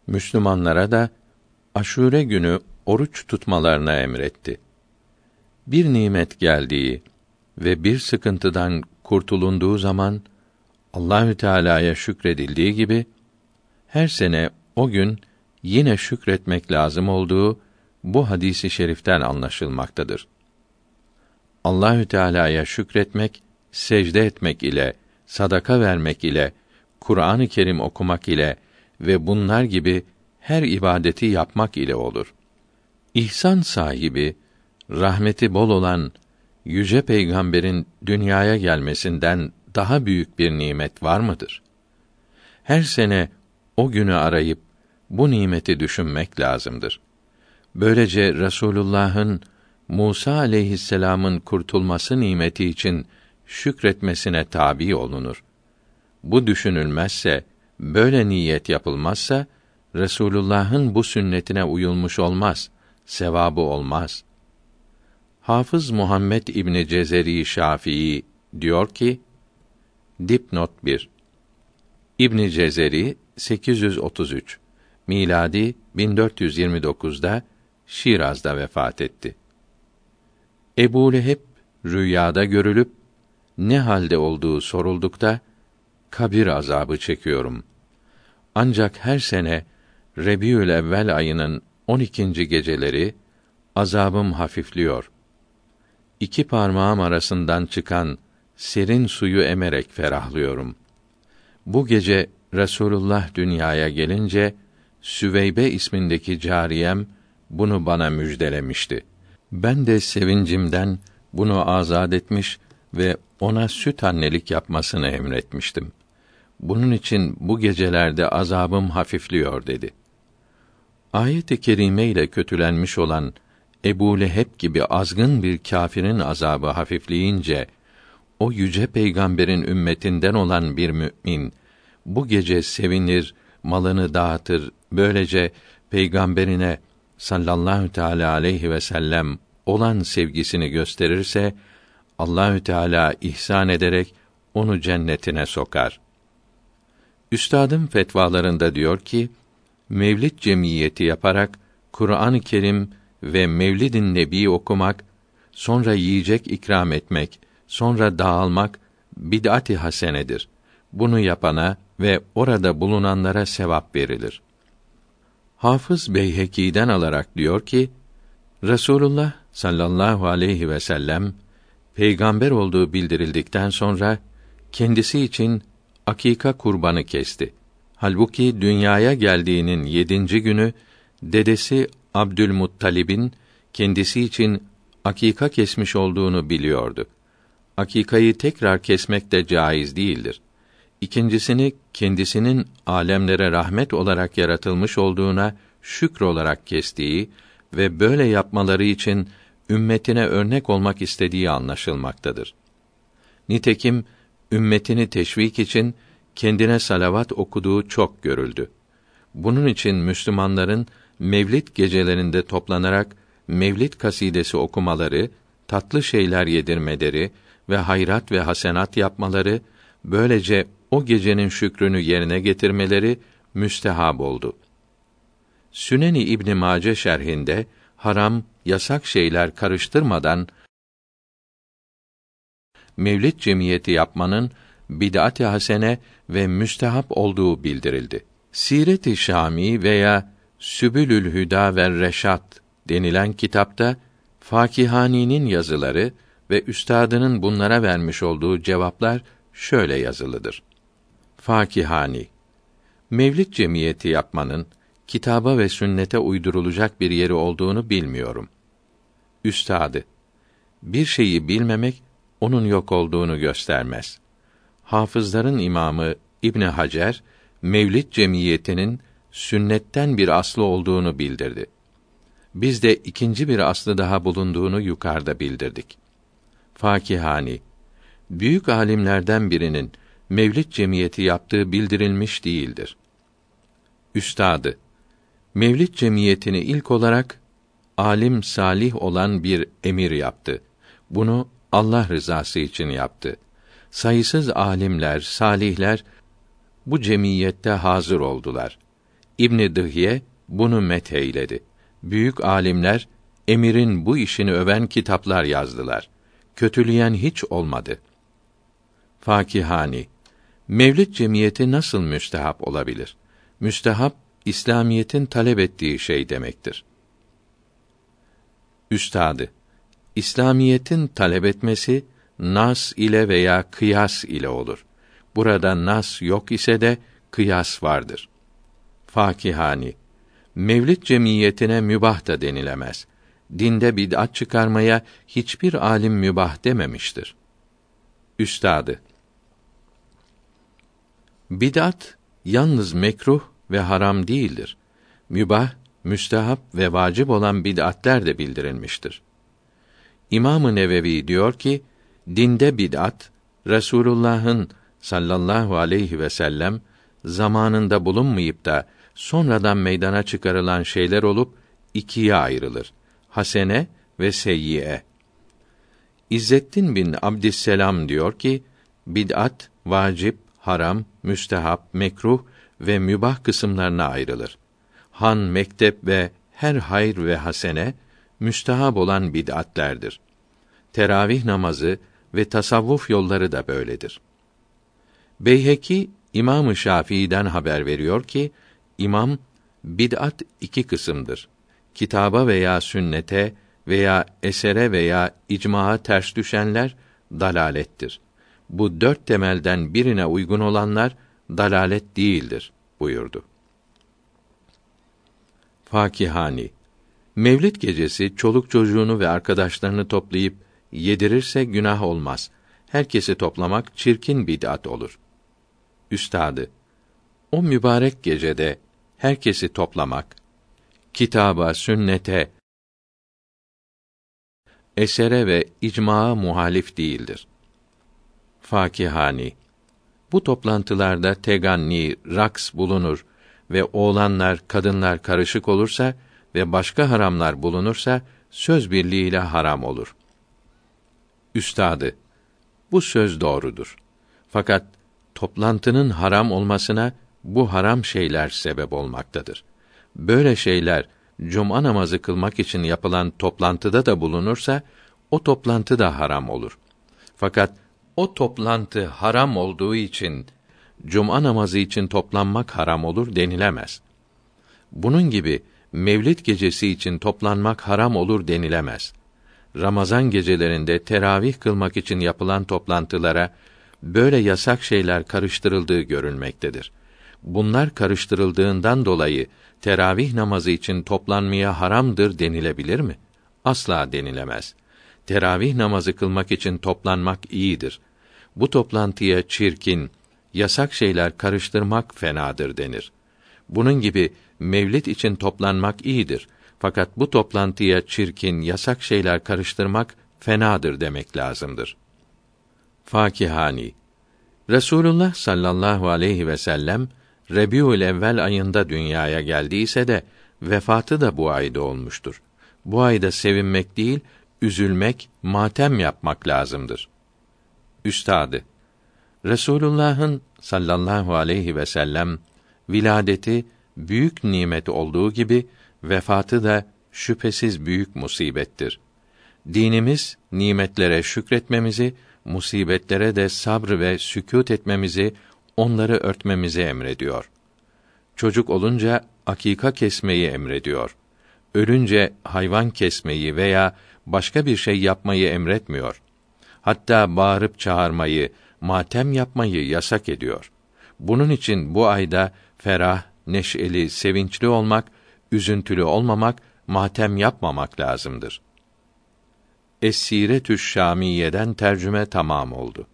Müslümanlara da Aşure günü oruç tutmalarına emretti. Bir nimet geldiği ve bir sıkıntıdan kurtulunduğu zaman Allahü Teala'ya şükredildiği gibi her sene o gün yine şükretmek lazım olduğu bu hadisi şeriften anlaşılmaktadır. Allahü Teala'ya şükretmek, secde etmek ile, sadaka vermek ile, Kur'an-ı Kerim okumak ile ve bunlar gibi her ibadeti yapmak ile olur. İhsan sahibi, rahmeti bol olan yüce peygamberin dünyaya gelmesinden daha büyük bir nimet var mıdır? Her sene o günü arayıp bu nimeti düşünmek lazımdır. Böylece Resulullah'ın Musa aleyhisselam'ın kurtulması nimeti için şükretmesine tabi olunur. Bu düşünülmezse, böyle niyet yapılmazsa Resulullah'ın bu sünnetine uyulmuş olmaz, sevabı olmaz. Hafız Muhammed İbni Cezeri Şafii diyor ki, dipnot 1. İbn Cezeri 833 miladi 1429'da Şiraz'da vefat etti. Ebu Leheb rüyada görülüp ne halde olduğu soruldukta kabir azabı çekiyorum. Ancak her sene Rebî'ül-Evvel ayının 12. geceleri azabım hafifliyor. İki parmağım arasından çıkan serin suyu emerek ferahlıyorum. Bu gece Resulullah dünyaya gelince Süveybe ismindeki cariyem bunu bana müjdelemişti. Ben de sevincimden bunu azad etmiş ve ona süt annelik yapmasını emretmiştim. Bunun için bu gecelerde azabım hafifliyor dedi. Ayet-i kerime ile kötülenmiş olan Ebu Leheb gibi azgın bir kâfirin azabı hafifleyince, o yüce peygamberin ümmetinden olan bir mü'min, bu gece sevinir, malını dağıtır, böylece peygamberine sallallahu teâlâ aleyhi ve sellem olan sevgisini gösterirse, Allahü Teala ihsan ederek onu cennetine sokar. Üstadım fetvalarında diyor ki, mevlid cemiyeti yaparak Kur'an-ı Kerim ve Mevlid-i Nebi okumak, sonra yiyecek ikram etmek, sonra dağılmak bid'at-ı hasenedir. Bunu yapana ve orada bulunanlara sevap verilir. Hafız Beyheki'den alarak diyor ki, Resulullah sallallahu aleyhi ve sellem peygamber olduğu bildirildikten sonra kendisi için akika kurbanı kesti. Halbuki dünyaya geldiğinin 7. günü dedesi Abdülmuttalib'in kendisi için akika kesmiş olduğunu biliyordu. Akikayı tekrar kesmek de caiz değildir. İkincisini kendisinin alemlere rahmet olarak yaratılmış olduğuna şükr olarak kestiği ve böyle yapmaları için ümmetine örnek olmak istediği anlaşılmaktadır. Nitekim ümmetini teşvik için kendine salavat okuduğu çok görüldü. Bunun için Müslümanların Mevlid gecelerinde toplanarak Mevlid kasidesi okumaları, tatlı şeyler yedirmeleri ve hayrat ve hasenat yapmaları, böylece o gecenin şükrünü yerine getirmeleri müstehab oldu. Süneni İbn Mace şerhinde haram, yasak şeyler karıştırmadan Mevlid cemiyeti yapmanın bid'at-ı hasene ve müstehap olduğu bildirildi. Siret-i Şami veya Sübülül Hüda ve Reşat denilen kitapta Fakihani'nin yazıları ve üstadının bunlara vermiş olduğu cevaplar şöyle yazılıdır. Fakihani, Mevlid cemiyeti yapmanın kitaba ve sünnete uydurulacak bir yeri olduğunu bilmiyorum. Üstadı, bir şeyi bilmemek onun yok olduğunu göstermez. Hafızların imamı İbn Hacer, Mevlid cemiyetinin sünnetten bir aslı olduğunu bildirdi. Biz de ikinci bir aslı daha bulunduğunu yukarıda bildirdik. Fakihani, büyük alimlerden birinin Mevlid cemiyeti yaptığı bildirilmiş değildir. Üstadı, Mevlid cemiyetini ilk olarak alim salih olan bir emir yaptı. Bunu Allah rızası için yaptı. Sayısız alimler, salihler bu cemiyette hazır oldular. İbn Dıhye bunu metheyledi. Büyük alimler emirin bu işini öven kitaplar yazdılar. Kötüleyen hiç olmadı. Fakihani, Mevlid cemiyeti nasıl müstehap olabilir? Müstehap, İslamiyetin talep ettiği şey demektir. Üstadı, İslamiyetin talep etmesi, nas ile veya kıyas ile olur. Burada nas yok ise de kıyas vardır. Fakihani, Mevlid cemiyetine mübah da denilemez. Dinde bid'at çıkarmaya hiçbir alim mübah dememiştir. Üstadı, bid'at yalnız mekruh ve haram değildir. Mübah, müstehap ve vacip olan bid'atler de bildirilmiştir. İmam-ı Nevevi diyor ki, dinde bid'at, Resulullah'ın sallallahu aleyhi ve sellem zamanında bulunmayıp da sonradan meydana çıkarılan şeyler olup ikiye ayrılır. Hasene ve seyyiye. İzzettin bin Abdüsselam diyor ki, bid'at vacip, haram, müstehap, mekruh ve mübah kısımlarına ayrılır. Han, mektep ve her hayr ve hasene müstehab olan bid'atlerdir. Teravih namazı ve tasavvuf yolları da böyledir. Beyheki İmam-ı Şafii'den haber veriyor ki, İmam, bid'at iki kısımdır. Kitaba veya sünnete veya esere veya icmaa ters düşenler dalalettir. Bu dört temelden birine uygun olanlar dalalet değildir buyurdu. Fakihani, Mevlid gecesi çoluk çocuğunu ve arkadaşlarını toplayıp yedirirse günah olmaz. Herkesi toplamak çirkin bid'at olur. Üstadı, o mübarek gecede herkesi toplamak, kitaba, sünnete, esere ve icmaa muhalif değildir. Fakihani, bu toplantılarda teganni, raks bulunur ve oğlanlar, kadınlar karışık olursa ve başka haramlar bulunursa söz birliğiyle haram olur. Üstadı, bu söz doğrudur. Fakat toplantının haram olmasına bu haram şeyler sebep olmaktadır. Böyle şeyler cuma namazı kılmak için yapılan toplantıda da bulunursa o toplantı da haram olur. Fakat o toplantı haram olduğu için cuma namazı için toplanmak haram olur denilemez. Bunun gibi Mevlid gecesi için toplanmak haram olur denilemez. Ramazan gecelerinde teravih kılmak için yapılan toplantılara böyle yasak şeyler karıştırıldığı görülmektedir. Bunlar karıştırıldığından dolayı teravih namazı için toplanmaya haramdır denilebilir mi? Asla denilemez. Teravih namazı kılmak için toplanmak iyidir. Bu toplantıya çirkin, yasak şeyler karıştırmak fenadır denir. Bunun gibi Mevlid için toplanmak iyidir. Fakat bu toplantıya çirkin, yasak şeyler karıştırmak fenadır demek lazımdır. Fakihani, Resulullah sallallahu aleyhi ve sellem Rebiülevvel ayında dünyaya geldiyse de vefatı da bu ayda olmuştur. Bu ayda sevinmek değil, üzülmek, matem yapmak lazımdır. Üstadı, Resulullah'ın sallallahu aleyhi ve sellem viladeti büyük nimet olduğu gibi vefatı da şüphesiz büyük musibettir. Dinimiz nimetlere şükretmemizi, musibetlere de sabr ve sükût etmemizi, onları örtmemizi emrediyor. Çocuk olunca akika kesmeyi emrediyor. Ölünce hayvan kesmeyi veya başka bir şey yapmayı emretmiyor. Hatta bağırıp çağırmayı, matem yapmayı yasak ediyor. Bunun için bu ayda ferah, neşeli, sevinçli olmak, üzüntülü olmamak, matem yapmamak lazımdır. Es-Siretü Şamiye'den tercüme tamam oldu.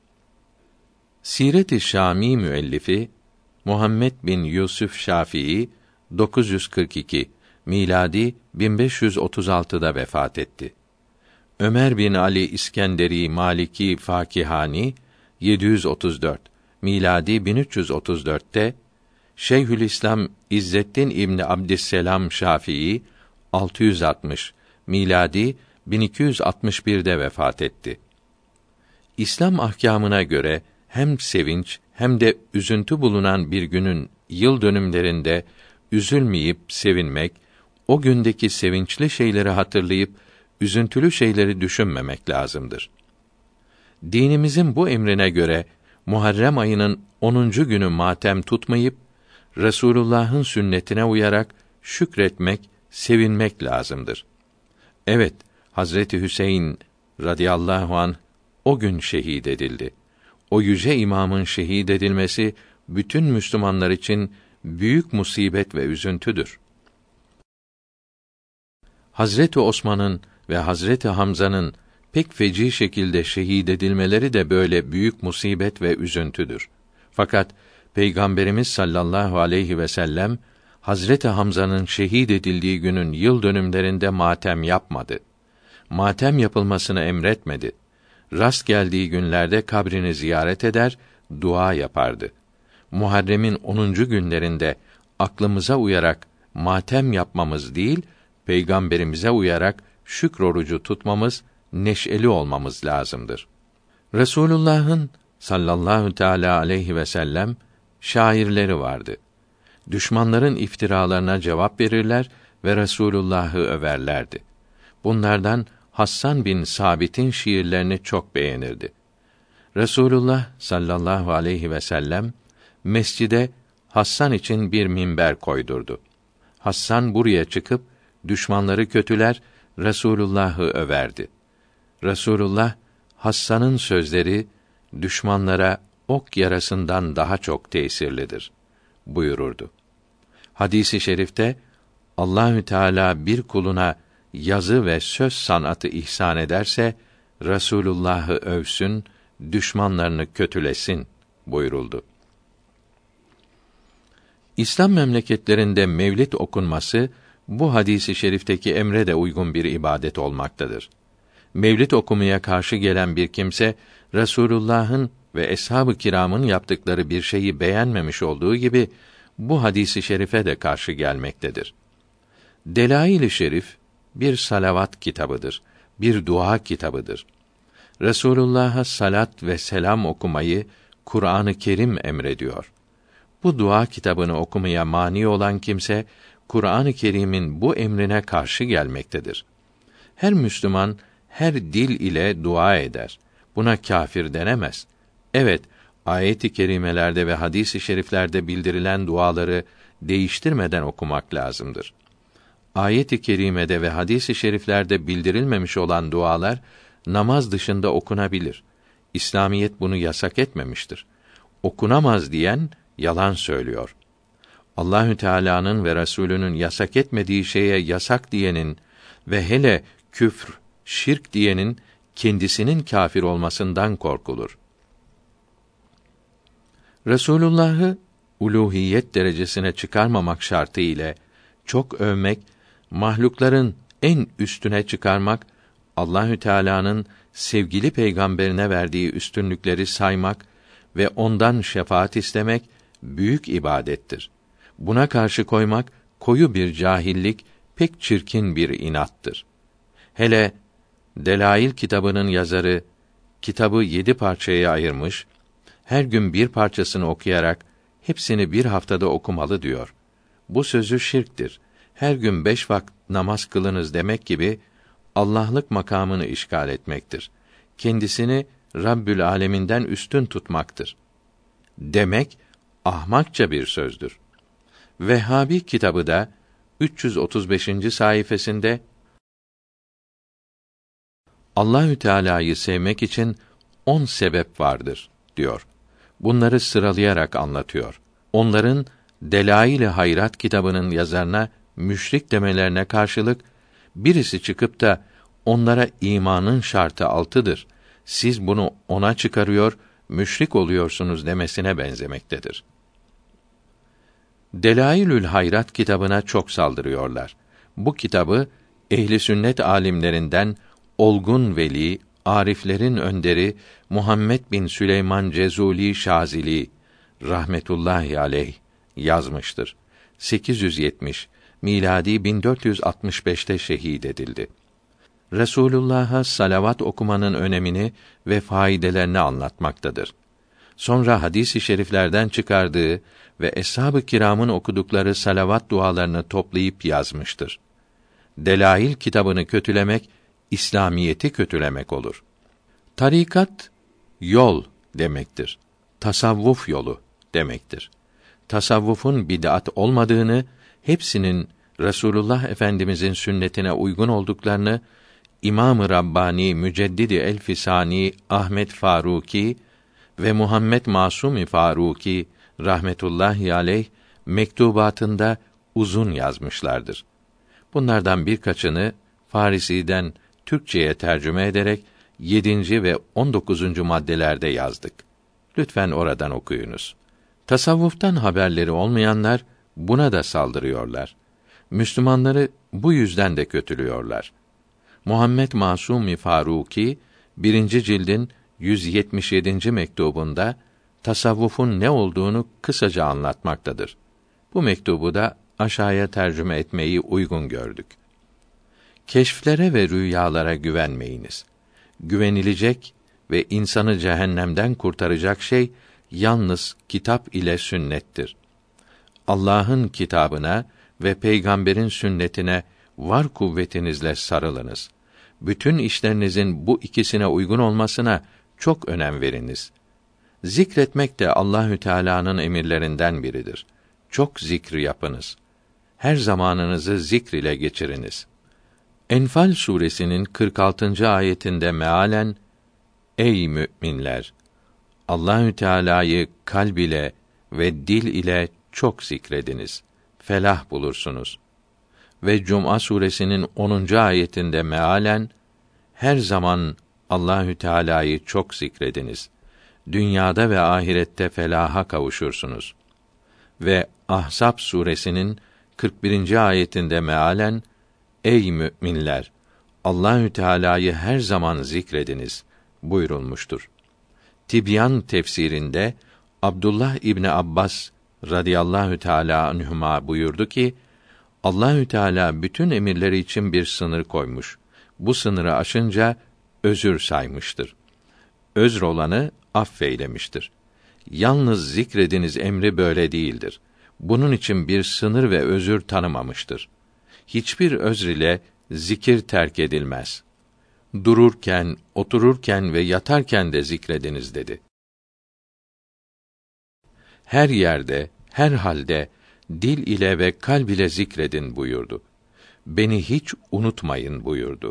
Siret-i Şamî müellifi Muhammed bin Yusuf Şafii 942 miladi 1536'da vefat etti. Ömer bin Ali İskenderi Maliki Fakihani 734 miladi 1334'te, Şeyhülislam İzzettin İbni Abdüsselam Şafii 660 miladi 1261'de vefat etti. İslam ahkâmına göre hem sevinç hem de üzüntü bulunan bir günün yıl dönümlerinde üzülmeyip sevinmek, o gündeki sevinçli şeyleri hatırlayıp üzüntülü şeyleri düşünmemek lazımdır. Dinimizin bu emrine göre Muharrem ayının 10. günü matem tutmayıp Resulullah'ın sünnetine uyarak şükretmek, sevinmek lazımdır. Evet, Hazreti Hüseyin radıyallahu anh o gün şehit edildi. O yüce imamın şehit edilmesi bütün Müslümanlar için büyük musibet ve üzüntüdür. Hazreti Osman'ın ve Hazreti Hamza'nın pek feci şekilde şehit edilmeleri de böyle büyük musibet ve üzüntüdür. Fakat Peygamberimiz sallallahu aleyhi ve sellem Hazreti Hamza'nın şehit edildiği günün yıl dönümlerinde matem yapmadı. Matem yapılmasını emretmedi. Rast geldiği günlerde kabrini ziyaret eder, dua yapardı. Muharrem'in 10. günlerinde aklımıza uyarak matem yapmamız değil, Peygamberimize uyarak şükrorucu tutmamız, neşeli olmamız lazımdır. Resulullah'ın sallallahu teâlâ aleyhi ve sellem şairleri vardı. Düşmanların iftiralarına cevap verirler ve Resulullah'ı överlerdi. Bunlardan Hassan bin Sabit'in şiirlerini çok beğenirdi. Resulullah sallallahu aleyhi ve sellem mescide Hassan için bir minber koydurdu. Hassan buraya çıkıp düşmanları kötüler, Resulullah'ı överdi. Resulullah Hassan'ın sözleri düşmanlara ok yarasından daha çok tesirlidir buyururdu. Hadisi şerifte Allahü Teala bir kuluna yazı ve söz sanatı ihsan ederse Resulullah'ı övsün, düşmanlarını kötülesin buyuruldu. İslam memleketlerinde mevlid okunması bu hadisi şerifteki emre de uygun bir ibadet olmaktadır. Mevlid okumaya karşı gelen bir kimse Resulullah'ın ve eshab-ı kiramın yaptıkları bir şeyi beğenmemiş olduğu gibi bu hadisi şerife de karşı gelmektedir. Delail-i Şerif bir salavat kitabıdır, bir dua kitabıdır. Resulullah'a salat ve selam okumayı Kur'an-ı Kerim emrediyor. Bu dua kitabını okumaya mani olan kimse Kur'an-ı Kerim'in bu emrine karşı gelmektedir. Her Müslüman her dil ile dua eder. Buna kâfir denemez. Evet, ayet-i kerimelerde ve hadis-i şeriflerde bildirilen duaları değiştirmeden okumak lazımdır. Ayet-i kerimede ve hadis-i şeriflerde bildirilmemiş olan dualar namaz dışında okunabilir. İslamiyet bunu yasak etmemiştir. Okunamaz diyen yalan söylüyor. Allahü Teala'nın ve Resulünün yasak etmediği şeye yasak diyenin ve hele küfr, şirk diyenin kendisinin kâfir olmasından korkulur. Resulullah'ı uluhiyet derecesine çıkarmamak şartı ile çok övmek, mahlukların en üstüne çıkarmak, Allahü Teala'nın sevgili peygamberine verdiği üstünlükleri saymak ve ondan şefaat istemek büyük ibadettir. Buna karşı koymak koyu bir cahillik, pek çirkin bir inattır. Hele Delail kitabının yazarı kitabı 7 parçaya ayırmış, her gün bir parçasını okuyarak hepsini bir haftada okumalı diyor. Bu sözü şirktir. Her gün 5 vakit namaz kılınız demek gibi Allah'lık makamını işgal etmektir. Kendisini Rabbül Âleminden üstün tutmaktır. Demek ahmakça bir sözdür. Vehhabi kitabı da 335. sayfasında Allahü Teala'yı sevmek için 10 sebep vardır diyor. Bunları sıralayarak anlatıyor. Onların Delail-i Hayrat kitabının yazarına müşrik demelerine karşılık birisi çıkıp da onlara imanın şartı 6'dır. Siz bunu 10'a çıkarıyor, müşrik oluyorsunuz demesine benzemektedir. Delailül Hayrat kitabına çok saldırıyorlar. Bu kitabı ehli sünnet alimlerinden olgun veli, ariflerin önderi Muhammed bin Süleyman Cezuli Şazili rahmetullahi aleyh yazmıştır. 870 miladi 1465'te şehit edildi. Resulullah'a salavat okumanın önemini ve faydelerini anlatmaktadır. Sonra hadis-i şeriflerden çıkardığı ve eshab-ı kiramın okudukları salavat dualarını toplayıp yazmıştır. Delail kitabını kötülemek, İslamiyeti kötülemek olur. Tarikat, yol demektir. Tasavvuf yolu demektir. Tasavvufun bid'at olmadığını, hepsinin Resulullah Efendimizin sünnetine uygun olduklarını İmam-ı Rabbani Müceddidi el-Fisani Ahmet Faruki ve Muhammed Masumi Faruki rahmetullahi aleyh mektubatında uzun yazmışlardır. Bunlardan birkaçını Farisi'den Türkçeye tercüme ederek 7. ve 19. maddelerde yazdık. Lütfen oradan okuyunuz. Tasavvuftan haberleri olmayanlar buna da saldırıyorlar. Müslümanları bu yüzden de kötülüyorlar. Muhammed Masumi Faruki 1. cildin 177. mektubunda tasavvufun ne olduğunu kısaca anlatmaktadır. Bu mektubu da aşağıya tercüme etmeyi uygun gördük. Keşflere ve rüyalara güvenmeyiniz. Güvenilecek ve insanı cehennemden kurtaracak şey yalnız kitap ile sünnettir. Allah'ın kitabına ve peygamberin sünnetine var kuvvetinizle sarılınız. Bütün işlerinizin bu ikisine uygun olmasına çok önem veriniz. Zikretmek de Allahü Teala'nın emirlerinden biridir. Çok zikri yapınız. Her zamanınızı zikr ile geçiriniz. Enfal suresinin 46. ayetinde mealen ey müminler, Allahü Teala'yı kalb ile ve dil ile çok zikrediniz. Felah bulursunuz. Ve Cuma suresinin 10. ayetinde mealen her zaman Allahü Teala'yı çok zikrediniz. Dünyada ve ahirette felaha kavuşursunuz. Ve Ahzab suresinin 41. ayetinde mealen ey müminler, Allahü Teala'yı her zaman zikrediniz buyurulmuştur. Tibyan tefsirinde Abdullah İbni Abbas radıyallahu teâlâ anhuma buyurdu ki, Allahü Teala bütün emirleri için bir sınır koymuş. Bu sınırı aşınca özür saymıştır. Özr olanı affeylemiştir. Yalnız zikrediniz emri böyle değildir. Bunun için bir sınır ve özür tanımamıştır. Hiçbir özr ile zikir terk edilmez. Dururken, otururken ve yatarken de zikrediniz dedi. Her yerde, her halde dil ile ve kalb ile zikredin buyurdu. Beni hiç unutmayın buyurdu.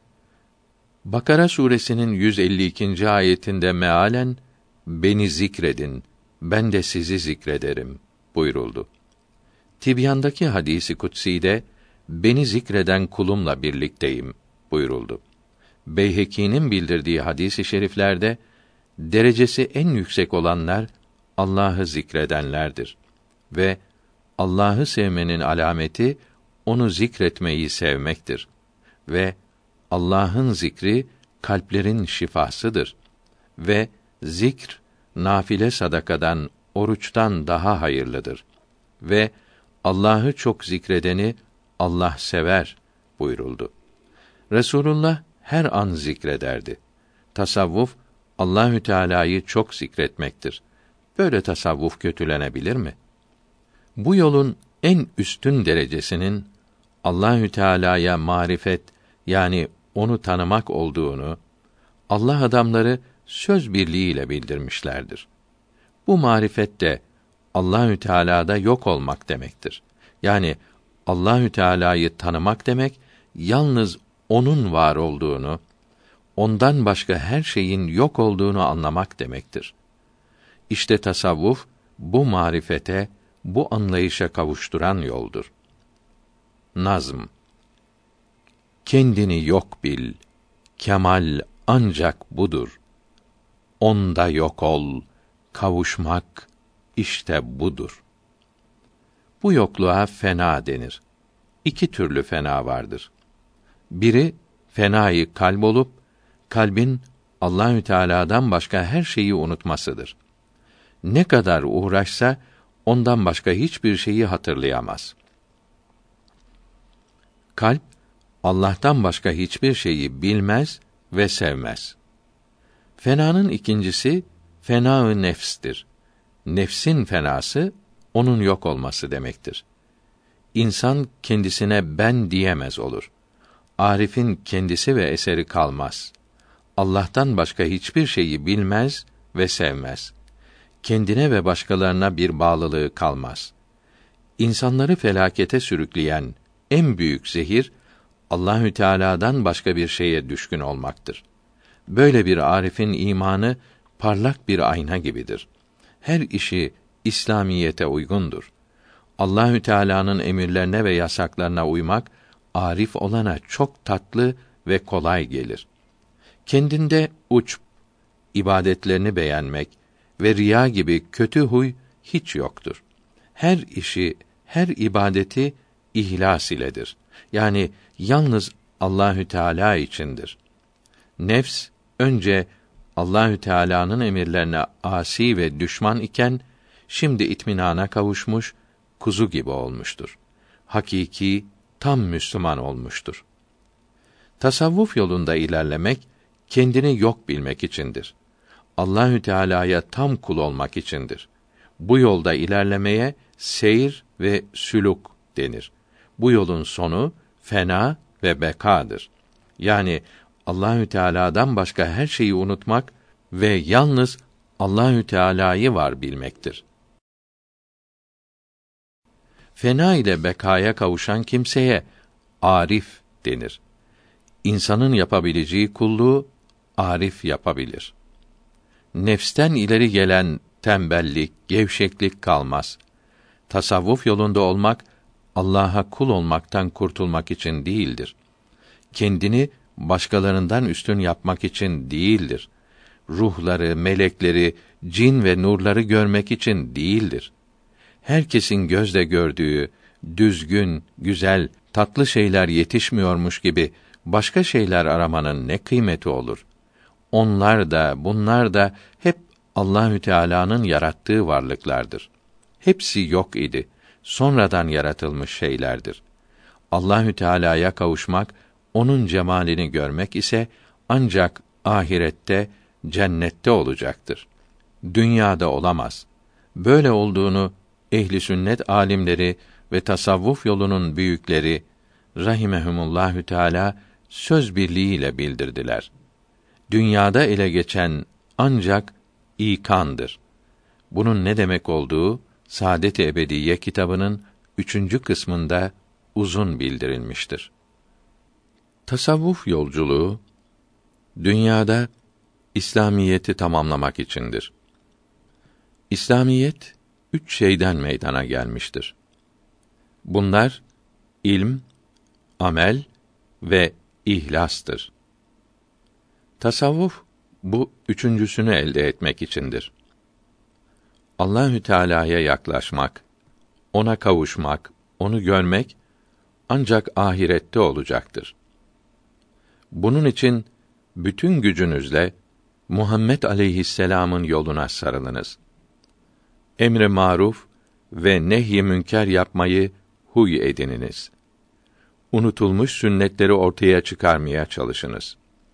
Bakara suresinin 152. ayetinde mealen beni zikredin, ben de sizi zikrederim buyuruldu. Tibyan'daki hadisi kutsi'de beni zikreden kulumla birlikteyim buyuruldu. Beyheki'nin bildirdiği hadis-i şeriflerde derecesi en yüksek olanlar Allah'ı zikredenlerdir ve Allah'ı sevmenin alameti onu zikretmeyi sevmektir ve Allah'ın zikri kalplerin şifasıdır ve zikr nafile sadakadan, oruçtan daha hayırlıdır ve Allah'ı çok zikredeni Allah sever buyuruldu. Resulullah her an zikrederdi. Tasavvuf Allahü Teala'yı çok zikretmektir. Böyle tasavvuf kötülenebilir mi? Bu yolun en üstün derecesinin Allahü Teala'ya marifet yani onu tanımak olduğunu Allah adamları söz birliğiyle bildirmişlerdir. Bu marifet de Allahü Teala'da yok olmak demektir. Yani Allahü Teala'yı tanımak demek yalnız onun var olduğunu, ondan başka her şeyin yok olduğunu anlamak demektir. İşte tasavvuf bu marifete, bu anlayışa kavuşturan yoldur. Nazm. Kendini yok bil, kemal ancak budur. Onda yok ol, kavuşmak işte budur. Bu yokluğa fena denir. İki türlü fena vardır. Biri fenayı kalp olup kalbin Allahü Teala'dan başka her şeyi unutmasıdır. Ne kadar uğraşsa ondan başka hiçbir şeyi hatırlayamaz. Kalp Allah'tan başka hiçbir şeyi bilmez ve sevmez. Fenanın ikincisi fena-ı nefstir. Nefsin fenası, onun yok olması demektir. İnsan kendisine ben diyemez olur. Arif'in kendisi ve eseri kalmaz. Allah'tan başka hiçbir şeyi bilmez ve sevmez. Kendine ve başkalarına bir bağlılığı kalmaz. İnsanları felakete sürükleyen en büyük zehir, Allahü Teala'dan başka bir şeye düşkün olmaktır. Böyle bir arifin imanı parlak bir ayna gibidir. Her işi İslamiyete uygundur. Allahü Teala'nın emirlerine ve yasaklarına uymak arif olana çok tatlı ve kolay gelir. Kendinde uçb, ibadetlerini beğenmek ve riya gibi kötü huy hiç yoktur. Her işi, her ibadeti ihlas iledir. Yani yalnız Allahü Teala içindir. Nefs önce Allahü Teala'nın emirlerine asi ve düşman iken şimdi itminana kavuşmuş, kuzu gibi olmuştur. Hakiki tam Müslüman olmuştur. Tasavvuf yolunda ilerlemek kendini yok bilmek içindir. Allahü Teala'ya tam kul olmak içindir. Bu yolda ilerlemeye seyir ve sülûk denir. Bu yolun sonu fena ve bekadır. Yani Allahü Teala'dan başka her şeyi unutmak ve yalnız Allahü Teala'yı var bilmektir. Fena ile bekaya kavuşan kimseye arif denir. İnsanın yapabileceği kulluğu arif yapabilir. Nefsten ileri gelen tembellik, gevşeklik kalmaz. Tasavvuf yolunda olmak, Allah'a kul olmaktan kurtulmak için değildir. Kendini başkalarından üstün yapmak için değildir. Ruhları, melekleri, cin ve nurları görmek için değildir. Herkesin gözle gördüğü düzgün, güzel, tatlı şeyler yetişmiyormuş gibi başka şeyler aramanın ne kıymeti olur? Onlar da, bunlar da hep Allahü Teala'nın yarattığı varlıklardır. Hepsi yok idi. Sonradan yaratılmış şeylerdir. Allahü Teala'ya kavuşmak, onun cemalini görmek ise ancak ahirette, cennette olacaktır. Dünyada olamaz. Böyle olduğunu ehli sünnet alimleri ve tasavvuf yolunun büyükleri rahimehumullahü teala söz birliğiyle bildirdiler. Dünyada ele geçen ancak ikandır. Bunun ne demek olduğu Saadet-i Ebediyye kitabının 3. kısmında uzun bildirilmiştir. Tasavvuf yolculuğu dünyada İslamiyeti tamamlamak içindir. İslamiyet 3 şeyden meydana gelmiştir. Bunlar ilm, amel ve ihlastır. Tasavvuf bu üçüncüsünü elde etmek içindir. Allahü Teala'ya yaklaşmak, ona kavuşmak, onu görmek ancak ahirette olacaktır. Bunun için bütün gücünüzle Muhammed aleyhisselam'ın yoluna sarılınız. Emr-i maruf ve nehy-i münker yapmayı huy edininiz. Unutulmuş sünnetleri ortaya çıkarmaya çalışınız.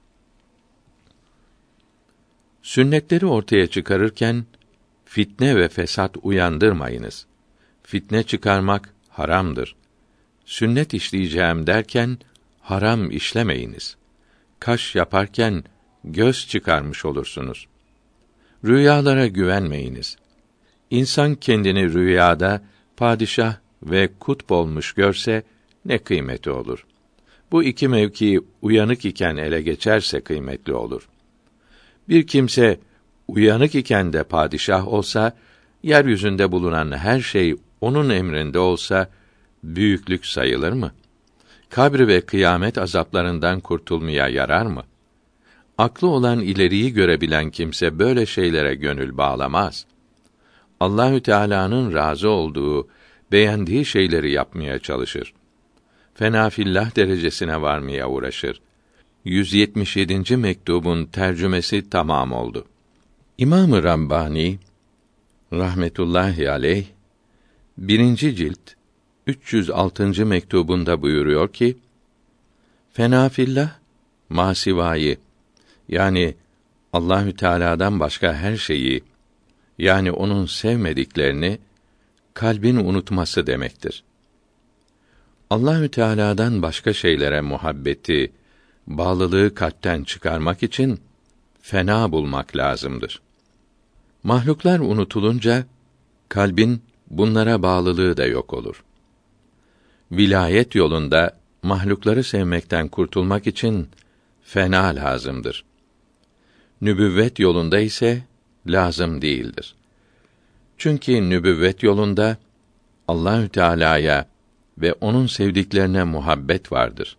Sünnetleri ortaya çıkarırken fitne ve fesat uyandırmayınız. Fitne çıkarmak haramdır. Sünnet işleyeceğim derken haram işlemeyiniz. Kaş yaparken göz çıkarmış olursunuz. Rüyalara güvenmeyiniz. İnsan kendini rüyada padişah ve kutb olmuş görse ne kıymeti olur? Bu iki mevki uyanık iken ele geçerse kıymetli olur. Bir kimse uyanık iken de padişah olsa, yeryüzünde bulunan her şey onun emrinde olsa büyüklük sayılır mı? Kabr ve kıyamet azaplarından kurtulmaya yarar mı? Aklı olan ileriyi görebilen kimse böyle şeylere gönül bağlamaz. Allahü Teala'nın razı olduğu, beğendiği şeyleri yapmaya çalışır. Fenafillah derecesine varmaya uğraşır. 177. mektubun tercümesi tamam oldu. İmam-ı Rabbani rahmetullahi aleyh 1. cilt 306. mektubunda buyuruyor ki: Fenafillah masivayı yani Allahü Teala'dan başka her şeyi, yani onun sevmediklerini kalbin unutması demektir. Allahü Teala'dan başka şeylere muhabbeti, bağlılığı kalpten çıkarmak için fena bulmak lazımdır. Mahluklar unutulunca kalbin bunlara bağlılığı da yok olur. Vilayet yolunda mahlukları sevmekten kurtulmak için fena lazımdır. Nübüvvet yolunda ise lazım değildir. Çünkü nübüvvet yolunda Allahü Teala'ya ve onun sevdiklerine muhabbet vardır.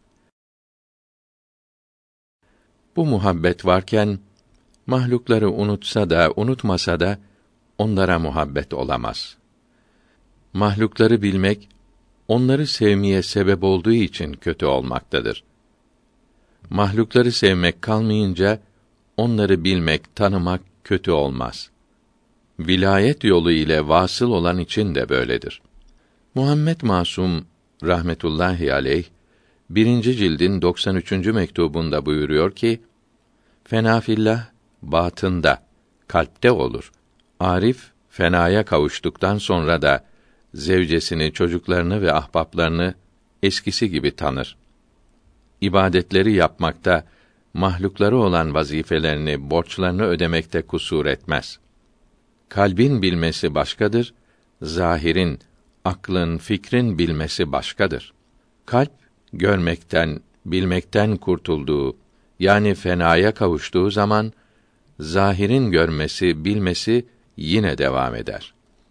Bu muhabbet varken mahlukları unutsa da unutmasa da onlara muhabbet olamaz. Mahlukları bilmek onları sevmeye sebep olduğu için kötü olmaktadır. Mahlukları sevmek kalmayınca onları bilmek, tanımak kötü olmaz. Vilayet yolu ile vasıl olan için de böyledir. Muhammed Masum rahmetullahi aleyh 1. cildin 93. mektubunda buyuruyor ki: Fenafillah batında, kalpte olur. Arif fenaya kavuştuktan sonra da zevcesini, çocuklarını ve ahbaplarını eskisi gibi tanır. İbadetleri yapmakta, mahlukları olan vazifelerini, borçlarını ödemekte kusur etmez. Kalbin bilmesi başkadır, zahirin, aklın, fikrin bilmesi başkadır. Kalp görmekten, bilmekten kurtulduğu, yani fenaya kavuştuğu zaman zahirin görmesi, bilmesi yine devam eder.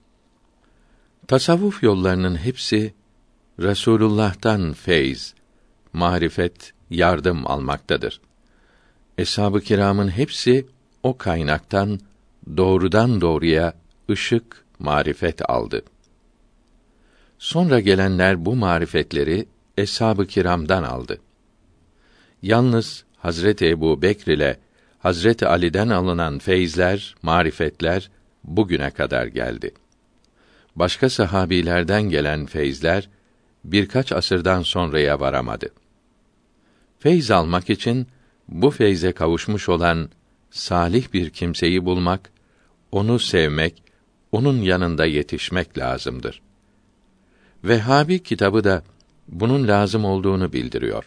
Tasavvuf yollarının hepsi Resulullah'tan feyz, marifet, yardım almaktadır. Eshab-ı kiramın hepsi o kaynaktan doğrudan doğruya ışık, marifet aldı. Sonra gelenler bu marifetleri eshab-ı kiramdan aldı. Yalnız Hazreti Ebubekr ile Hazreti Ali'den alınan feyzler, marifetler bugüne kadar geldi. Başka sahabilerden gelen feyzler birkaç asırdan sonraya varamadı. Feyz almak için bu feyze kavuşmuş olan salih bir kimseyi bulmak, onu sevmek, onun yanında yetişmek lazımdır. Vehhabi kitabı da bunun lazım olduğunu bildiriyor.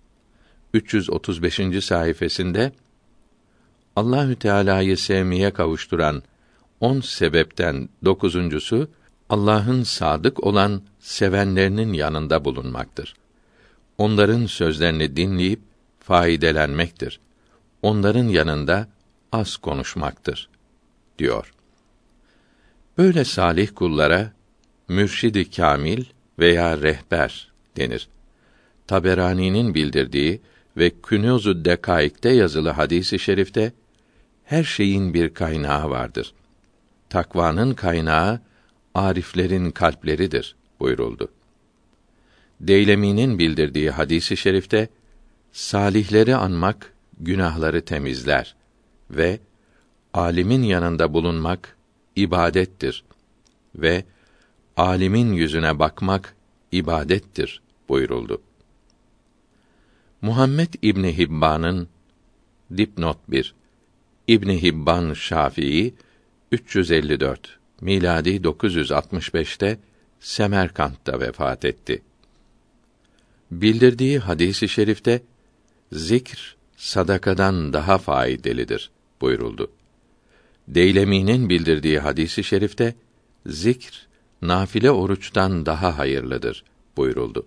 335. sayfasında Allahü Teala'yı sevmeye kavuşturan 10 sebepten 9'uncusu Allah'ın sadık olan sevenlerinin yanında bulunmaktır. Onların sözlerini dinleyip faydelenmektir. Onların yanında az konuşmaktır, diyor. Böyle salih kullara mürşid-i kâmil veya rehber denir. Taberani'nin bildirdiği ve Künûz-u Dekaik'te yazılı hadis-i şerifte her şeyin bir kaynağı vardır. Takvanın kaynağı ariflerin kalpleridir buyuruldu. Deylemi'nin bildirdiği hadis-i şerifte salihleri anmak günahları temizler ve alimin yanında bulunmak ibadettir ve alimin yüzüne bakmak ibadettir buyuruldu. Muhammed İbni Hibban'ın dipnot 1 İbni Hibban Şafii 354 miladi 965'te Semerkant'ta vefat etti. Bildirdiği hadis-i şerifte zikr sadakadan daha faydalıdır buyuruldu. Deylemi'nin bildirdiği hadis-i şerifte zikr nafile oruçtan daha hayırlıdır buyuruldu.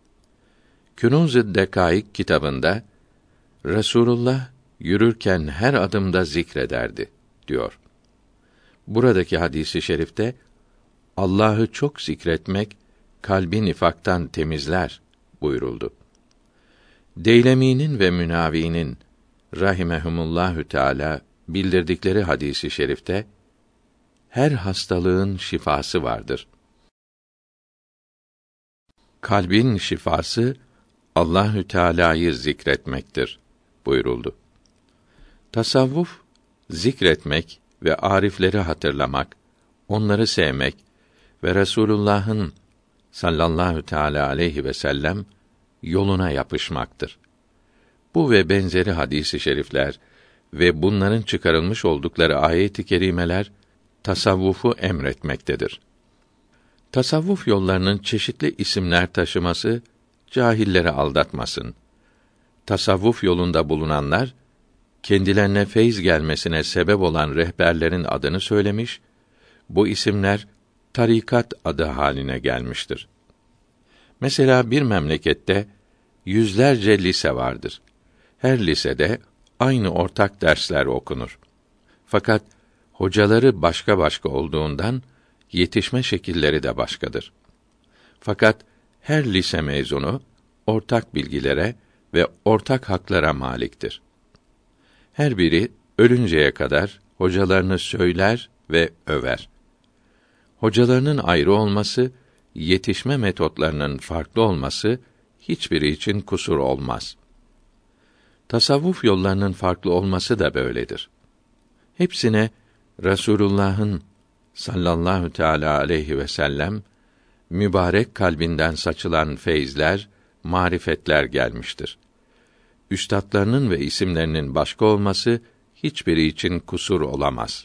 Künûz-ı Dekaik kitabında Resulullah yürürken her adımda zikrederdi diyor. Buradaki hadis-i şerifte Allah'ı çok zikretmek kalbi nifaktan temizler buyuruldu. Deylemi'nin ve Münavi'nin rahimehumullahü teala bildirdikleri hadis-i şerifte her hastalığın şifası vardır. Kalbin şifası Allahü Teala'yı zikretmektir buyuruldu. Tasavvuf zikretmek ve arifleri hatırlamak, onları sevmek ve Resulullah'ın sallallahu teala aleyhi ve sellem yoluna yapışmaktır. Bu ve benzeri hadis-i şerifler ve bunların çıkarılmış oldukları ayet-i kerimeler tasavvufu emretmektedir. Tasavvuf yollarının çeşitli isimler taşıması cahilleri aldatmasın. Tasavvuf yolunda bulunanlar kendilerine feyz gelmesine sebep olan rehberlerin adını söylemiş, bu isimler tarikat adı haline gelmiştir. Mesela bir memlekette yüzlerce lise vardır. Her lisede aynı ortak dersler okunur. Fakat hocaları başka başka olduğundan yetişme şekilleri de başkadır. Fakat her lise mezunu ortak bilgilere ve ortak haklara maliktir. Her biri ölünceye kadar hocalarını söyler ve över. Hocalarının ayrı olması, yetişme metotlarının farklı olması hiçbiri için kusur olmaz. Tasavvuf yollarının farklı olması da böyledir. Hepsine Resulullah'ın sallallahu teâlâ aleyhi ve sellem mübarek kalbinden saçılan feyizler, marifetler gelmiştir. Üstadlarının ve isimlerinin başka olması hiçbiri için kusur olamaz.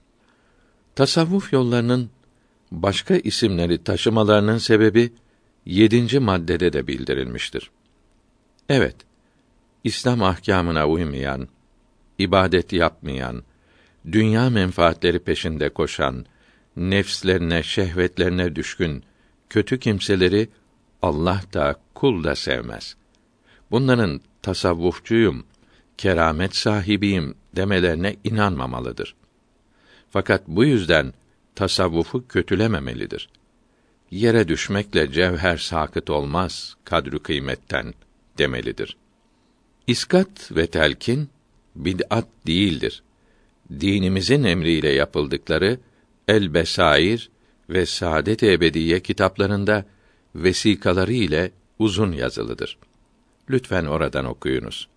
Tasavvuf yollarının başka isimleri taşımalarının sebebi 7. maddede de bildirilmiştir. Evet, İslam ahkâmına uymayan, ibadet yapmayan, dünya menfaatleri peşinde koşan, nefslerine, şehvetlerine düşkün kötü kimseleri Allah da kul da sevmez. Bunların tasavvufçuyum, keramet sahibiyim demelerine inanmamalıdır. Fakat bu yüzden tasavvufu kötülememelidir. Yere düşmekle cevher sakıt olmaz kadrü kıymetten demelidir. İskat ve telkin bid'at değildir. Dinimizin emriyle yapıldıkları El-Besair ve Saadet-i Ebediye kitaplarında vesikaları ile uzun yazılıdır. Lütfen oradan okuyunuz.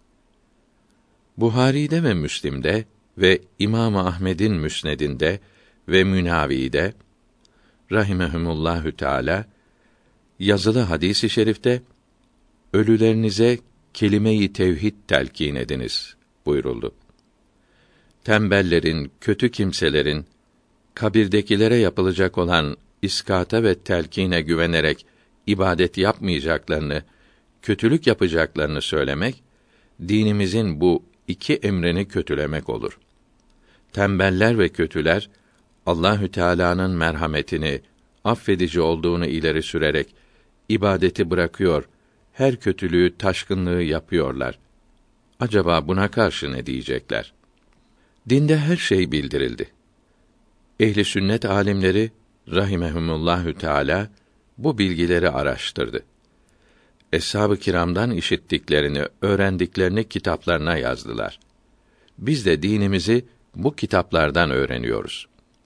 Buhari'de ve Müslim'de ve İmam Ahmed'in Müsned'inde ve Münavi'de rahimehumullahü teâlâ yazılı hadis-i şerifte ölülerinize kelime-i tevhid telkin ediniz buyuruldu. Tembellerin, kötü kimselerin kabirdekilere yapılacak olan iskata ve telkine güvenerek ibadet yapmayacaklarını, kötülük yapacaklarını söylemek dinimizin bu iki emrini kötülemek olur. Tembeller ve kötüler Allahü Teala'nın merhametini, affedici olduğunu ileri sürerek ibadeti bırakıyor, her kötülüğü, taşkınlığı yapıyorlar. Acaba buna karşı ne diyecekler? Dinde her şey bildirildi. Ehli sünnet alimleri rahimehumullahü teâlâ bu bilgileri araştırdı. Eshab-ı kiramdan işittiklerini, öğrendiklerini kitaplarına yazdılar. Biz de dinimizi bu kitaplardan öğreniyoruz.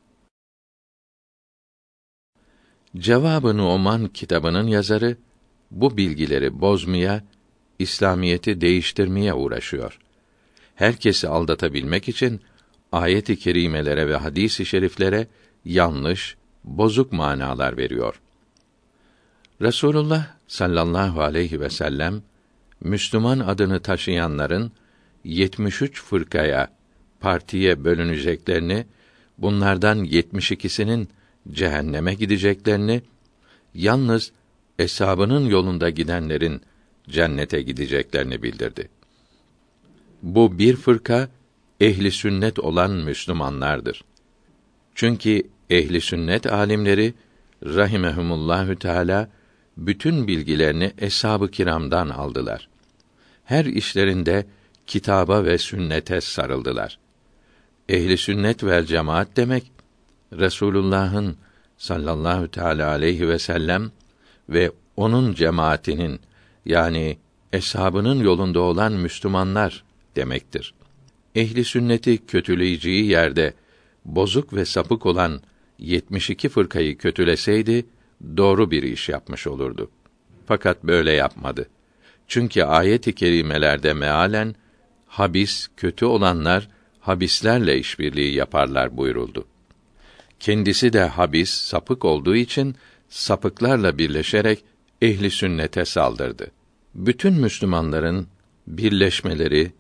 Cevab-ı Numan kitabının yazarı bu bilgileri bozmaya, İslamiyeti değiştirmeye uğraşıyor. Herkesi aldatabilmek için ayet-i kerimelere ve hadis-i şeriflere yanlış, bozuk manalar veriyor. Resulullah sallallahu aleyhi ve sellem Müslüman adını taşıyanların 73 fırkaya, partiye bölüneceklerini, bunlardan 72'sinin cehenneme gideceklerini, yalnız eshabının yolunda gidenlerin cennete gideceklerini bildirdi. Bu bir fırka ehli sünnet olan Müslümanlardır. Çünkü ehli sünnet alimleri rahimehumullahü teâlâ bütün bilgilerini eshab-ı kiramdan aldılar. Her işlerinde kitaba ve sünnete sarıldılar. Ehli sünnet vel cemaat demek Resulullah'ın sallallahu teâlâ aleyhi ve sellem ve onun cemaatinin yani eshabının yolunda olan Müslümanlar demektir. Ehli sünneti kötüleyeceği yerde bozuk ve sapık olan 72 fırkayı kötüleseydi doğru bir iş yapmış olurdu. Fakat böyle yapmadı. Çünkü ayet-i kerimelerde mealen habis kötü olanlar habislerle işbirliği yaparlar buyuruldu. Kendisi de habis, sapık olduğu için sapıklarla birleşerek ehli sünnete saldırdı. Bütün Müslümanların birleşmeleri,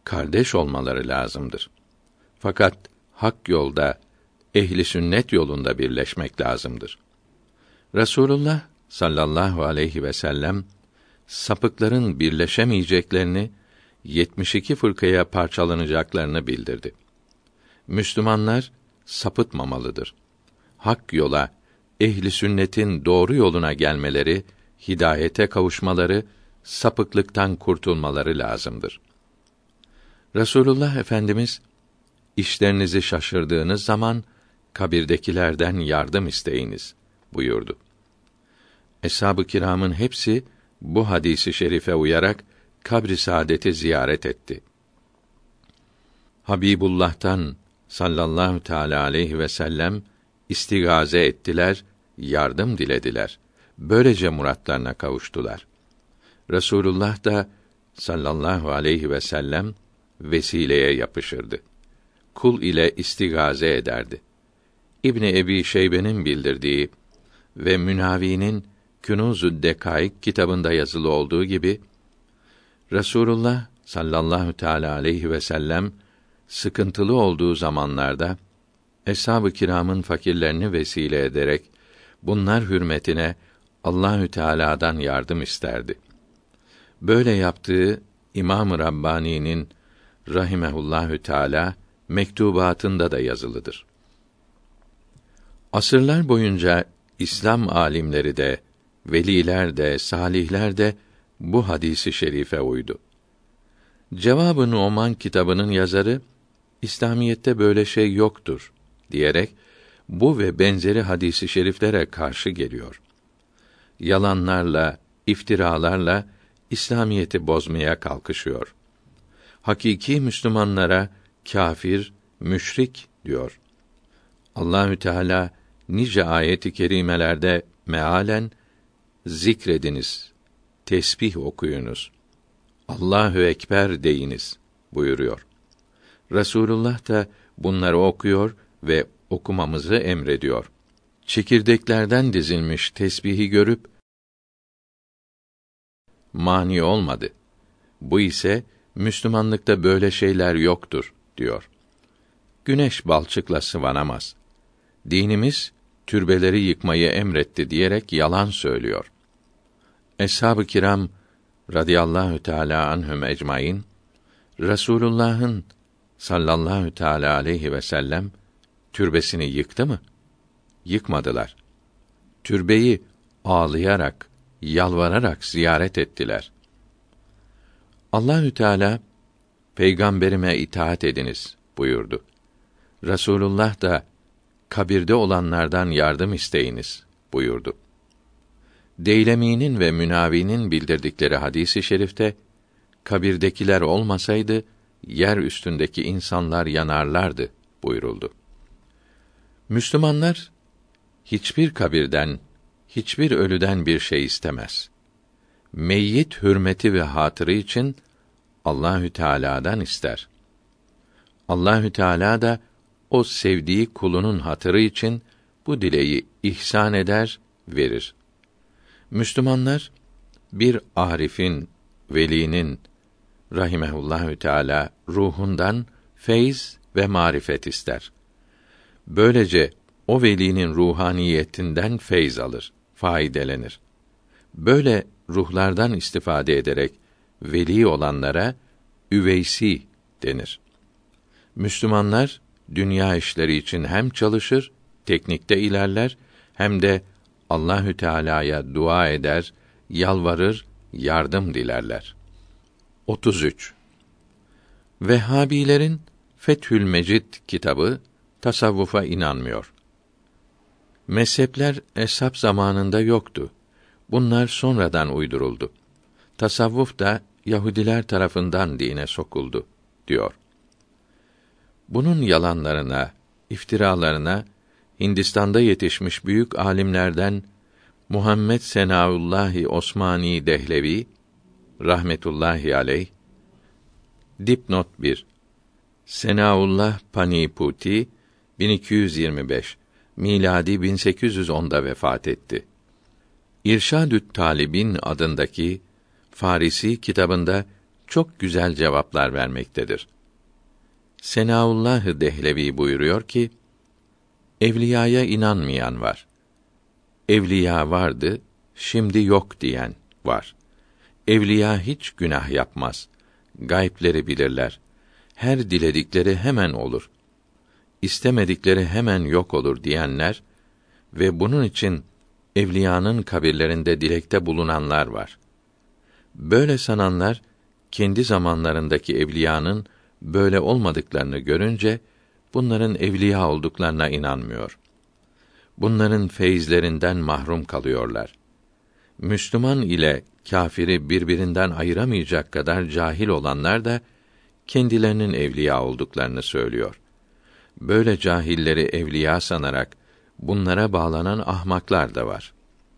kardeş olmaları lazımdır. Fakat hak yolda, ehli sünnet yolunda birleşmek lazımdır. Resulullah sallallahu aleyhi ve sellem sapıkların birleşemeyeceklerini, 72 fırkaya parçalanacaklarını bildirdi. Müslümanlar sapıtmamalıdır. Hak yola, ehli sünnetin doğru yoluna gelmeleri, hidayete kavuşmaları, sapıklıktan kurtulmaları lazımdır. Resulullah Efendimiz, işlerinizi şaşırdığınız zaman kabirdekilerden yardım isteyiniz buyurdu. Eshab-ı kiramın hepsi bu hadisi şerife uyarak kabr-i saadeti ziyaret etti. Habibullah'tan sallallahu teâlâ aleyhi ve sellem istigaze ettiler, yardım dilediler. Böylece muratlarına kavuştular. Resulullah da sallallahu aleyhi ve sellem vesileye yapışırdı. Kul ile istigaze ederdi. İbn Ebi Şeybe'nin bildirdiği ve Münavi'nin Künûz-ü Dekaik kitabında yazılı olduğu gibi, Resulullah sallallahu teâlâ aleyhi ve sellem sıkıntılı olduğu zamanlarda eshab-ı kiramın fakirlerini vesile ederek bunlar hürmetine Allahü Teala'dan yardım isterdi. Böyle yaptığı İmam-ı Rabbani'nin rahimehullahü teâlâ mektubatında da yazılıdır. Asırlar boyunca İslam alimleri de, veliler de, salihler de bu hadisi şerife uydu. Cevab-ı Numan kitabının yazarı, İslamiyette böyle şey yoktur diyerek bu ve benzeri hadisi şeriflere karşı geliyor. Yalanlarla, iftiralarla İslamiyeti bozmaya kalkışıyor. Hakiki Müslümanlara kâfir, müşrik diyor. Allahü Teala nice ayet-i kerimelerde mealen zikrediniz, tesbih okuyunuz, Allahu ekber deyiniz buyuruyor. Resulullah da bunları okuyor ve okumamızı emrediyor. Çekirdeklerden dizilmiş tesbihi görüp mani olmadı. Bu ise Müslümanlıkta böyle şeyler yoktur diyor. Güneş balçıkla sıvanamaz. Dinimiz türbeleri yıkmayı emretti diyerek yalan söylüyor. Eshab-ı kiram radıyallahu teâlâ anhum ecmaîn, Resulullah'ın sallallahu teâlâ aleyhi ve sellem türbesini yıktı mı? Yıkmadılar. Türbeyi ağlayarak, yalvararak ziyaret ettiler. Allahü Teala peygamberime itaat ediniz buyurdu. Resulullah da kabirde olanlardan yardım isteyiniz buyurdu. Deylemi'nin ve Münavi'nin bildirdikleri hadisi şerifte kabirdekiler olmasaydı yer üstündeki insanlar yanarlardı buyuruldu. Müslümanlar hiçbir kabirden, hiçbir ölüden bir şey istemez. Meyyit hürmeti ve hatırı için Allahü Teala'dan ister. Allahü Teala da o sevdiği kulunun hatırı için bu dileği ihsan eder, verir. Müslümanlar bir arifin, velinin rahimehullahü teala ruhundan feyz ve marifet ister. Böylece o velinin ruhaniyetinden feyz alır, faydelenir. Böyle ruhlardan istifade ederek veli olanlara üveysi denir. Müslümanlar dünya işleri için hem çalışır, teknikte ilerler, hem de Allahü Teala'ya dua eder, yalvarır, yardım dilerler. 33. Vehhabilerin Fethül Mecid kitabı tasavvufa inanmıyor. Mezhepler eshab zamanında yoktu. Bunlar sonradan uyduruldu. Tasavvuf da Yahudiler tarafından dine sokuldu diyor. Bunun yalanlarına, iftiralarına Hindistan'da yetişmiş büyük alimlerden Muhammed Senaullahi Osmani Dehlevi rahmetullahi aleyh dipnot 1 Senaullah Paniputi 1225 miladi 1810'da vefat etti. İrşadü't Talibin adındaki Farisi kitabında çok güzel cevaplar vermektedir. Senaullah Dehlevi buyuruyor ki, evliyaya inanmayan var. Evliya vardı, şimdi yok diyen var. Evliya hiç günah yapmaz. Gaybleri bilirler. Her diledikleri hemen olur. İstemedikleri hemen yok olur diyenler ve bunun için evliyanın kabirlerinde dilekte bulunanlar var. Böyle sananlar, kendi zamanlarındaki evliyanın böyle olmadıklarını görünce, bunların evliya olduklarına inanmıyor. Bunların feyizlerinden mahrum kalıyorlar. Müslüman ile kâfiri birbirinden ayıramayacak kadar cahil olanlar da, kendilerinin evliya olduklarını söylüyor. Böyle cahilleri evliya sanarak, bunlara bağlanan ahmaklar da var.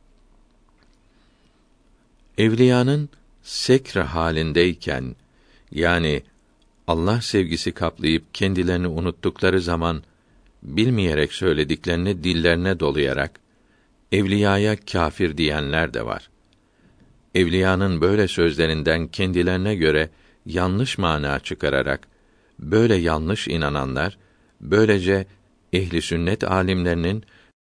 Evliyanın sekr halindeyken, yani Allah sevgisi kaplayıp kendilerini unuttukları zaman, bilmeyerek söylediklerini dillerine dolayarak, evliyaya kâfir diyenler de var. Evliyanın böyle sözlerinden kendilerine göre yanlış mana çıkararak, böyle yanlış inananlar, böylece ehli sünnet âlimlerinin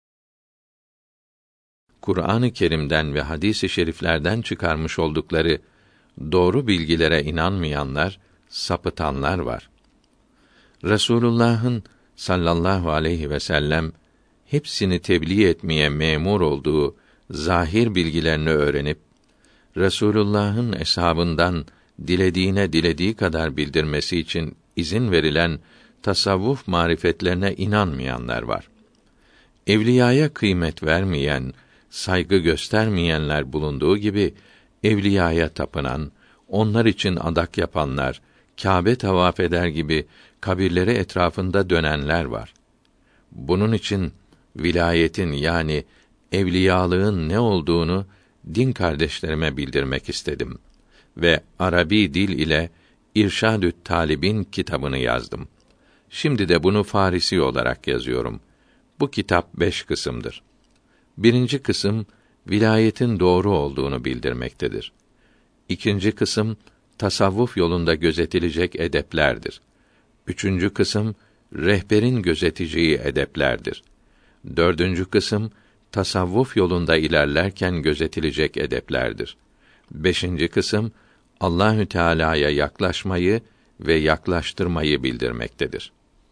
Kur'an-ı Kerim'den ve hadis-i şeriflerden çıkarmış oldukları doğru bilgilere inanmayanlar, sapıtanlar var. Resulullah'ın sallallahu aleyhi ve sellem hepsini tebliğ etmeye memur olduğu zahir bilgilerini öğrenip, Resulullah'ın eshabından dilediği kadar bildirmesi için izin verilen tasavvuf marifetlerine inanmayanlar var. Evliyaya kıymet vermeyen, saygı göstermeyenler bulunduğu gibi, evliyaya tapınan, onlar için adak yapanlar, Kâbe tavaf eder gibi kabirleri etrafında dönenler var. Bunun için vilayetin, yani evliyalığın ne olduğunu din kardeşlerime bildirmek istedim ve Arabi dil ile İrşadü't Talibin kitabını yazdım. Şimdi de bunu Farisi olarak yazıyorum. Bu kitap 5 kısımdır. 1. kısım, vilayetin doğru olduğunu bildirmektedir. 2. kısım, tasavvuf yolunda gözetilecek edeplerdir. 3. kısım, rehberin gözeteceği edeplerdir. 4. kısım, tasavvuf yolunda ilerlerken gözetilecek edeplerdir. 5. kısım, Allahü Teala'ya yaklaşmayı ve yaklaştırmayı bildirmektedir.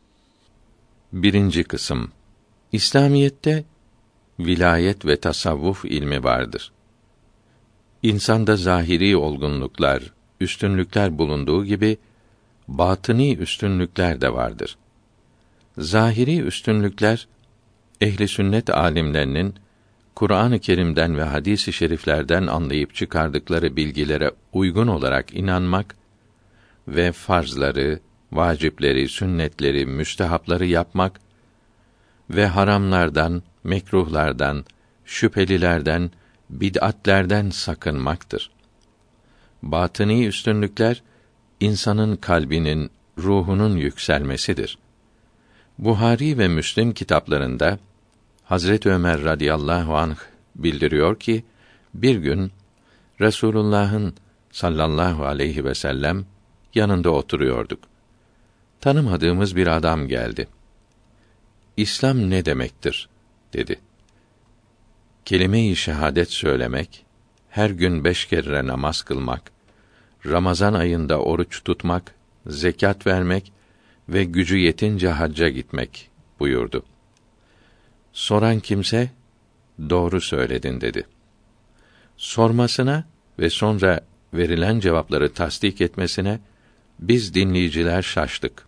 1. kısım, İslamiyette vilayet ve tasavvuf ilmi vardır. İnsanda zahiri olgunluklar, üstünlükler bulunduğu gibi, batını üstünlükler de vardır. Zahiri üstünlükler, ehli sünnet âlimlerinin Kur'an-ı Kerim'den ve hadis-i şeriflerden anlayıp çıkardıkları bilgilere uygun olarak inanmak ve farzları, vacipleri, sünnetleri, müstehapları yapmak ve haramlardan, mekruhlardan, şüphelilerden, bid'atlerden sakınmaktır. Batını üstünlükler, insanın kalbinin, ruhunun yükselmesidir. Buhari ve Müslim kitaplarında Hazret Ömer radıyallahu anh bildiriyor ki, bir gün Resulullah'ın sallallahu aleyhi ve sellem yanında oturuyorduk. Tanımadığımız bir adam geldi. İslam ne demektir? Dedi. Kelime-i şehadet söylemek, her gün 5 kere namaz kılmak, Ramazan ayında oruç tutmak, zekat vermek ve gücü yetince hacca gitmek buyurdu. Soran kimse, doğru söyledin dedi. Sormasına ve sonra verilen cevapları tasdik etmesine, biz dinleyiciler şaştık.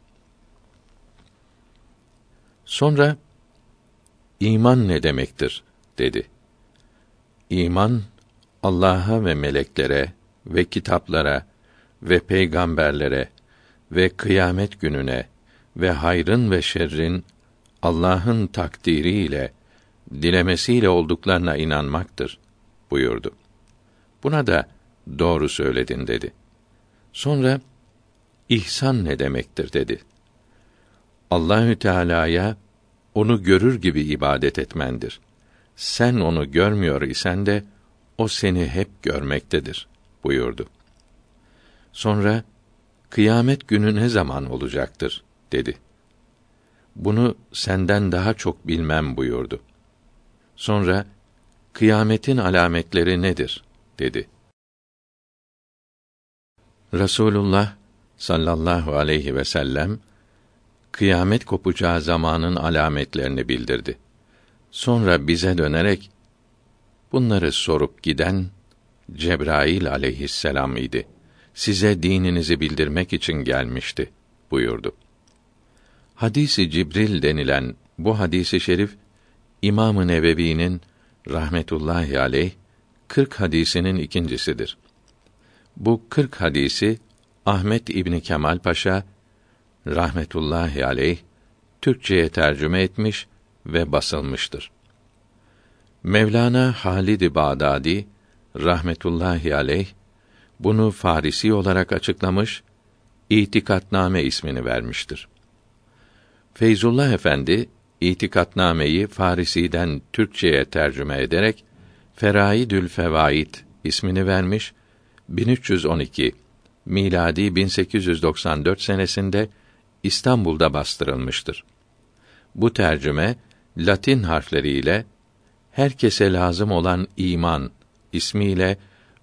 Sonra, İman ne demektir? Dedi. İman, Allah'a ve meleklere ve kitaplara ve peygamberlere ve kıyamet gününe ve hayrın ve şerrin Allah'ın takdiriyle, dilemesiyle olduklarına inanmaktır buyurdu. Buna da doğru söyledin dedi. Sonra ihsan ne demektir dedi. Allahü Teala'ya onu görür gibi ibadet etmendir. Sen onu görmüyor isen de o seni hep görmektedir buyurdu. Sonra, kıyamet günü ne zaman olacaktır, dedi. Bunu senden daha çok bilmem buyurdu. Sonra, kıyametin alametleri nedir, dedi. Resulullah sallallahu aleyhi ve sellem, kıyamet kopacağı zamanın alametlerini bildirdi. Sonra bize dönerek, bunları sorup giden Cebrail aleyhisselam idi. Size dininizi bildirmek için gelmişti, buyurdu. Hadis-i Cibril denilen bu hadisi şerif, İmam-ı Nevevi'nin rahmetullahi aleyh 40 hadisinin ikincisidir. Bu 40 hadisi Ahmet İbni Kemal Paşa rahmetullahi aleyh Türkçeye tercüme etmiş ve basılmıştır. Mevlana Halid-i Bağdadi rahmetullahi aleyh bunu Farisi olarak açıklamış, İtikadname ismini vermiştir. Feyzullah Efendi İtikadnameyi Farisi'den Türkçeye tercüme ederek Feraidül Fevaid ismini vermiş. 1312 miladi 1894 senesinde İstanbul'da bastırılmıştır. Bu tercüme Latin harfleriyle Herkese lazım olan iman ismiyle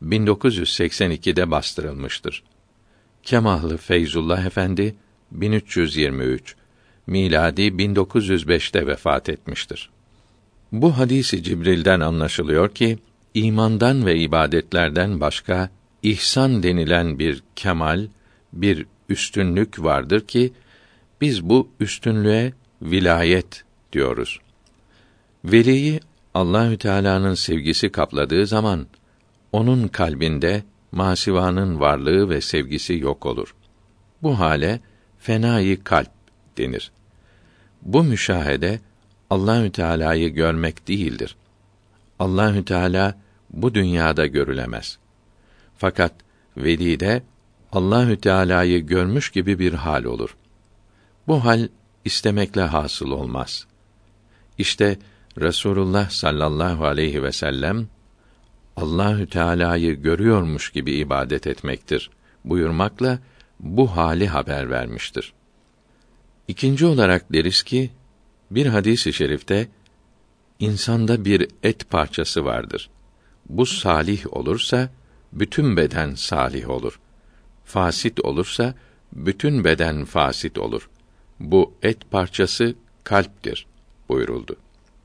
1982'de bastırılmıştır. Kemahlı Feyzullah Efendi 1323 miladi 1905'te vefat etmiştir. Bu hadisi Cibril'den anlaşılıyor ki imandan ve ibadetlerden başka ihsan denilen bir kemal, bir üstünlük vardır ki biz bu üstünlüğe vilayet diyoruz. Veliyi Allahü Teala'nın sevgisi kapladığı zaman onun kalbinde masivanın varlığı ve sevgisi yok olur. Bu hale fenâ-i kalp denir. Bu müşahede Allahü Teala'yı görmek değildir. Allahü Teala bu dünyada görülemez. Fakat velide Allahü Teala'yı görmüş gibi bir hal olur. Bu hal istemekle hasıl olmaz. İşte Resulullah sallallahu aleyhi ve sellem Allahü Teala'yı görüyormuş gibi ibadet etmektir buyurmakla bu hali haber vermiştir. İkinci olarak deriz ki bir hadis-i şerifte insanda bir et parçası vardır. Bu salih olursa bütün beden salih olur. Fasit olursa bütün beden fasit olur. Bu et parçası kalptir buyuruldu.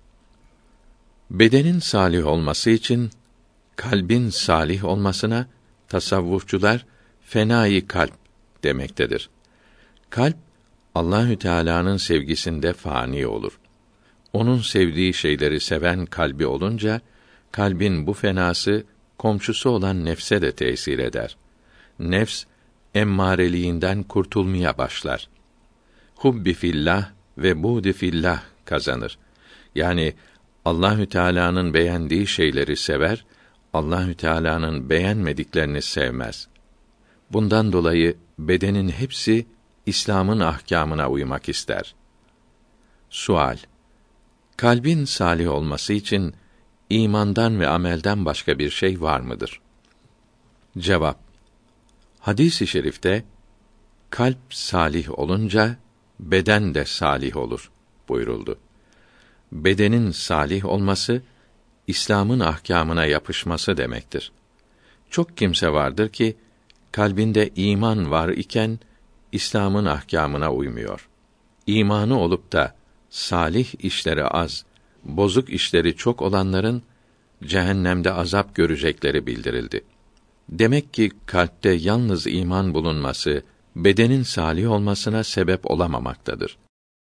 Bedenin salih olması için kalbin salih olmasına tasavvufçular fenâ-i kalp demektedir. Kalp Allahü Teala'nın sevgisinde fani olur. Onun sevdiği şeyleri seven kalbi olunca kalbin bu fenası komşusu olan nefse de tesir eder. Nefs emmâreliğinden kurtulmaya başlar. Hubbi fillah ve buğdi fillah kazanır. Yani Allahü Teala'nın beğendiği şeyleri sever, Allahü Teala'nın beğenmediklerini sevmez. Bundan dolayı bedenin hepsi İslam'ın ahkâmına uymak ister. Sual: Kalbin salih olması için imandan ve amelden başka bir şey var mıdır? Cevap: Hadis-i şerifte kalp salih olunca beden de salih olur buyuruldu. Bedenin salih olması İslam'ın ahkâmına yapışması demektir. Çok kimse vardır ki kalbinde iman var iken İslam'ın ahkâmına uymuyor. İmanı olup da salih işleri az, bozuk işleri çok olanların cehennemde azap görecekleri bildirildi. Demek ki kalpte yalnız iman bulunması bedenin salih olmasına sebep olamamaktadır.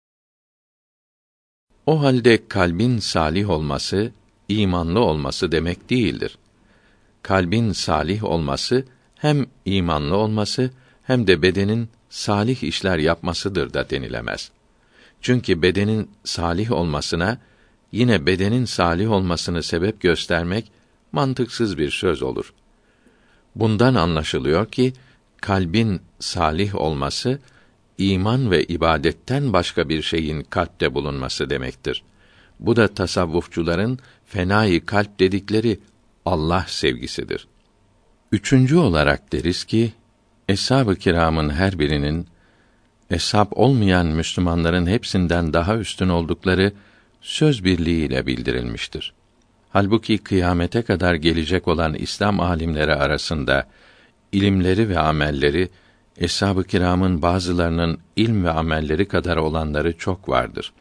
O halde kalbin salih olması imanlı olması demek değildir. Kalbin salih olması hem imanlı olması hem de bedenin salih işler yapmasıdır da denilemez. Çünkü bedenin salih olmasına yine bedenin salih olmasını sebep göstermek mantıksız bir söz olur. Bundan anlaşılıyor ki kalbin salih olması iman ve ibadetten başka bir şeyin kalpte bulunması demektir. Bu da tasavvufçuların fenâ-i kalp dedikleri Allah sevgisidir. Üçüncü olarak deriz ki Eshab-ı kiramın her birinin eshab olmayan Müslümanların hepsinden daha üstün oldukları söz birliğiyle bildirilmiştir. Halbuki kıyamete kadar gelecek olan İslam alimleri arasında ilimleri ve amelleri eshab-ı kiramın bazılarının ilm ve amelleri kadar olanları çok vardır.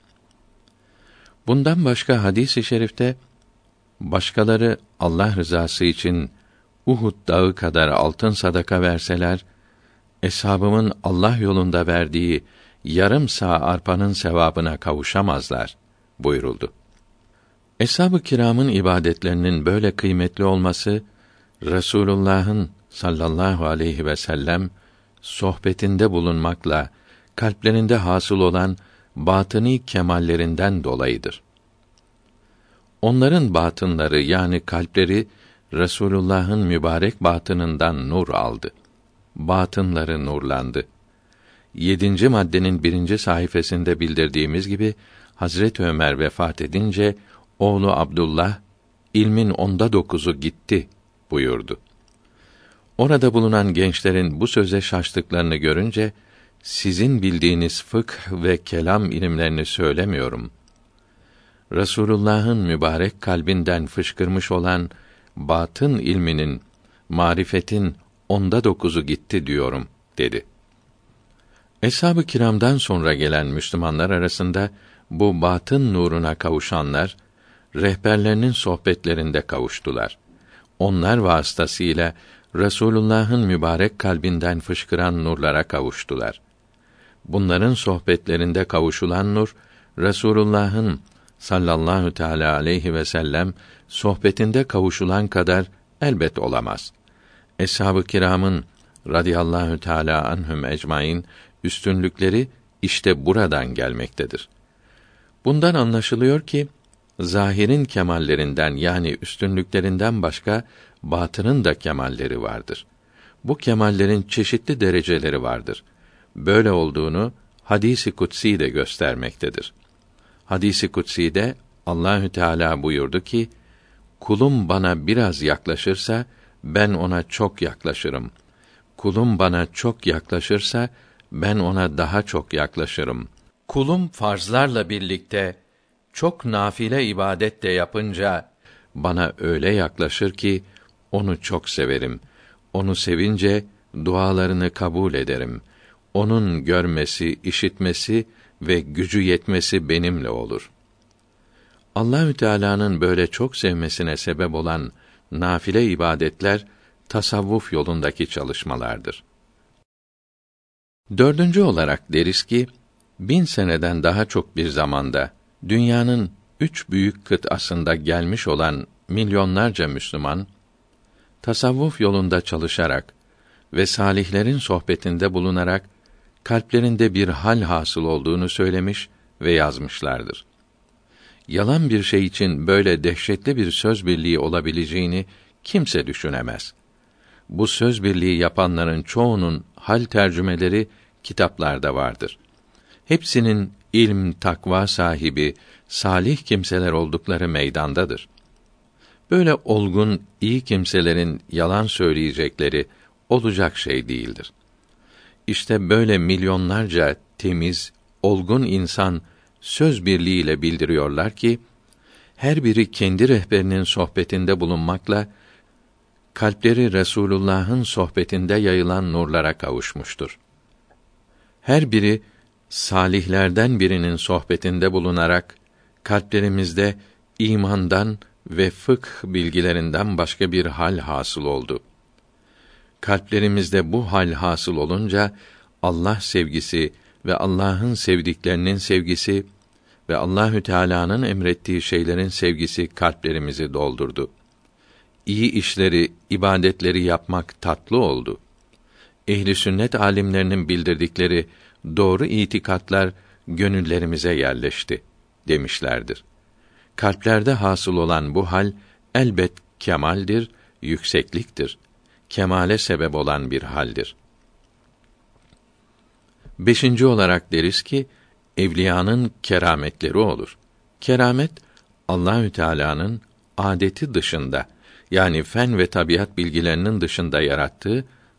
Bundan başka hadis-i şerifte başkaları Allah rızası için Uhud dağı kadar altın sadaka verseler, eshabımın Allah yolunda verdiği yarım sağ arpanın sevabına kavuşamazlar buyuruldu. Eshab-ı kiramın ibadetlerinin böyle kıymetli olması, Resulullah'ın sallallahu aleyhi ve sellem sohbetinde bulunmakla kalplerinde hasıl olan batını kemallerinden dolayıdır. Onların batınları yani kalpleri Resulullah'ın mübarek batınından nur aldı. Batınları nurlandı. 7. maddenin 1. sayfasında bildirdiğimiz gibi Hazreti Ömer vefat edince oğlu Abdullah ilmin 9'u gitti buyurdu. Orada bulunan gençlerin bu söze şaştıklarını görünce sizin bildiğiniz fıkh ve kelam ilimlerini söylemiyorum. Resulullah'ın mübarek kalbinden fışkırmış olan batın ilminin, marifetin 9'u gitti diyorum dedi. Eshab-ı kiramdan sonra gelen Müslümanlar arasında bu batın nuruna kavuşanlar rehberlerinin sohbetlerinde kavuştular. Onlar vasıtasıyla Resulullah'ın mübarek kalbinden fışkıran nurlara kavuştular. Bunların sohbetlerinde kavuşulan nur Resulullah'ın sallallahu teala aleyhi ve sellem sohbetinde kavuşulan kadar elbet olamaz. Eshab-ı kiramın radıyallahu teala anhum ecmaîn üstünlükleri işte buradan gelmektedir. Bundan anlaşılıyor ki zahirin kemallerinden yani üstünlüklerinden başka batının da kemalleri vardır. Bu kemallerin çeşitli dereceleri vardır. Böyle olduğunu hadis-i kutsi de göstermektedir. Hadis-i kutsi'de Allahü Teala buyurdu ki: Kulum bana biraz yaklaşırsa ben ona çok yaklaşırım. Kulum bana çok yaklaşırsa ben ona daha çok yaklaşırım. Kulum farzlarla birlikte çok nafile ibadet de yapınca bana öyle yaklaşır ki onu çok severim. Onu sevince dualarını kabul ederim. Onun görmesi, işitmesi ve gücü yetmesi benimle olur. Allahü Teala'nın böyle çok sevmesine sebep olan nafile ibadetler tasavvuf yolundaki çalışmalardır. 4. olarak deriz ki 1000 seneden daha çok bir zamanda dünyanın 3 büyük kıtasında gelmiş olan milyonlarca Müslüman tasavvuf yolunda çalışarak ve salihlerin sohbetinde bulunarak kalplerinde bir hal hasıl olduğunu söylemiş ve yazmışlardır. Yalan bir şey için böyle dehşetli bir söz birliği olabileceğini kimse düşünemez. Bu söz birliği yapanların çoğunun hal tercümeleri kitaplarda vardır. Hepsinin ilm, takva sahibi, salih kimseler oldukları meydandadır. Böyle olgun, iyi kimselerin yalan söyleyecekleri olacak şey değildir. İşte böyle milyonlarca temiz, olgun insan söz birliğiyle bildiriyorlar ki her biri kendi rehberinin sohbetinde bulunmakla kalpleri Resulullah'ın sohbetinde yayılan nurlara kavuşmuştur. Her biri salihlerden birinin sohbetinde bulunarak kalplerimizde imandan ve fıkh bilgilerinden başka bir hal hasıl oldu. Kalplerimizde bu hal hasıl olunca Allah sevgisi ve Allah'ın sevdiklerinin sevgisi ve Allahü Teala'nın emrettiği şeylerin sevgisi kalplerimizi doldurdu. İyi işleri, ibadetleri yapmak tatlı oldu. Ehli sünnet alimlerinin bildirdikleri doğru itikatlar gönüllerimize yerleşti demişlerdir. Kalplerde hasıl olan bu hal elbet kemaldir, yüksekliktir. Kemale sebep olan bir haldir. 5. olarak deriz ki evliyanın kerametleri olur. Keramet Allahü Teala'nın adeti dışında yani fen ve tabiat bilgilerinin dışında yarattığı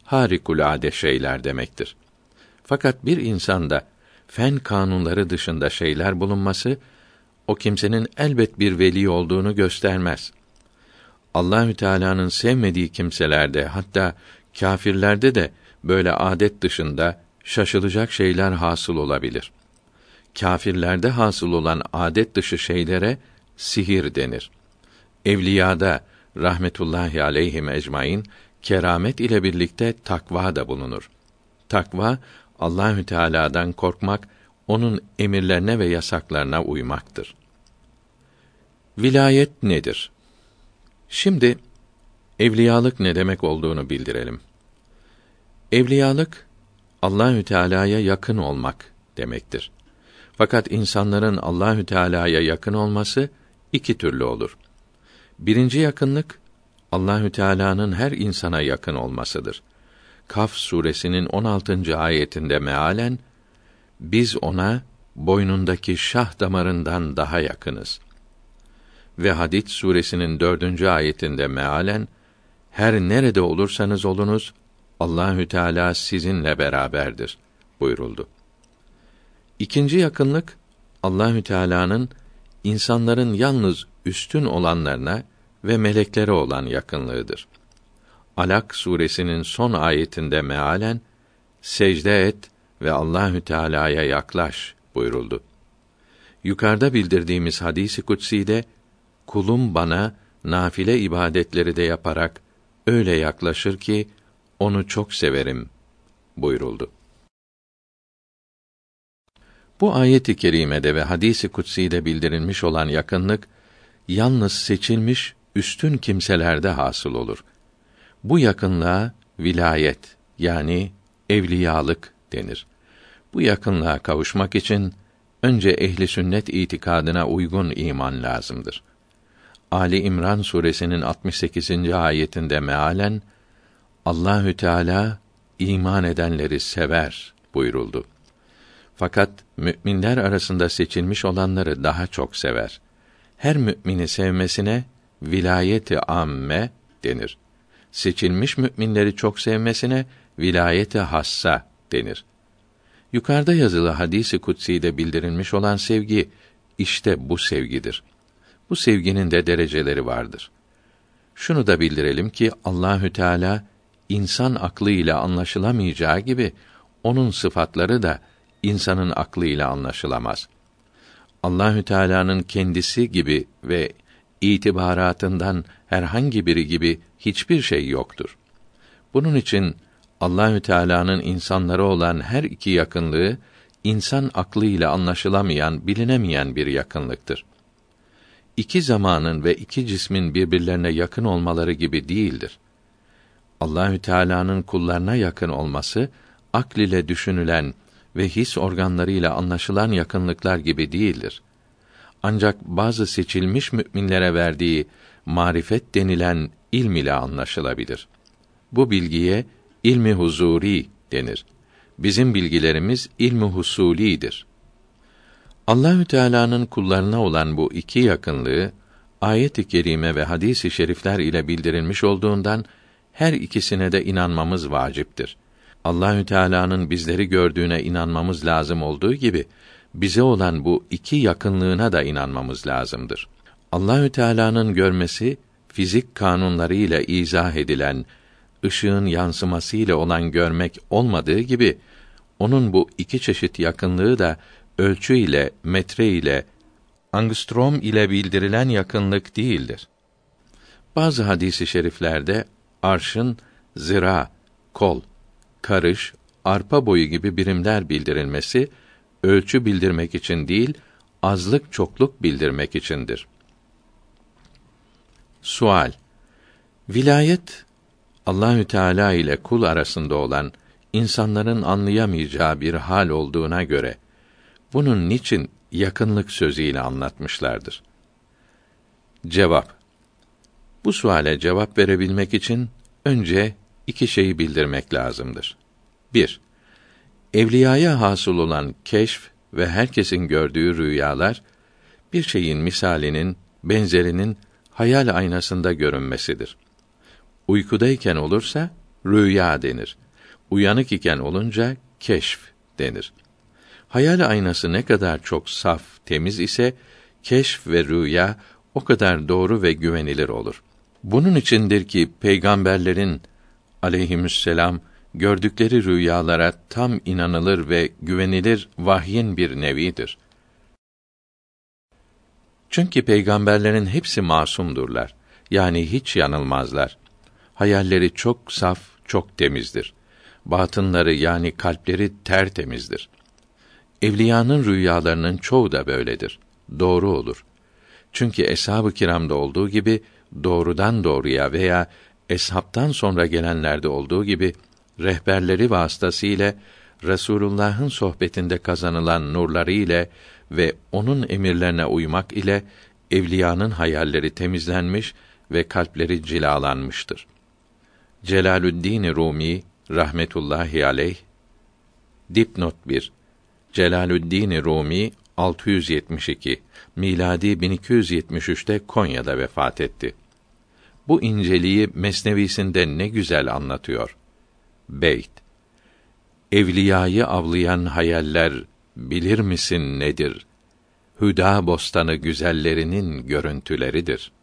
harikulade şeyler demektir. Fakat bir insanda fen kanunları dışında şeyler bulunması, o kimsenin elbet bir veli olduğunu göstermez. Allahü Teala'nın sevmediği kimselerde, hatta kâfirlerde de böyle adet dışında şaşılacak şeyler hasıl olabilir. Kâfirlerde hasıl olan adet dışı şeylere sihir denir. Evliyada rahmetullahi aleyhim ecmaîn keramet ile birlikte takva da bulunur. Takva, Allahü Teala'dan korkmak, onun emirlerine ve yasaklarına uymaktır. Vilayet nedir? Şimdi evliyalık ne demek olduğunu bildirelim. Evliyalık, Allahü Teala'ya yakın olmak demektir. Fakat insanların Allahü Teala'ya yakın olması iki türlü olur. Birinci yakınlık, Allahü Teala'nın her insana yakın olmasıdır. Kaf suresinin 16. ayetinde mealen, biz ona boynundaki şah damarından daha yakınız. Ve Hadid suresinin 4. ayetinde mealen, her nerede olursanız olunuz, Allahü Teala sizinle beraberdir buyuruldu. İkinci yakınlık, Allahü Teala'nın insanların yalnız üstün olanlarına ve meleklere olan yakınlığıdır. Alak suresinin son ayetinde mealen, secde et ve Allahü Teala'ya yaklaş buyuruldu. Yukarıda bildirdiğimiz hadisi kutsi'de, kulum bana nafile ibadetleri de yaparak öyle yaklaşır ki onu çok severim buyuruldu. Bu ayet-i kerimede ve hadisi kutsi'de bildirilmiş olan yakınlık yalnız seçilmiş üstün kimselerde hasıl olur. Bu yakınlığa vilayet yani evliyalık denir. Bu yakınlığa kavuşmak için önce ehli sünnet itikadına uygun iman lazımdır. Ali İmran suresinin 68. ayetinde mealen Allahü Teala iman edenleri sever buyuruldu. Fakat müminler arasında seçilmiş olanları daha çok sever. Her mümini sevmesine vilayet-i âmme denir. Seçilmiş müminleri çok sevmesine vilayet-i hassa denir. Yukarıda yazılı hadis-i kutsi'de bildirilmiş olan sevgi işte bu sevgidir. Bu sevginin de dereceleri vardır. Şunu da bildirelim ki Allahü Teala insan aklıyla anlaşılamayacağı gibi onun sıfatları da insanın aklıyla anlaşılamaz. Allahü Teala'nın kendisi gibi ve itibaratından herhangi biri gibi hiçbir şey yoktur. Bunun için Allahü Teala'nın insanlara olan her iki yakınlığı insan aklıyla anlaşılamayan, bilinemeyen bir yakınlıktır. İki zamanın ve iki cismin birbirlerine yakın olmaları gibi değildir. Allahü Teala'nın kullarına yakın olması akl ile düşünülen ve his organlarıyla anlaşılan yakınlıklar gibi değildir. Ancak bazı seçilmiş müminlere verdiği marifet denilen ilm ile anlaşılabilir. Bu bilgiye ilmi huzuri denir. Bizim bilgilerimiz ilmi husulidir. Allahü Teala'nın kullarına olan bu iki yakınlığı ayet-i kerime ve hadis-i şerifler ile bildirilmiş olduğundan her ikisine de inanmamız vaciptir. Allahü Teala'nın bizleri gördüğüne inanmamız lazım olduğu gibi bize olan bu iki yakınlığına da inanmamız lazımdır. Allahü Teala'nın görmesi fizik kanunları ile izah edilen ışığın yansıması ile olan görmek olmadığı gibi onun bu iki çeşit yakınlığı da ölçü ile, metre ile, angstrom ile bildirilen yakınlık değildir. Bazı hadis-i şeriflerde arşın zira, kol, karış, arpa boyu gibi birimler bildirilmesi ölçü bildirmek için değil, azlık çokluk bildirmek içindir. Sual: Vilayet Allahü Teala ile kul arasında olan insanların anlayamayacağı bir hal olduğuna göre bunun niçin yakınlık sözüyle anlatmışlardır? Cevap: Bu suale cevap verebilmek için önce iki şeyi bildirmek lazımdır. 1. Evliyaya hasıl olan keşf ve herkesin gördüğü rüyalar bir şeyin misalinin, benzerinin hayal aynasında görünmesidir. Uykudayken olursa rüya denir. Uyanık iken olunca keşf denir. Hayal aynası ne kadar çok saf, temiz ise keşf ve rüya o kadar doğru ve güvenilir olur. Bunun içindir ki peygamberlerin aleyhisselam gördükleri rüyalara tam inanılır ve güvenilir vahyin bir nevidir. Çünkü peygamberlerin hepsi masumdurlar. Yani hiç yanılmazlar. Hayalleri çok saf, çok temizdir. Batınları yani kalpleri tertemizdir. Evliyanın rüyalarının çoğu da böyledir. Doğru olur. Çünkü eshab-ı kiramda olduğu gibi doğrudan doğruya veya eshaptan sonra gelenlerde olduğu gibi rehberleri vasıtasıyla Resulullah'ın sohbetinde kazanılan nurları ile ve onun emirlerine uymak ile evliyanın hayalleri temizlenmiş ve kalpleri cilalanmıştır. Celalüddin Rumi rahmetullahi aleyh dipnot 1 Celalüddin Rumi 672 miladi 1273'te Konya'da vefat etti. Bu inceliği Mesnevisinde ne güzel anlatıyor. Beyt: Evliyayı avlayan hayaller bilir misin nedir? Hüda bostanı güzellerinin görüntüleridir.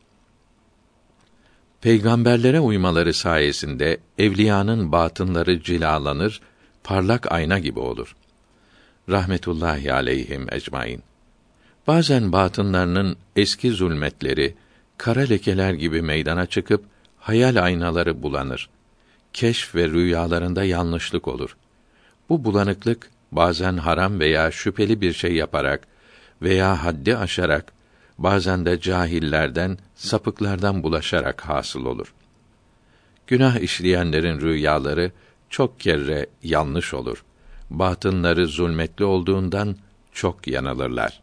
Peygamberlere uymaları sayesinde evliyanın batınları cilalanır, parlak ayna gibi olur. Rahmetullahi aleyhim ecmaîn. Bazen batınlarının eski zulmetleri, kara lekeler gibi meydana çıkıp hayal aynaları bulanır. Keşf ve rüyalarında yanlışlık olur. Bu bulanıklık bazen haram veya şüpheli bir şey yaparak veya haddi aşarak, bazen de cahillerden, sapıklardan bulaşarak hasıl olur. Günah işleyenlerin rüyaları çok kere yanlış olur. Batınları zulmetli olduğundan çok yanılırlar.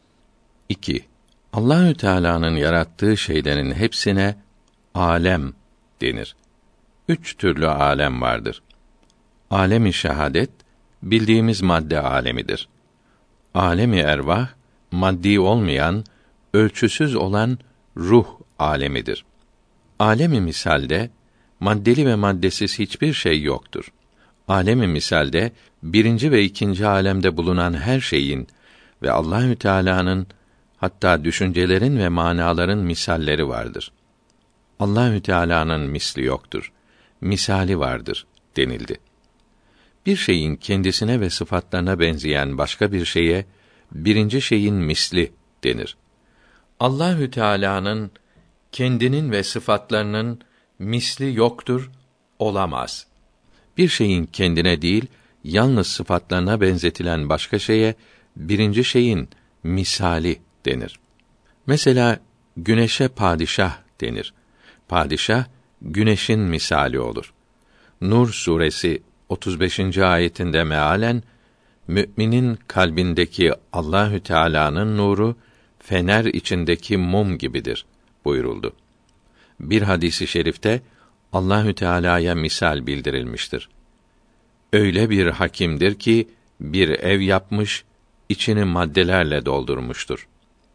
2. Allahü Teala'nın yarattığı şeylerin hepsine alem denir. 3 türlü alem vardır. Alem-i şehadet bildiğimiz madde alemidir. Alem-i ervah maddi olmayan, ölçüsüz olan ruh alemidir. Alem-i misalde maddeli ve maddesiz hiçbir şey yoktur. Alem-i misalde birinci ve ikinci alemde bulunan her şeyin ve Allahü Teala'nın hatta düşüncelerin ve manaların misalleri vardır. Allahü Teala'nın misli yoktur. Misali vardır denildi. Bir şeyin kendisine ve sıfatlarına benzeyen başka bir şeye birinci şeyin misli denir. Allahü Teala'nın kendinin ve sıfatlarının misli yoktur, olamaz. Bir şeyin kendine değil, yalnız sıfatlarına benzetilen başka şeye birinci şeyin misali denir. Mesela güneşe padişah denir. Padişah güneşin misali olur. Nur suresi 35. ayetinde mealen müminin kalbindeki Allahü Teala'nın nuru fener içindeki mum gibidir buyuruldu. Bir hadisi şerifte Allahü Teala'ya misal bildirilmiştir. Öyle bir hakimdir ki bir ev yapmış, içini maddelerle doldurmuştur.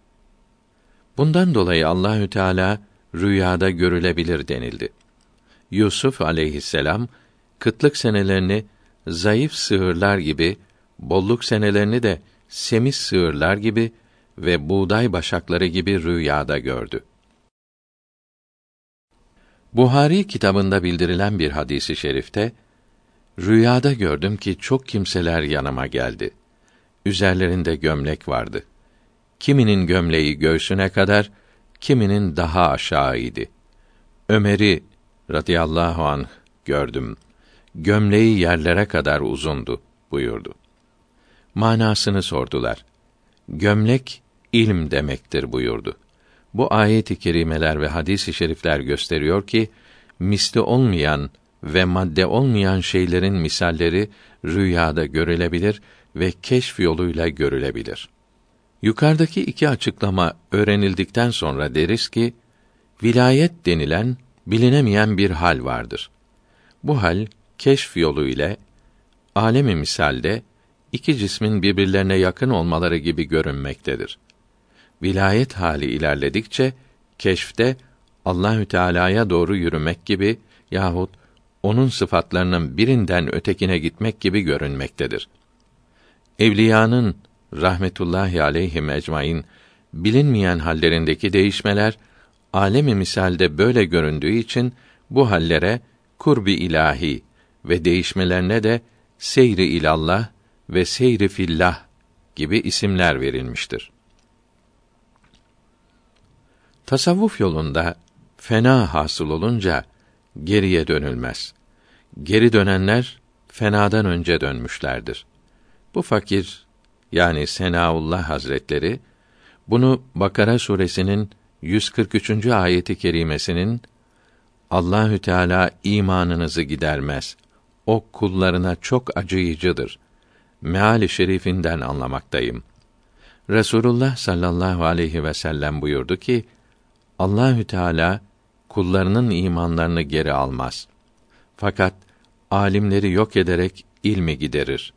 Bundan dolayı Allahü Teala rüyada görülebilir denildi. Yusuf aleyhisselam kıtlık senelerini zayıf sığırlar gibi, bolluk senelerini de semiz sığırlar gibi ve buğday başakları gibi rüyada gördü. Buhari kitabında bildirilen bir hadisi şerifte, rüyada gördüm ki çok kimseler yanıma geldi. Üzerlerinde gömlek vardı. Kiminin gömleği göğsüne kadar, kiminin daha aşağıydı. Ömer'i radıyallahu anh gördüm. Gömleği yerlere kadar uzundu buyurdu. Manasını sordular. Gömlek ilm demektir buyurdu. Bu ayet-i kerimeler ve hadis-i şerifler gösteriyor ki misli olmayan ve madde olmayan şeylerin misalleri rüyada görülebilir ve keşf yoluyla görülebilir. Yukarıdaki iki açıklama öğrenildikten sonra deriz ki vilayet denilen bilinemeyen bir hal vardır. Bu hal keşf yoluyla alemi misalde iki cismin birbirlerine yakın olmaları gibi görünmektedir. Vilayet hali ilerledikçe keşfte Allahü Teala'ya doğru yürümek gibi yahut onun sıfatlarının birinden ötekine gitmek gibi görünmektedir. Evliyanın rahmetullahi aleyhim ecmaîn bilinmeyen hallerindeki değişmeler alemi misalde böyle göründüğü için bu hallere kurb-i ilahi ve değişmelerine de seyr-i ilallah ve seyr-i fillah gibi isimler verilmiştir. Tasavvuf yolunda fena hasıl olunca geriye dönülmez. Geri dönenler fenadan önce dönmüşlerdir. Bu fakir yani Senaullah Hazretleri bunu Bakara suresinin 143. ayeti kerimesinin Allahü Teala imanınızı gidermez. O kullarına çok acıyıcıdır meali şerifinden anlamaktayım. Resulullah sallallahu aleyhi ve sellem buyurdu ki Allahü Teala kullarının imanlarını geri almaz. Fakat alimleri yok ederek ilmi giderir.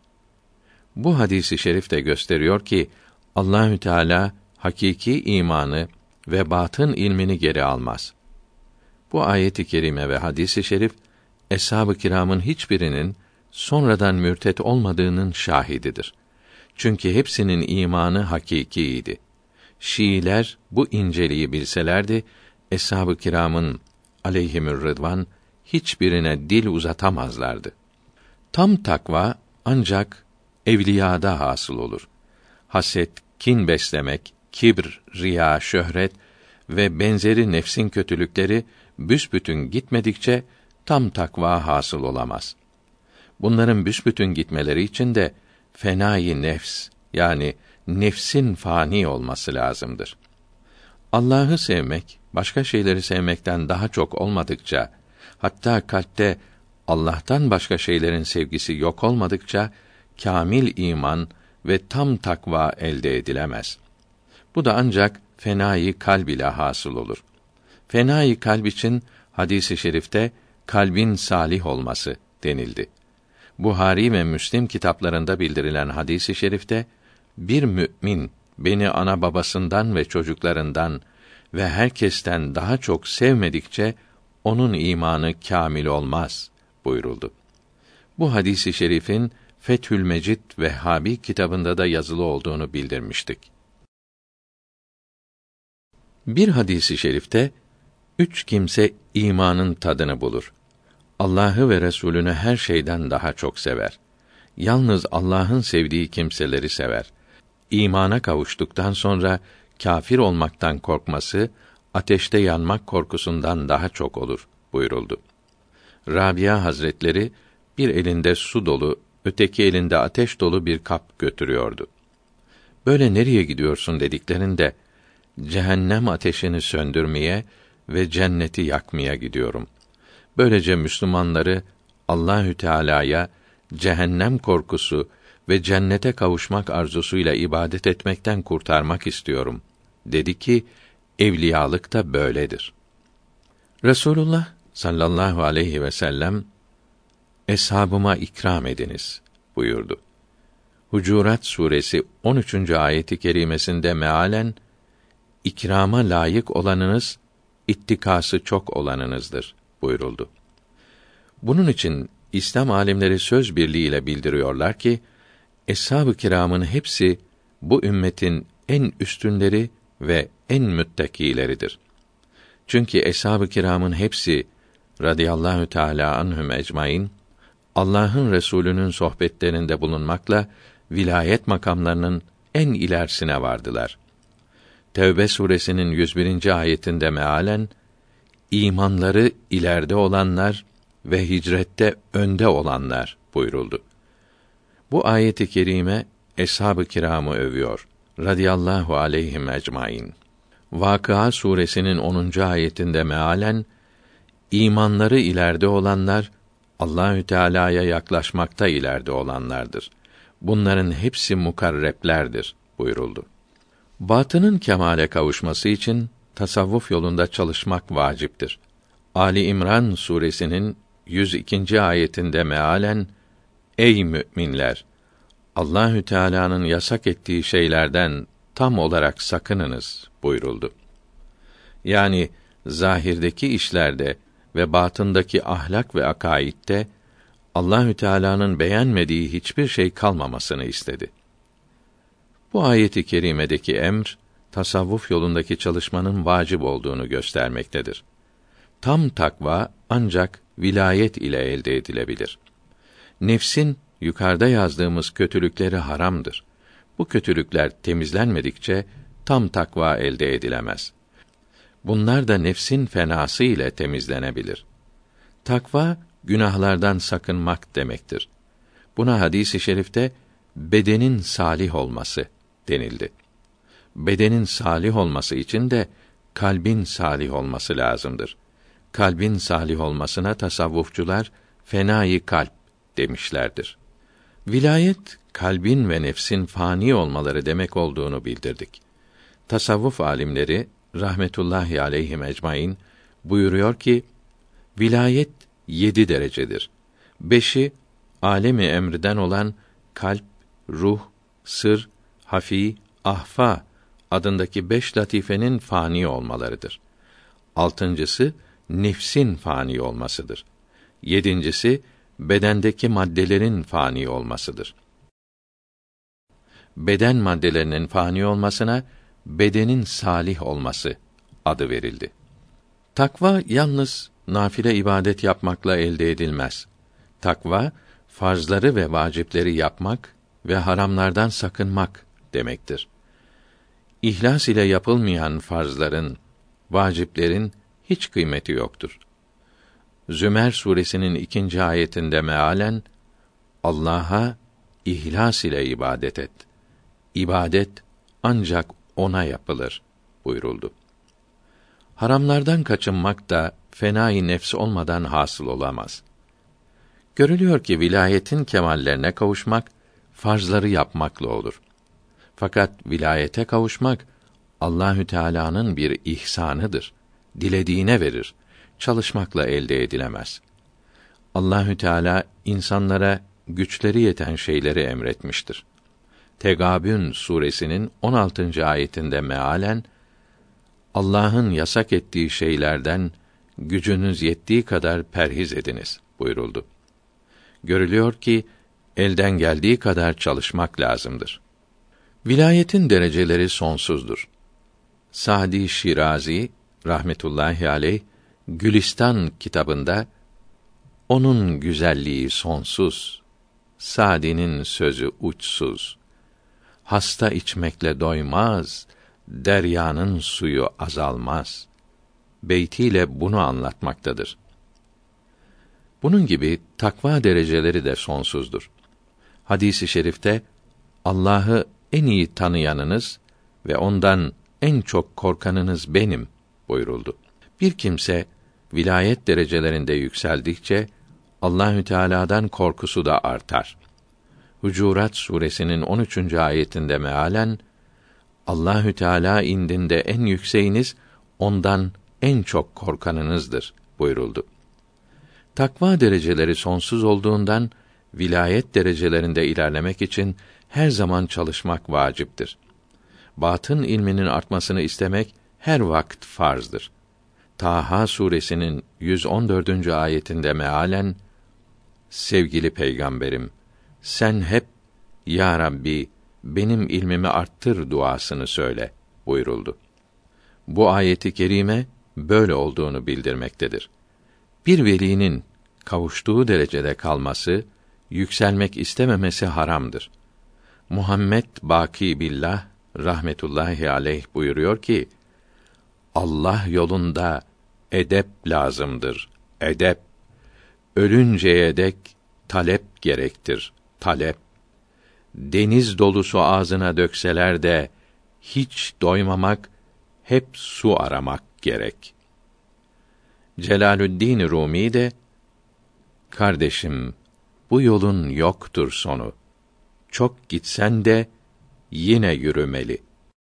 Bu hadisi şerif de gösteriyor ki Allahü Teala hakiki imanı ve batın ilmini geri almaz. Bu ayet-i kerime ve hadis-i şerif eshab-ı kiramın hiçbirinin sonradan mürtet olmadığının şahididir. Çünkü hepsinin imanı hakikiydi. Şiiler bu inceliği bilselerdi, eshab-ı kiramın aleyhimür rıdvan hiçbirine dil uzatamazlardı. Tam takva ancak evliyada hasıl olur. Haset, kin beslemek, kibr, riya, şöhret ve benzeri nefsin kötülükleri büsbütün gitmedikçe tam takva hasıl olamaz. Bunların büsbütün gitmeleri için de fenâ-i nefs yani nefsin fani olması lazımdır. Allah'ı sevmek başka şeyleri sevmekten daha çok olmadıkça, hatta kalpte Allah'tan başka şeylerin sevgisi yok olmadıkça kâmil iman ve tam takva elde edilemez. Bu da ancak fenâ-i kalb ile hasıl olur. Fenâ-i kalb için hadis-i şerifte kalbin salih olması denildi. Buhari ve Müslim kitaplarında bildirilen hadis-i şerifte bir mümin beni ana babasından ve çocuklarından ve herkesten daha çok sevmedikçe onun imanı kâmil olmaz buyuruldu. Bu hadis-i şerifin Fethül Mecid Vehhabi kitabında da yazılı olduğunu bildirmiştik. Bir hadis-i şerifte 3 kimse imanın tadını bulur. Allah'ı ve Resulünü her şeyden daha çok sever. Yalnız Allah'ın sevdiği kimseleri sever. İmana kavuştuktan sonra kâfir olmaktan korkması, ateşte yanmak korkusundan daha çok olur buyuruldu. Rabia Hazretleri bir elinde su dolu, öteki elinde ateş dolu bir kap götürüyordu. Böyle nereye gidiyorsun dediklerinde cehennem ateşini söndürmeye ve cenneti yakmaya gidiyorum. Böylece Müslümanları Allahü Teala'ya cehennem korkusu ve cennete kavuşmak arzusuyla ibadet etmekten kurtarmak istiyorum dedi ki evliyalık da böyledir. Resulullah sallallahu aleyhi ve sellem eshabıma ikram ediniz buyurdu. Hucurat suresi 13. ayeti kerimesinde mealen ikrama layık olanınız ittikası çok olanınızdır buyuruldu. Bunun için İslam alimleri söz birliğiyle bildiriyorlar ki eshab-ı kiramın hepsi bu ümmetin en üstünleri ve en müttakileridir. Çünkü eshab-ı kiramın hepsi radıyallahu teâlâ anhum ecmaîn Allah'ın Resulü'nün sohbetlerinde bulunmakla vilayet makamlarının en ilerisine vardılar. Tevbe suresinin 101. ayetinde mealen imanları ileride olanlar ve hicrette önde olanlar buyuruldu. Bu ayet-i kerime eshab-ı kiramı övüyor radıyallahu aleyhim ecmaîn. Vakıa suresinin 10. ayetinde mealen imanları ileride olanlar Allahü Teala'ya yaklaşmakta ileride olanlardır. Bunların hepsi mukarreplerdir buyuruldu. Batının kemale kavuşması için tasavvuf yolunda çalışmak vaciptir. Ali İmran suresinin 102. ayetinde mealen ey müminler Allahü Teala'nın yasak ettiği şeylerden tam olarak sakınınız buyuruldu. Yani zahirdeki işlerde ve batındaki ahlak ve akaidde Allahü Teala'nın beğenmediği hiçbir şey kalmamasını istedi. Bu ayet-i kerimedeki emr, tasavvuf yolundaki çalışmanın vacip olduğunu göstermektedir. Tam takva ancak vilayet ile elde edilebilir. Nefsin yukarıda yazdığımız kötülükleri haramdır. Bu kötülükler temizlenmedikçe tam takva elde edilemez. Bunlar da nefsin fenası ile temizlenebilir. Takva, günahlardan sakınmak demektir. Buna hadis-i şerifte bedenin salih olması denildi. Bedenin salih olması için de kalbin salih olması lazımdır. Kalbin salih olmasına tasavvufçular fenâ-i kalp demişlerdir. Vilayet, kalbin ve nefsin fani olmaları demek olduğunu bildirdik. Tasavvuf alimleri rahmetullahi aleyhim ecmaîn buyuruyor ki, vilayet 7 derecedir. 5'i alemi emriden olan kalp, ruh, sır, hafi, ahfa adındaki 5 latifenin fani olmalarıdır. 6'ncısı nefsin fani olmasıdır. 7'ncisi bedendeki maddelerin fani olmasıdır. Beden maddelerinin fani olmasına bedenin salih olması adı verildi. Takva yalnız nafile ibadet yapmakla elde edilmez. Takva, farzları ve vacipleri yapmak ve haramlardan sakınmak demektir. İhlas ile yapılmayan farzların, vaciplerin hiç kıymeti yoktur. Zümer suresinin 2. ayetinde mealen, Allah'a ihlas ile ibadet et. İbadet ancak ona yapılır buyuruldu. Haramlardan kaçınmak da fenâ-i nefs olmadan hasıl olamaz. Görülüyor ki vilayetin kemallerine kavuşmak farzları yapmakla olur. Fakat vilayete kavuşmak Allahü Teala'nın bir ihsanıdır. Dilediğine verir. Çalışmakla elde edilemez. Allahü Teala insanlara güçleri yeten şeyleri emretmiştir. Tegâbün suresinin 16. ayetinde mealen Allah'ın yasak ettiği şeylerden gücünüz yettiği kadar perhiz ediniz buyuruldu. Görülüyor ki elden geldiği kadar çalışmak lazımdır. Vilayetin dereceleri sonsuzdur. Sa'dî Şirazi rahmetullahi aleyh Gülistan kitabında onun güzelliği sonsuz, Sa'dî'nin sözü uçsuz. Hasta içmekle doymaz, deryanın suyu azalmaz. Beytiyle bunu anlatmaktadır. Bunun gibi takva dereceleri de sonsuzdur. Hadis-i şerifte Allah'ı en iyi tanıyanınız ve ondan en çok korkanınız benim buyuruldu. Bir kimse vilayet derecelerinde yükseldikçe Allahü Teala'dan korkusu da artar. Hucurat suresinin 13. ayetinde mealen Allahü Teala indinde en yükseğiniz ondan en çok korkanınızdır buyuruldu. Takva dereceleri sonsuz olduğundan vilayet derecelerinde ilerlemek için her zaman çalışmak vaciptir. Batın ilminin artmasını istemek her vakit farzdır. Taha suresinin 114. ayetinde mealen sevgili peygamberim sen hep ya Rabbi benim ilmimi arttır duasını söyle buyuruldu. Bu ayeti kerime böyle olduğunu bildirmektedir. Bir velinin kavuştuğu derecede kalması, yükselmek istememesi haramdır. Muhammed Baki Billah rahmetullahi aleyh buyuruyor ki, Allah yolunda edep lazımdır, edep. Ölünceye dek talep gerektir, talep. Deniz dolusu ağzına dökseler de hiç doymamak, hep su aramak gerek. Celalüddin Rumi de kardeşim bu yolun yoktur sonu. Çok gitsen de yine yürümeli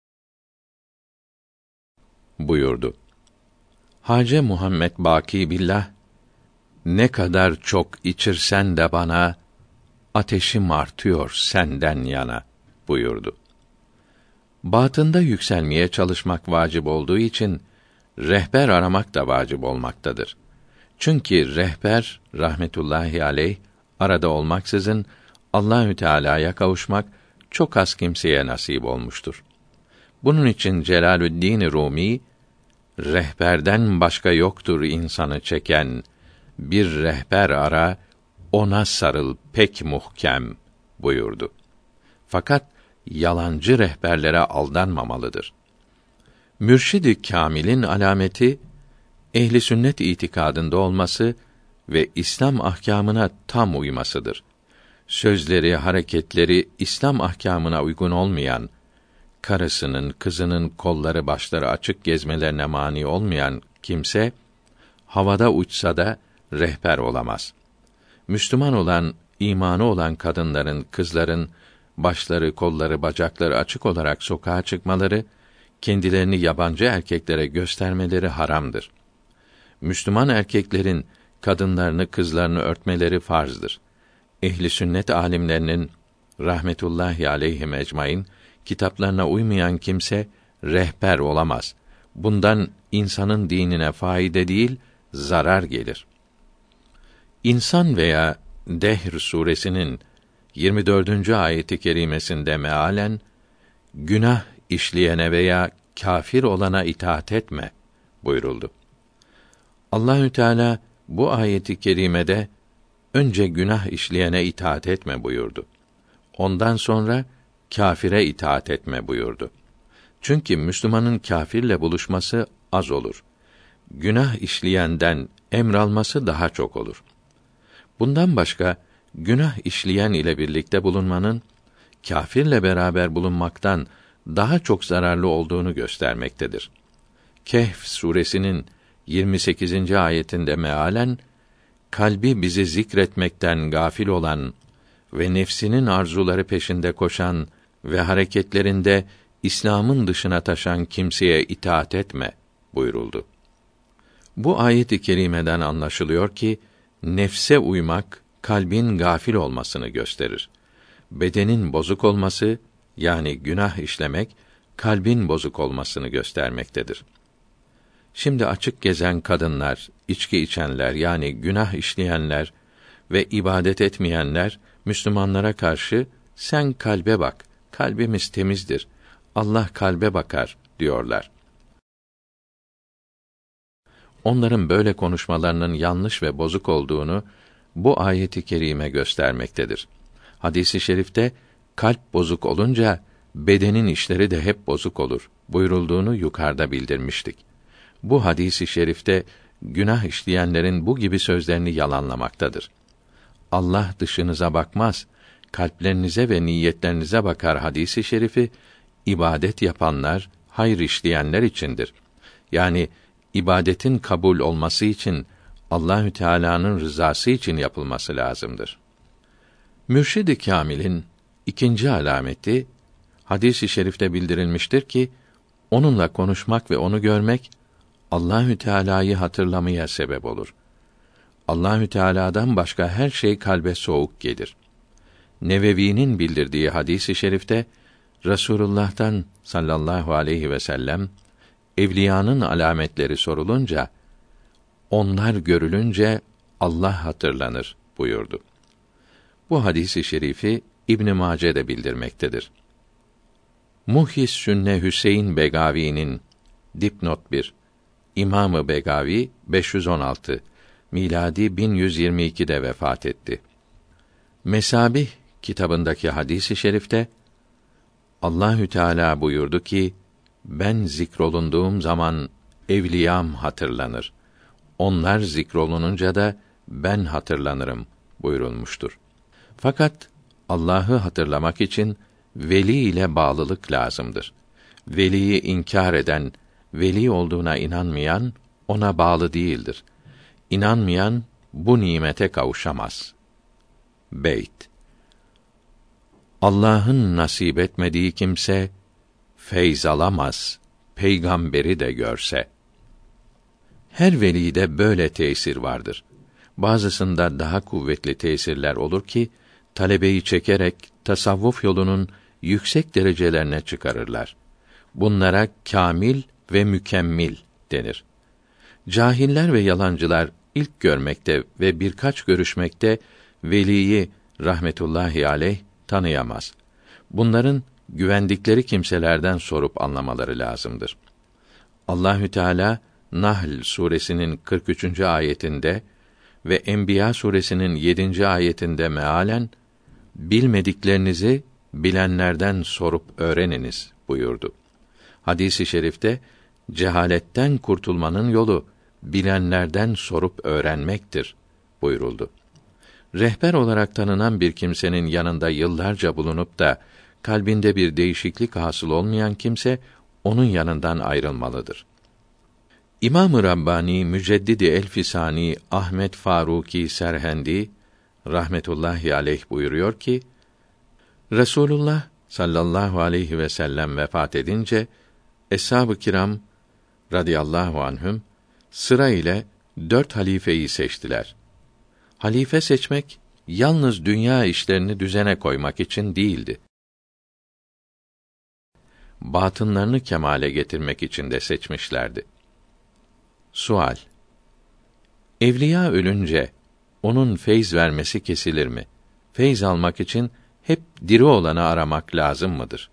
buyurdu. Hacı Muhammed Baki Billah ne kadar çok içirsen de bana ateşim artıyor senden yana buyurdu. Batında yükselmeye çalışmak vacip olduğu için rehber aramak da vacip olmaktadır. Çünkü rehber rahmetullahi aleyh arada olmaksızın Allahü Teala'ya kavuşmak çok az kimseye nasip olmuştur. Bunun için Celalüddin Rumi, rehberden başka yoktur insanı çeken, bir rehber ara, ona sarıl pek muhkem buyurdu. Fakat yalancı rehberlere aldanmamalıdır. Mürşid-i kâmilin alameti, ehli sünnet itikadında olması ve İslam ahkâmına tam uymasıdır. Sözleri, hareketleri İslam ahkâmına uygun olmayan, karısının, kızının kolları başları açık gezmelerine mani olmayan kimse, havada uçsa da rehber olamaz. Müslüman olan, imanı olan kadınların, kızların, başları, kolları, bacakları açık olarak sokağa çıkmaları, kendilerini yabancı erkeklere göstermeleri haramdır. Müslüman erkeklerin kadınlarını, kızlarını örtmeleri farzdır. Ehli sünnet alimlerinin rahmetullahi aleyhim ecmaîn kitaplarına uymayan kimse rehber olamaz. Bundan insanın dinine faide değil, zarar gelir. İnsan veya Dehr suresinin 24. ayeti kerimesinde mealen günah işleyene veya kâfir olana itaat etme buyuruldu. Allahü Teala bu ayeti kerimede önce günah işleyene itaat etme buyurdu. Ondan sonra kâfire itaat etme buyurdu. Çünkü Müslümanın kâfirle buluşması az olur. Günah işleyenden emralması daha çok olur. Bundan başka günah işleyen ile birlikte bulunmanın kâfirle beraber bulunmaktan daha çok zararlı olduğunu göstermektedir. Kehf suresinin 28. ayetinde mealen kalbi bizi zikretmekten gafil olan ve nefsinin arzuları peşinde koşan ve hareketlerinde İslam'ın dışına taşan kimseye itaat etme buyuruldu. Bu ayet-i kerimeden anlaşılıyor ki nefse uymak kalbin gafil olmasını gösterir. Bedenin bozuk olması yani günah işlemek kalbin bozuk olmasını göstermektedir. Şimdi açık gezen kadınlar, içki içenler yani günah işleyenler ve ibadet etmeyenler Müslümanlara karşı sen kalbe bak, kalbimiz temizdir. Allah kalbe bakar diyorlar. Onların böyle konuşmalarının yanlış ve bozuk olduğunu bu ayet-i kerime göstermektedir. Hadis-i şerifte kalp bozuk olunca bedenin işleri de hep bozuk olur buyurulduğunu yukarıda bildirmiştik. Bu hadis-i şerifte günah işleyenlerin bu gibi sözlerini yalanlamaktadır. Allah dışınıza bakmaz, kalplerinize ve niyetlerinize bakar hadis-i şerifi ibadet yapanlar, hayır işleyenler içindir. Yani ibadetin kabul olması için Allahü Teala'nın rızası için yapılması lazımdır. Mürşid-i kâmilin ikinci alameti hadis-i şerifte bildirilmiştir ki onunla konuşmak ve onu görmek Allahü Teala'yı hatırlamaya sebep olur. Allahü Teala'dan başka her şey kalbe soğuk gelir. Nevevi'nin bildirdiği hadis-i şerifte Resulullah'tan sallallahu aleyhi ve sellem evliyanın alametleri sorulunca onlar görülünce Allah hatırlanır buyurdu. Bu hadis-i şerifi İbn Mace'de bildirmektedir. Muhyi's Sünne Hüseyin Begavi'nin dipnot 1 İmam-ı Begavi 516 miladi 1122'de vefat etti. Mesabih kitabındaki hadis-i şerifte Allahü Teala buyurdu ki ben zikrolunduğum zaman evliyam hatırlanır. Onlar zikrolununca da ben hatırlanırım buyurulmuştur. Fakat Allah'ı hatırlamak için veli ile bağlılık lazımdır. Veliyi inkar eden, veli olduğuna inanmayan ona bağlı değildir. İnanmayan bu nimete kavuşamaz. Beyt. Allah'ın nasip etmediği kimse feyz alamaz, peygamberi de görse. Her velide böyle tesir vardır. Bazısında daha kuvvetli tesirler olur ki talebeyi çekerek tasavvuf yolunun yüksek derecelerine çıkarırlar. Bunlara kâmil ve mükemmil denir. Cahiller ve yalancılar ilk görmekte ve birkaç görüşmekte veliyi rahmetullahi aleyh tanıyamaz. Bunların güvendikleri kimselerden sorup anlamaları lazımdır. Allahü Teala Nahl suresinin 43. ayetinde ve Enbiya suresinin 7. ayetinde mealen bilmediklerinizi bilenlerden sorup öğreniniz buyurdu. Hadis-i şerifte cehaletten kurtulmanın yolu bilenlerden sorup öğrenmektir buyuruldu. Rehber olarak tanınan bir kimsenin yanında yıllarca bulunup da kalbinde bir değişiklik hasıl olmayan kimse onun yanından ayrılmalıdır. İmam-ı Rabbani Müceddidi Elfisani Ahmet Faruki Serhendi rahmetullahi aleyh buyuruyor ki, Resulullah sallallahu aleyhi ve sellem vefat edince eshab-ı kiram radıyallahu anhüm sıra ile 4 halifeyi seçtiler. Halife seçmek yalnız dünya işlerini düzene koymak için değildi. Batınlarını kemale getirmek için de seçmişlerdi. Sual: Evliya ölünce onun feyz vermesi kesilir mi? Feyz almak için hep diri olanı aramak lazım mıdır?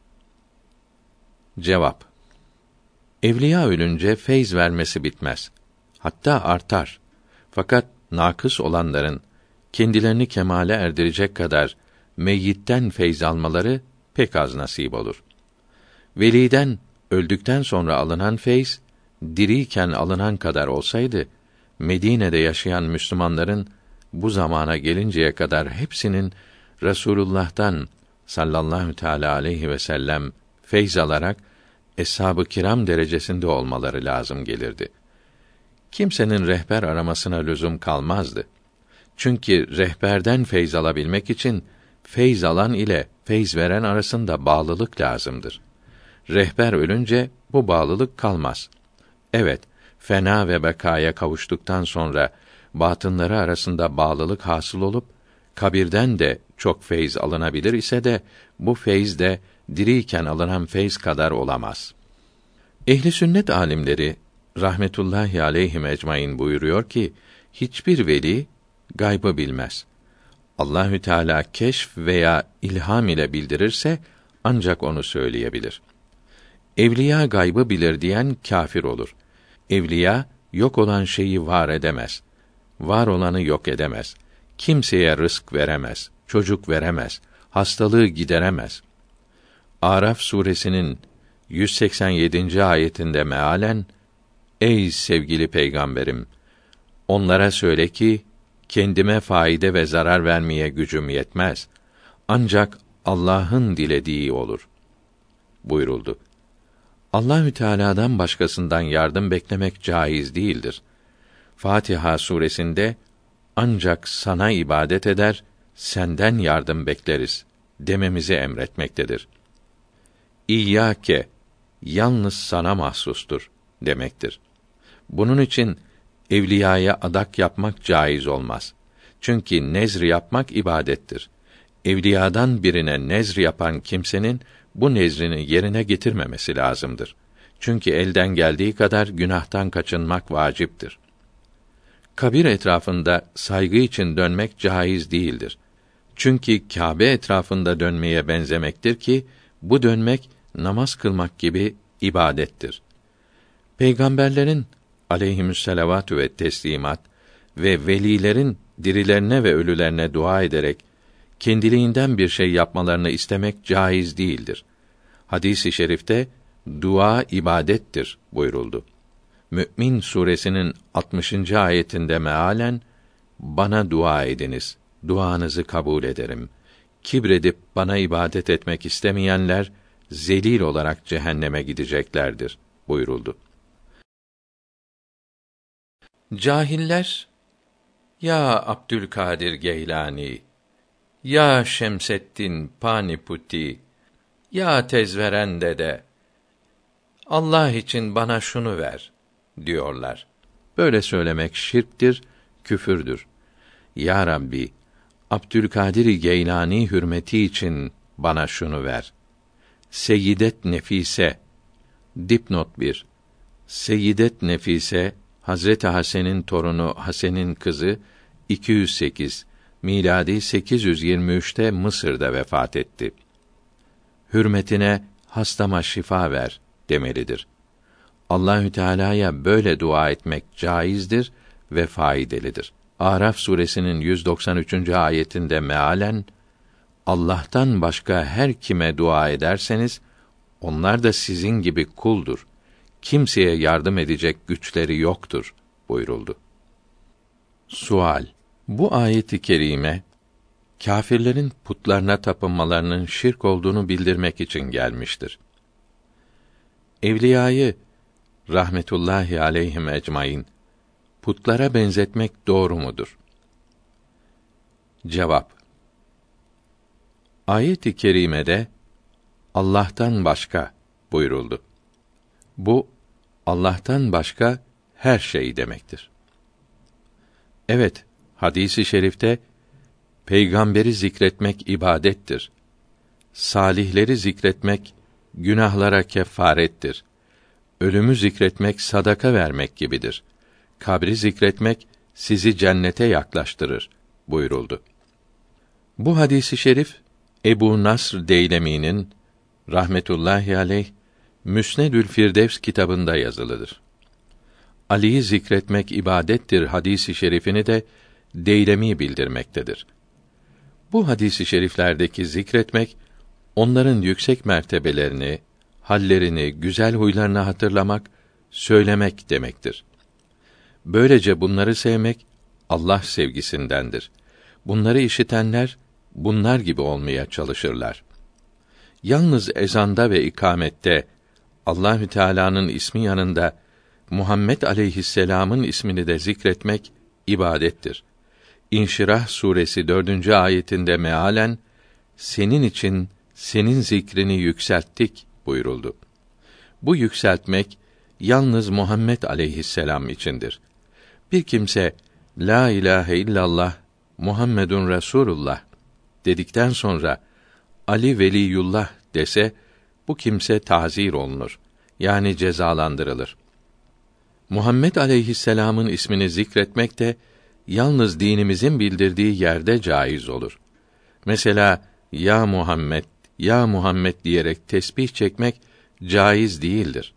Cevap: Evliya ölünce feyz vermesi bitmez. Hatta artar. Fakat nakıs olanların kendilerini kemale erdirecek kadar meyyitten feyz almaları pek az nasip olur. Veliden öldükten sonra alınan feyz, diriyken alınan kadar olsaydı, Medine'de yaşayan Müslümanların bu zamana gelinceye kadar hepsinin Resulullah'tan sallallahu teâlâ aleyhi ve sellem feyz alarak eshab-ı kiram derecesinde olmaları lazım gelirdi. Kimsenin rehber aramasına lüzum kalmazdı. Çünkü rehberden feyz alabilmek için feyz alan ile feyz veren arasında bağlılık lazımdır. Rehber ölünce bu bağlılık kalmaz. Evet, fena ve bekaya kavuştuktan sonra batınları arasında bağlılık hasıl olup kabirden de çok feyz alınabilir ise de bu feyz de diriyken alınan feyz kadar olamaz. Ehli sünnet alimleri rahmetullahi aleyhim ecmaîn buyuruyor ki hiçbir veli gaybı bilmez. Allahü Teala keşf veya ilham ile bildirirse ancak onu söyleyebilir. Evliya gaybı bilir diyen kâfir olur. Evliya yok olan şeyi var edemez. Var olanı yok edemez. Kimseye rızk veremez, çocuk veremez, hastalığı gideremez. Araf suresinin 187. ayetinde mealen, Ey sevgili peygamberim! Onlara söyle ki, kendime faide ve zarar vermeye gücüm yetmez. Ancak Allah'ın dilediği olur buyuruldu. Allahü Teala'dan başkasından yardım beklemek caiz değildir. Fatiha suresinde ancak sana ibadet eder, senden yardım bekleriz dememizi emretmektedir. İyyâke yalnız sana mahsustur demektir. Bunun için evliyaya adak yapmak caiz olmaz. Çünkü nezr yapmak ibadettir. Evliyadan birine nezr yapan kimsenin bu nezrini yerine getirmemesi lazımdır. Çünkü elden geldiği kadar günahtan kaçınmak vaciptir. Kabir etrafında saygı için dönmek caiz değildir. Çünkü Kâbe etrafında dönmeye benzemektir ki bu dönmek namaz kılmak gibi ibadettir. Peygamberlerin aleyhimüsselavatü ve teslimat ve velilerin dirilerine ve ölülerine dua ederek kendiliğinden bir şey yapmalarını istemek caiz değildir. Hadis-i şerifte dua ibadettir buyuruldu. Mü'min suresinin 60. ayetinde mealen bana dua ediniz, duanızı kabul ederim. Kibredip bana ibadet etmek istemeyenler zelil olarak cehenneme gideceklerdir buyuruldu. Cahiller, ya Abdülkadir Geylani, ya Şemseddin Paniputi, ya Tezveren dede, Allah için bana şunu ver diyorlar. Böyle söylemek şirktir, küfürdür. Ya Rabbi, Abdülkadir Geylani hürmeti için bana şunu ver. Seyyidet Nefise, dipnot 1. Seyyidet Nefise Hazreti Hasen'in torunu Hasen'in kızı 208 miladi 823'te Mısır'da vefat etti. Hürmetine hastama şifa ver demelidir. Allahü Teala'ya böyle dua etmek caizdir ve faydalıdır. Araf suresinin 193. ayetinde mealen Allah'tan başka her kime dua ederseniz onlar da sizin gibi kuldur. Kimseye yardım edecek güçleri yoktur buyuruldu. Sual: Bu ayet-i kerime kâfirlerin putlarına tapınmalarının şirk olduğunu bildirmek için gelmiştir. Evliyayı rahmetullahi aleyhim ecmaîn putlara benzetmek doğru mudur? Cevap: Ayet-i kerimede Allah'tan başka buyuruldu. Bu Allah'tan başka her şey demektir. Evet, hadisi şerifte peygamberi zikretmek ibadettir. Salihleri zikretmek günahlara kefarettir. Ölümü zikretmek sadaka vermek gibidir. Kabri zikretmek sizi cennete yaklaştırır buyuruldu. Bu hadisi şerif Ebu Nasr Deylemi'nin rahmetullahi aleyh Müsnedül Firdevs kitabında yazılıdır. Ali'yi zikretmek ibadettir hadisi şerifini de Deylemi bildirmektedir. Bu hadisi şeriflerdeki zikretmek onların yüksek mertebelerini, hallerini, güzel huylarını hatırlamak, söylemek demektir. Böylece bunları sevmek Allah sevgisindendir. Bunları işitenler bunlar gibi olmaya çalışırlar. Yalnız ezanda ve ikamette Allahü Teala'nın ismi yanında Muhammed aleyhisselam'ın ismini de zikretmek ibadettir. İnşirah suresi 4. ayetinde mealen senin için senin zikrini yükselttik buyuruldu. Bu yükseltmek yalnız Muhammed aleyhisselam içindir. Bir kimse la ilahe illallah Muhammedun Resulullah dedikten sonra Ali veliyullah dese bu kimse tazir olunur. Yani cezalandırılır. Muhammed aleyhisselam'ın ismini zikretmek de yalnız dinimizin bildirdiği yerde caiz olur. Mesela ya Muhammed, ya Muhammed diyerek tesbih çekmek caiz değildir.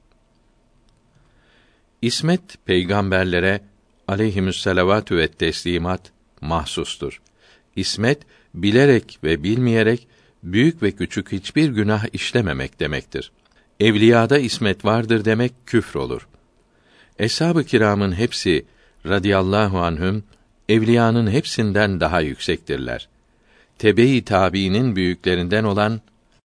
İsmet peygamberlere aleyhimüsselavatü ve teslimat mahsustur. İsmet bilerek ve bilmeyerek büyük ve küçük hiçbir günah işlememek demektir. Evliyada ismet vardır demek küfür olur. Eshab-ı kiramın hepsi radıyallahu anhüm evliyanın hepsinden daha yüksektirler. Tebe-i tâbiinin büyüklerinden olan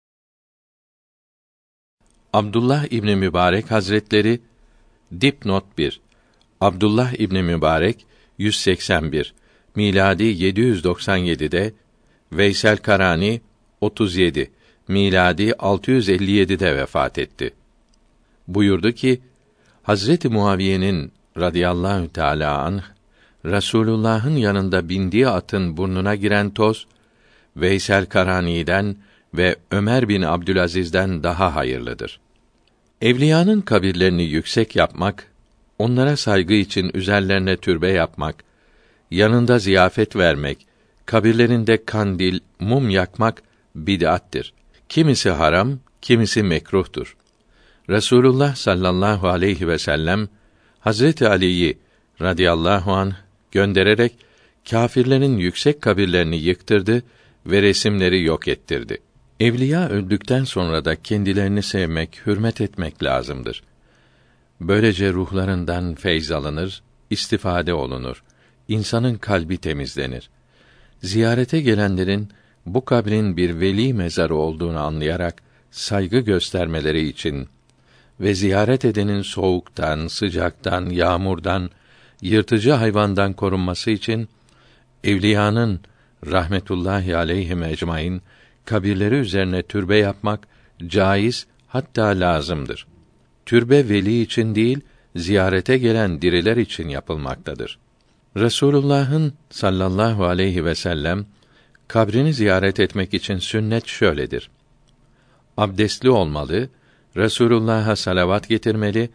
Abdullah İbni Mübarek Hazretleri dipnot 1 Abdullah İbni Mübarek 181 miladi 797'de Veysel Karani 37 miladi 657'de vefat etti. Buyurdu ki Hazreti Muaviye'nin radıyallahu teâlâ anh Resulullah'ın yanında bindiği atın burnuna giren toz Veysel Karani'den ve Ömer bin Abdülaziz'den daha hayırlıdır. Evliyanın kabirlerini yüksek yapmak, onlara saygı için üzerlerine türbe yapmak, yanında ziyafet vermek, kabirlerinde kandil, mum yakmak bid'attir. Kimisi haram, kimisi mekruhtur. Resulullah sallallahu aleyhi ve sellem Hazreti Ali'yi radıyallahu anh göndererek kâfirlerin yüksek kabirlerini yıktırdı ve resimleri yok ettirdi. Evliya öldükten sonra da kendilerini sevmek, hürmet etmek lazımdır. Böylece ruhlarından feyz alınır, istifade olunur. İnsanın kalbi temizlenir. Ziyarete gelenlerin bu kabrin bir veli mezarı olduğunu anlayarak saygı göstermeleri için ve ziyaret edenin soğuktan, sıcaktan, yağmurdan, yırtıcı hayvandan korunması için evliyanın rahmetullahi aleyhim ecmaîn kabirleri üzerine türbe yapmak caiz, hatta lazımdır. Türbe veli için değil, ziyarete gelen diriler için yapılmaktadır. Resulullah'ın sallallahu aleyhi ve sellem kabrini ziyaret etmek için sünnet şöyledir. Abdestli olmalı, Resulullah'a salavat getirmeli,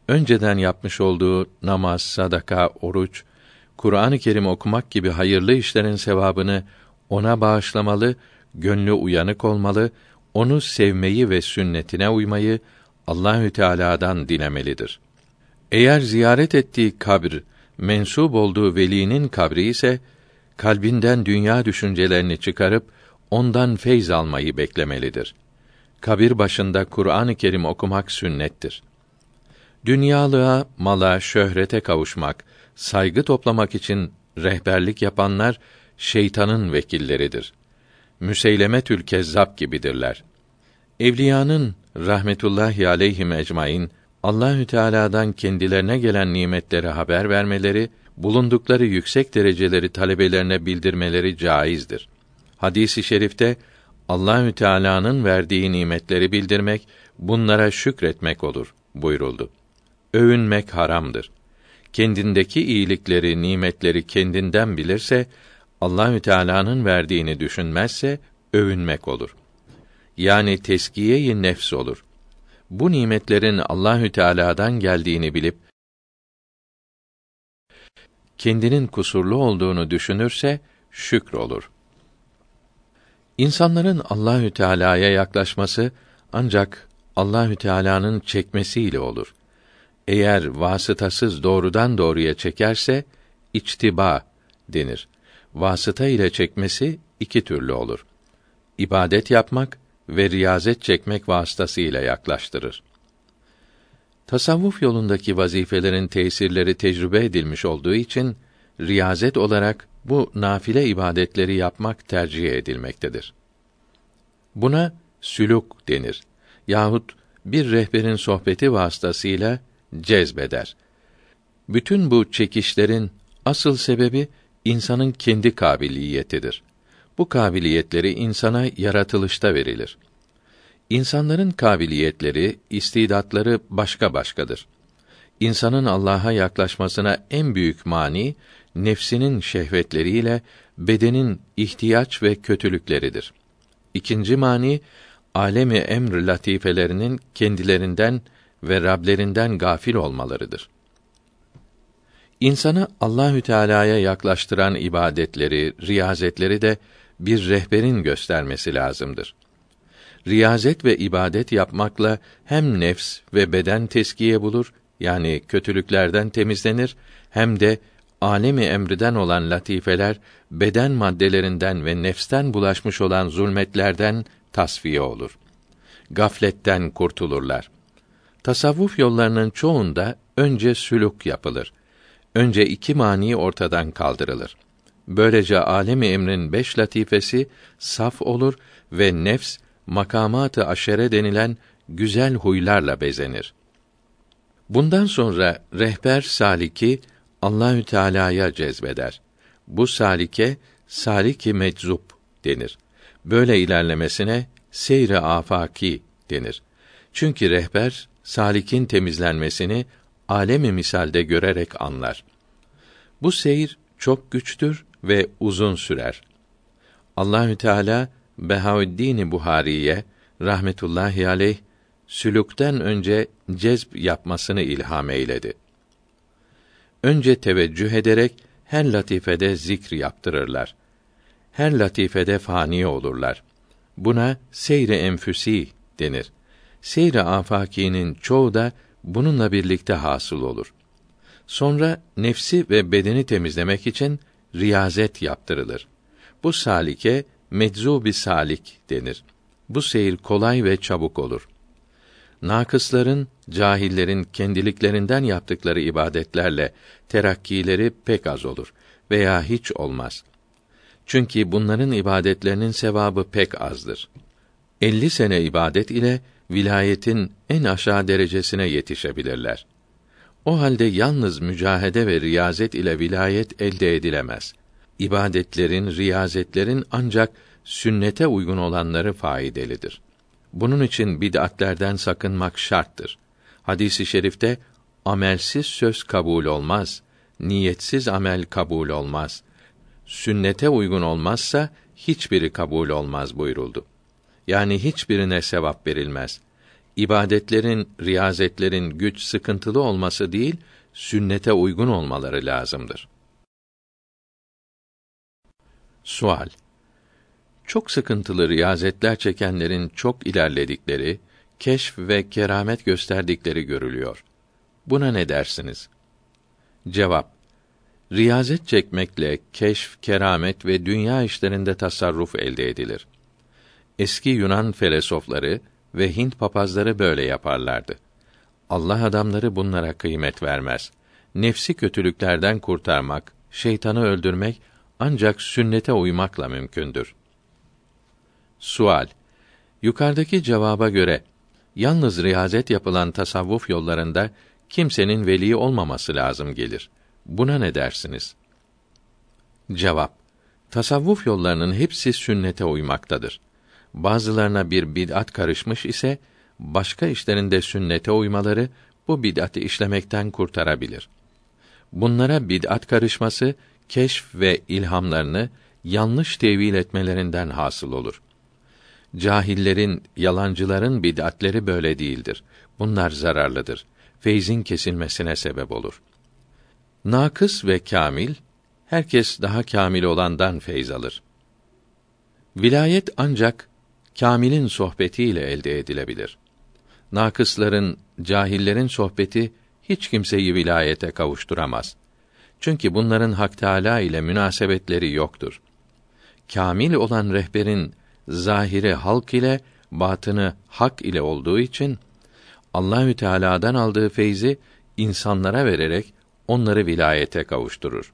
önceden yapmış olduğu namaz, sadaka, oruç, Kur'an-ı Kerim okumak gibi hayırlı işlerin sevabını ona bağışlamalı, gönlü uyanık olmalı, onu sevmeyi ve sünnetine uymayı Allahü Teala'dan dilemelidir. Eğer ziyaret ettiği kabr mensup olduğu velinin kabri ise kalbinden dünya düşüncelerini çıkarıp ondan feyz almayı beklemelidir. Kabir başında Kur'an-ı Kerim okumak sünnettir. Dünyalığa, mala, şöhrete kavuşmak, saygı toplamak için rehberlik yapanlar şeytanın vekilleridir. Müseylemetül Kezzab gibidirler. Evliyanın rahmetullahi aleyhim ecmaîn Allahü Teala'dan kendilerine gelen nimetleri haber vermeleri, bulundukları yüksek dereceleri talebelerine bildirmeleri caizdir. Hadis-i şerifte Allahü Teala'nın verdiği nimetleri bildirmek, bunlara şükretmek olur buyuruldu. Övünmek haramdır. Kendindeki iyilikleri, nimetleri kendinden bilirse, Allahü Teala'nın verdiğini düşünmezse övünmek olur. Yani teskiye-i nefs olur. Bu nimetlerin Allahü Teala'dan geldiğini bilip kendinin kusurlu olduğunu düşünürse şükr olur. İnsanların Allahü Teala'ya yaklaşması ancak Allahü Teala'nın çekmesiyle olur. Eğer vasıtasız doğrudan doğruya çekerse içtiba denir. Vasıta ile çekmesi iki türlü olur. İbadet yapmak ve riyazet çekmek vasıtasıyla yaklaştırır. Tasavvuf yolundaki vazifelerin tesirleri tecrübe edilmiş olduğu için riyazet olarak bu nafile ibadetleri yapmak tercih edilmektedir. Buna sülûk denir yahut bir rehberin sohbeti vasıtasıyla cezbeder. Bütün bu çekişlerin asıl sebebi insanın kendi kabiliyetidir. Bu kabiliyetleri insana yaratılışta verilir. İnsanların kabiliyetleri, istidatları başka başkadır. İnsanın Allah'a yaklaşmasına en büyük mani nefsinin şehvetleriyle bedenin ihtiyaç ve kötülükleridir. İkinci mani alemi emr latifelerinin kendilerinden ve Rablerinden gafil olmalarıdır. İnsanı Allahü Teala'ya yaklaştıran ibadetleri, riyazetleri de bir rehberin göstermesi lazımdır. Riyazet ve ibadet yapmakla hem nefs ve beden teskiye bulur, yani kötülüklerden temizlenir, hem de alemi emriden olan latifeler beden maddelerinden ve nefsten bulaşmış olan zulmetlerden tasfiye olur. Gafletten kurtulurlar. Tasavvuf yollarının çoğunda önce sülûk yapılır. Önce iki mani ortadan kaldırılır. Böylece alemi emrin 5 latifesi saf olur ve nefs makamat-ı aşere denilen güzel huylarla bezenir. Bundan sonra rehber saliki Allahü Teala'ya cezbeder. Bu salike salik-i meczup denir. Böyle ilerlemesine seyr-i afaki denir. Çünkü rehber salikin temizlenmesini alemi misalde görerek anlar. Bu seyir çok güçtür ve uzun sürer. Allahü Teala Behaüddin Buhari'ye rahmetullahi aleyh sülûkten önce cezb yapmasını ilham eyledi. Önce teveccüh ederek her latifede zikr yaptırırlar. Her latifede fani olurlar. Buna seyr-i enfüsî denir. Seyr-i afakînin çoğu da bununla birlikte hasıl olur. Sonra nefsi ve bedeni temizlemek için riyazet yaptırılır. Bu salike meczûb-i salik denir. Bu seyir kolay ve çabuk olur. Nakısların, cahillerin kendiliklerinden yaptıkları ibadetlerle terakkileri pek az olur veya hiç olmaz. Çünkü bunların ibadetlerinin sevabı pek azdır. 50 sene ibadet ile vilayetin en aşağı derecesine yetişebilirler. O halde yalnız mücahede ve riyazet ile vilayet elde edilemez. İbadetlerin, riyazetlerin ancak sünnete uygun olanları faydalıdır. Bunun için bid'atlerden sakınmak şarttır. Hadis-i şerifte amelsiz söz kabul olmaz, niyetsiz amel kabul olmaz. Sünnete uygun olmazsa hiçbiri kabul olmaz buyuruldu. Yani hiçbirine sevap verilmez. ibadetlerin, riyazetlerin güç sıkıntılı olması değil, sünnete uygun olmaları lazımdır. Sual: Çok sıkıntılı riyazetler çekenlerin çok ilerledikleri, keşf ve keramet gösterdikleri görülüyor. Buna ne dersiniz? Cevap: Riyazet çekmekle keşf, keramet ve dünya işlerinde tasarruf elde edilir. Eski Yunan felsefeleri ve Hint papazları böyle yaparlardı. Allah adamları bunlara kıymet vermez. Nefsi kötülüklerden kurtarmak, şeytanı öldürmek ancak sünnete uymakla mümkündür. Sual: Yukarıdaki cevaba göre yalnız riyazet yapılan tasavvuf yollarında kimsenin veli olmaması lazım gelir. Buna ne dersiniz? Cevap: Tasavvuf yollarının hepsi sünnete uymaktadır. Bazılarına bir bid'at karışmış ise başka işlerinde sünnete uymaları bu bid'atı işlemekten kurtarabilir. Bunlara bid'at karışması keşf ve ilhamlarını yanlış tevil etmelerinden hasıl olur. Cahillerin, yalancıların bid'atleri böyle değildir. Bunlar zararlıdır. Feyzin kesilmesine sebep olur. Nakıs ve kâmil, herkes daha kâmil olandan feyz alır. Vilayet ancak kâmilin sohbetiyle elde edilebilir. Nakısların, cahillerin sohbeti hiç kimseyi vilayete kavuşturamaz. Çünkü bunların Hak Teâlâ ile münasebetleri yoktur. Kâmil olan rehberin zahiri halk ile, batını hak ile olduğu için Allahü Teala'dan aldığı feyzi insanlara vererek onları vilayete kavuşturur.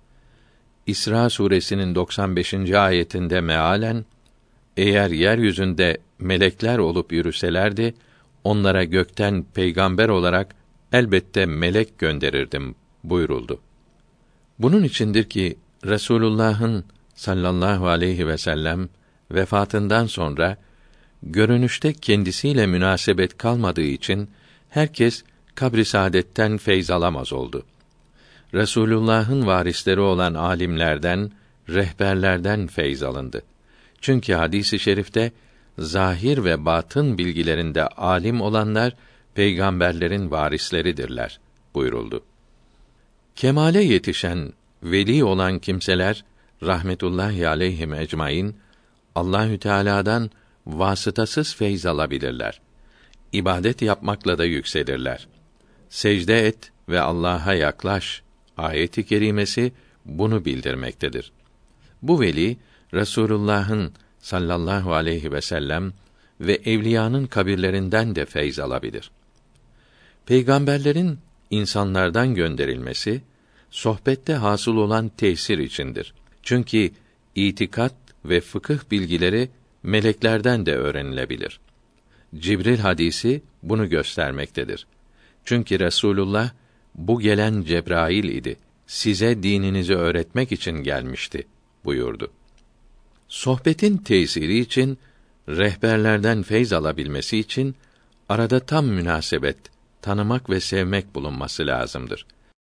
İsra suresinin 95. ayetinde mealen, eğer yeryüzünde melekler olup yürüselerdi, onlara gökten peygamber olarak elbette melek gönderirdim buyuruldu. Bunun içindir ki Resulullah'ın sallallahu aleyhi ve sellem vefatından sonra görünüşte kendisiyle münasebet kalmadığı için herkes kabr-i saadetten feyz alamaz oldu. Resulullah'ın varisleri olan alimlerden, rehberlerden feyz alındı. Çünkü hadis-i şerifte zahir ve batın bilgilerinde alim olanlar peygamberlerin varisleridirler buyuruldu. Kemale yetişen, veli olan kimseler rahmetullahi aleyhim ecmaîn Allahü Teala'dan vasıtasız feyz alabilirler. İbadet yapmakla da yükselirler. Secde et ve Allah'a yaklaş ayet-i kerimesi bunu bildirmektedir. Bu veli Resulullah'ın sallallahu aleyhi ve sellem ve evliyanın kabirlerinden de feyz alabilir. Peygamberlerin insanlardan gönderilmesi sohbette hasıl olan tesir içindir. Çünkü itikat ve fıkıh bilgileri meleklerden de öğrenilebilir. Cibril hadisi bunu göstermektedir. Çünkü Resulullah bu gelen Cebrail idi. Size dininizi öğretmek için gelmişti buyurdu. Sohbetin tesiri için, rehberlerden feyz alabilmesi için arada tam münasebet, tanımak ve sevmek bulunması lazımdır.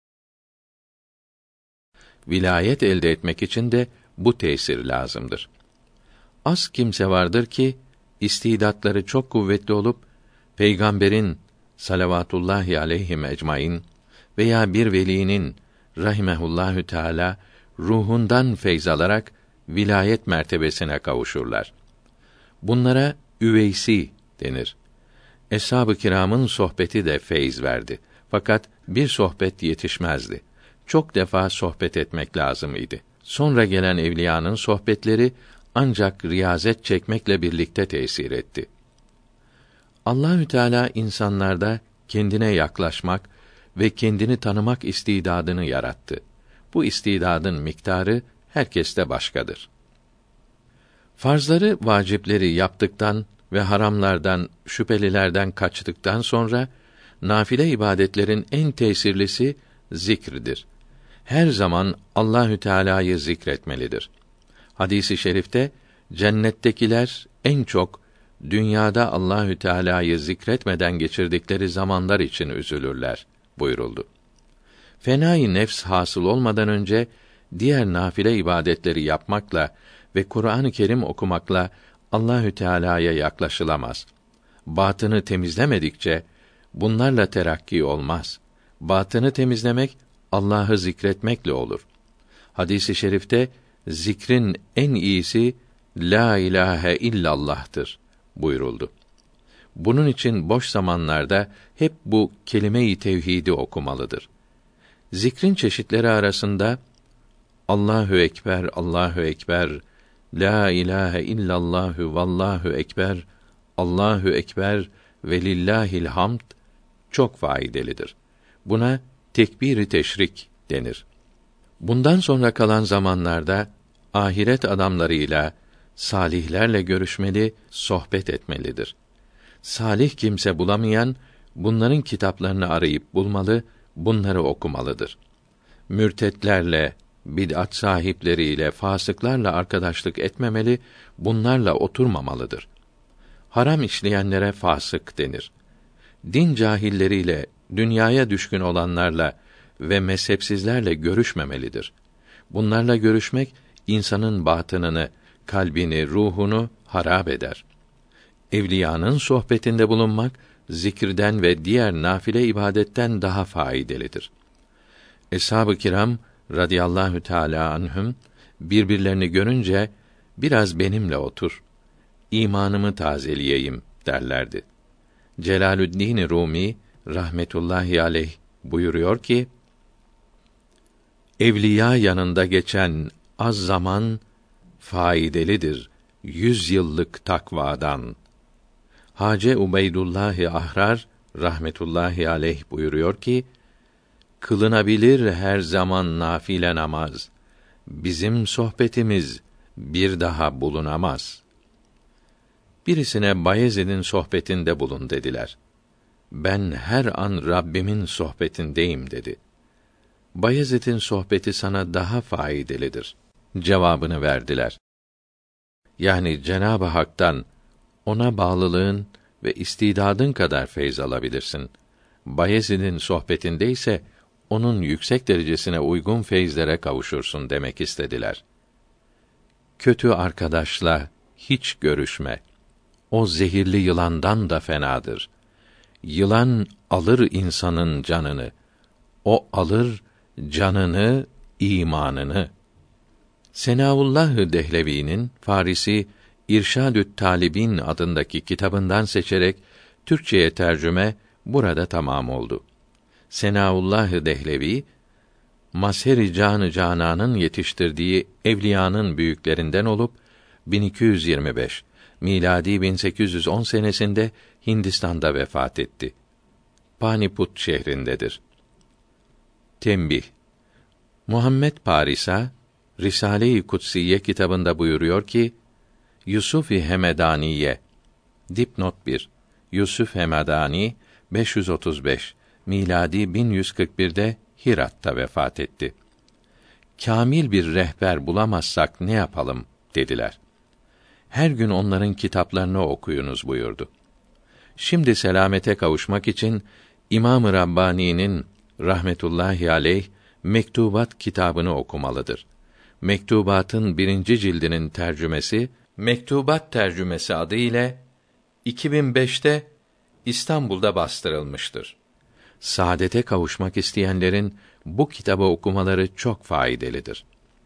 Vilayet elde etmek için de bu tesir lazımdır. Az kimse vardır ki istidatları çok kuvvetli olup peygamberin salavatullahi aleyhi ecmaîn veya bir velinin rahimehullahü teâlâ ruhundan feyz alarak vilayet mertebesine kavuşurlar. Bunlara üveysi denir. Eshab-ı kiramın sohbeti de feyz verdi. Fakat bir sohbet yetişmezdi. Çok defa sohbet etmek lazım idi. Sonra gelen evliyanın sohbetleri ancak riyazet çekmekle birlikte tesir etti. Allahü Teala insanlarda kendine yaklaşmak ve kendini tanımak istidadını yarattı. Bu istidadın miktarı herkeste başkadır. Farzları, vacipleri yaptıktan ve haramlardan, şüphelilerden kaçtıktan sonra nafile ibadetlerin en tesirlisi zikirdir. Her zaman Allahü Teala'yı zikretmelidir. Hadis-i şerifte cennettekiler en çok dünyada Allahü Teala'yı zikretmeden geçirdikleri zamanlar için üzülürler buyuruldu. Fenâ-i nefs hasıl olmadan önce diğer nafile ibadetleri yapmakla ve Kur'an-ı Kerim okumakla Allahü Teala'ya yaklaşılamaz. batını temizlemedikçe bunlarla terakki olmaz. Batını temizlemek Allah'ı zikretmekle olur. Hadis-i şerifte zikrin en iyisi la ilahe illallah'tır buyuruldu. Bunun için boş zamanlarda hep bu kelime-i tevhidi okumalıdır. Zikrin çeşitleri arasında Allahu ekber, Allahu ekber, la ilahe illallahu vallahu ekber, Allahu ekber ve lillahil hamd çok faydalıdır. Buna tekbir-i teşrik denir. Bundan sonra kalan zamanlarda ahiret adamlarıyla, salihlerle görüşmeli, sohbet etmelidir. Salih kimse bulamayan bunların kitaplarını arayıp bulmalı, bunları okumalıdır. Mürtetlerle, bid'at sahipleriyle, fasıklarla arkadaşlık etmemeli, bunlarla oturmamalıdır. Haram işleyenlere fasık denir. Din cahilleriyle, dünyaya düşkün olanlarla ve mezhepsizlerle görüşmemelidir. Bunlarla görüşmek insanın batınını, kalbini, ruhunu harap eder. Evliyanın sohbetinde bulunmak zikirden ve diğer nafile ibadetten daha faydalıdır. Eshab-ı kiram radıyallahu teâlâ anhüm birbirlerini görünce biraz benimle otur, imanımı tazeleyeyim derlerdi. Celalüddin Rumi rahmetullahi aleyh buyuruyor ki, evliya yanında geçen az zaman faydalıdır 100 yıllık takvadan. Hace Ubeydullah Ahrar rahmetullahi aleyh buyuruyor ki, kılınabilir her zaman nafile namaz. Bizim sohbetimiz bir daha bulunamaz. Birisine Bayezid'in sohbetinde bulun dediler. Ben her an Rabbimin sohbetindeyim dedi. Bayezid'in sohbeti sana daha faydalıdır cevabını verdiler. Yani Cenab-ı Hak'tan ona bağlılığın ve istidadın kadar feyz alabilirsin. Bayezid'in sohbetinde ise onun yüksek derecesine uygun feyzlere kavuşursun demek istediler. Kötü arkadaşla hiç görüşme. O zehirli yılandan da fenadır. Yılan alır insanın canını. O alır canını, imanını. Senaullah Dehlevi'nin Farisi İrşadü't Talibin adındaki kitabından seçerek Türkçeye tercüme burada tamam oldu. Senaullah Dehlevi, Mazheri Canı Canan'ın yetiştirdiği evliyanın büyüklerinden olup 1225 miladi 1810 senesinde Hindistan'da vefat etti. Paniput şehrindedir. Tembih. Muhammed Parisa Risale-i Kutsiye kitabında buyuruyor ki, Yusuf-i Hemedaniye dipnot 1 Yusuf Hemedani 535 miladi 1141'de Hirat'ta vefat etti. Kamil bir rehber bulamazsak ne yapalım dediler. Her gün onların kitaplarını okuyunuz buyurdu. Şimdi selamete kavuşmak için İmam-ı Rabbani'nin rahmetullahi aleyh Mektubat kitabını okumalıdır. Mektubatın 1. cildinin tercümesi Mektubat tercümesi adı ile 2005'te İstanbul'da bastırılmıştır. Saadete kavuşmak isteyenlerin bu kitabı okumaları çok faydalıdır.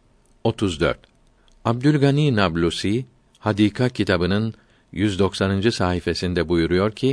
34. Abdülgani Nablusi Hadika kitabının 190. sayfasında buyuruyor ki,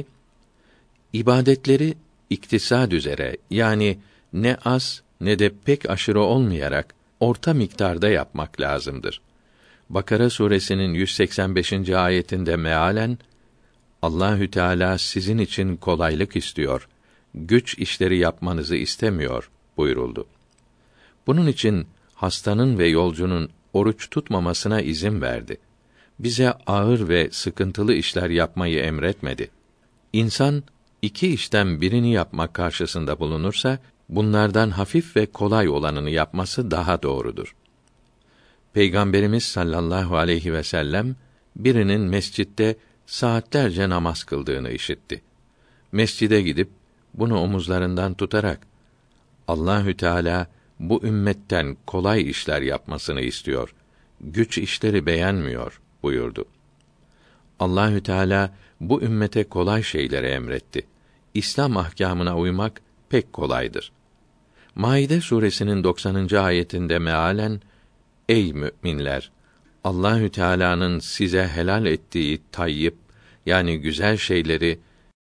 ibadetleri iktisad üzere, yani ne az ne de pek aşırı olmayarak orta miktarda yapmak lazımdır. Bakara suresinin 185. ayetinde mealen Allahü Teala sizin için kolaylık istiyor, güç işleri yapmanızı istemiyor buyuruldu. Bunun için hastanın ve yolcunun oruç tutmamasına izin verdi. Bize ağır ve sıkıntılı işler yapmayı emretmedi. İnsan iki işten birini yapmak karşısında bulunursa, bunlardan hafif ve kolay olanını yapması daha doğrudur. Peygamberimiz sallallahu aleyhi ve sellem birinin mescitte saatlerce namaz kıldığını işitti. Mescide gidip bunu omuzlarından tutarak Allahü Teala bu ümmetten kolay işler yapmasını istiyor. Güç işleri beğenmiyor buyurdu. Allahü Teala bu ümmete kolay şeyleri emretti. İslam ahkâmına uymak pek kolaydır. Maide suresinin 90. ayetinde mealen ey müminler, Allahü Teala'nın size helal ettiği tayyib, yani güzel şeyleri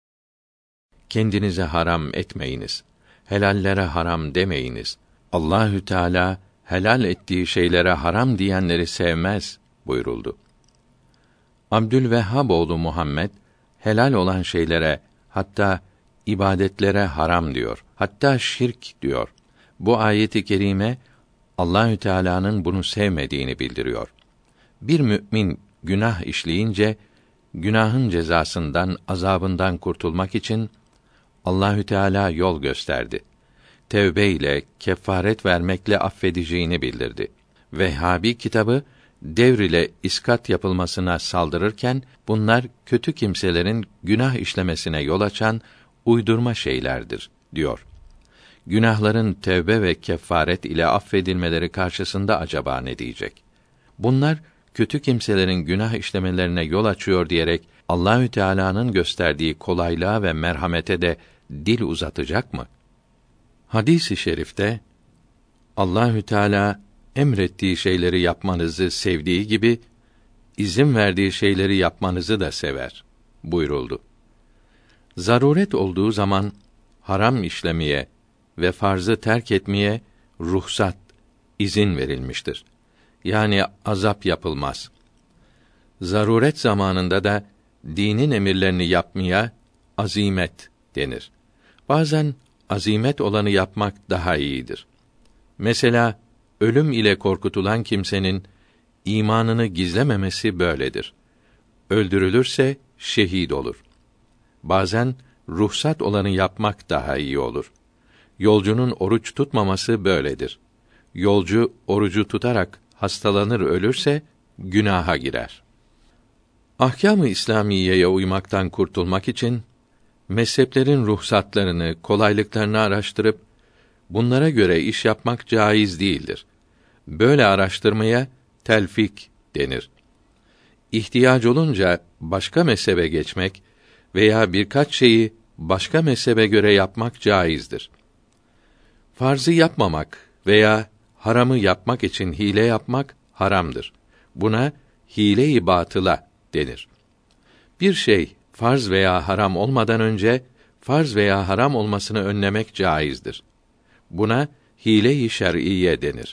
kendinize haram etmeyiniz. Helallere haram demeyiniz. Allahü Teala helal ettiği şeylere haram diyenleri sevmez buyuruldu. Abdülvehhab oğlu Muhammed helal olan şeylere, hatta ibadetlere haram diyor. Hatta şirk diyor. Bu ayet-i kerime Allahü Teala'nın bunu sevmediğini bildiriyor. Bir mümin günah işleyince günahın cezasından, azabından kurtulmak için Allahü Teala yol gösterdi. Tevbe ile, kefaret vermekle affedeceğini bildirdi. Vehhabi kitabı devr ile iskat yapılmasına saldırırken bunlar kötü kimselerin günah işlemesine yol açan uydurma şeylerdir diyor. Günahların tevbe ve kefaret ile affedilmeleri karşısında acaba ne diyecek? Bunlar kötü kimselerin günah işlemelerine yol açıyor diyerek Allahü Teala'nın gösterdiği kolaylığa ve merhamete de dil uzatacak mı? Hadis-i şerifte Allahü Teala emrettiği şeyleri yapmanızı sevdiği gibi izin verdiği şeyleri yapmanızı da sever buyuruldu. Zaruret olduğu zaman haram işlemeye ve farzı terk etmeye ruhsat, izin verilmiştir. Yani azap yapılmaz. Zaruret zamanında da dinin emirlerini yapmaya azimet denir. Bazen azimet olanı yapmak daha iyidir. Mesela ölüm ile korkutulan kimsenin imanını gizlememesi böyledir. Öldürülürse şehit olur. Bazen ruhsat olanı yapmak daha iyi olur. Yolcunun oruç tutmaması böyledir. Yolcu orucu tutarak hastalanır ölürse günaha girer. Ahkâm-ı İslamiyeye uymaktan kurtulmak için mezheplerin ruhsatlarını, kolaylıklarını araştırıp bunlara göre iş yapmak caiz değildir. Böyle araştırmaya telfik denir. İhtiyaç olunca başka mezhebe geçmek veya birkaç şeyi başka mezhebe göre yapmak caizdir. Farzı yapmamak veya haramı yapmak için hile yapmak haramdır. Buna hile-i batıla denir. Bir şey farz veya haram olmadan önce farz veya haram olmasını önlemek caizdir. Buna hile-i şer'iyye denir.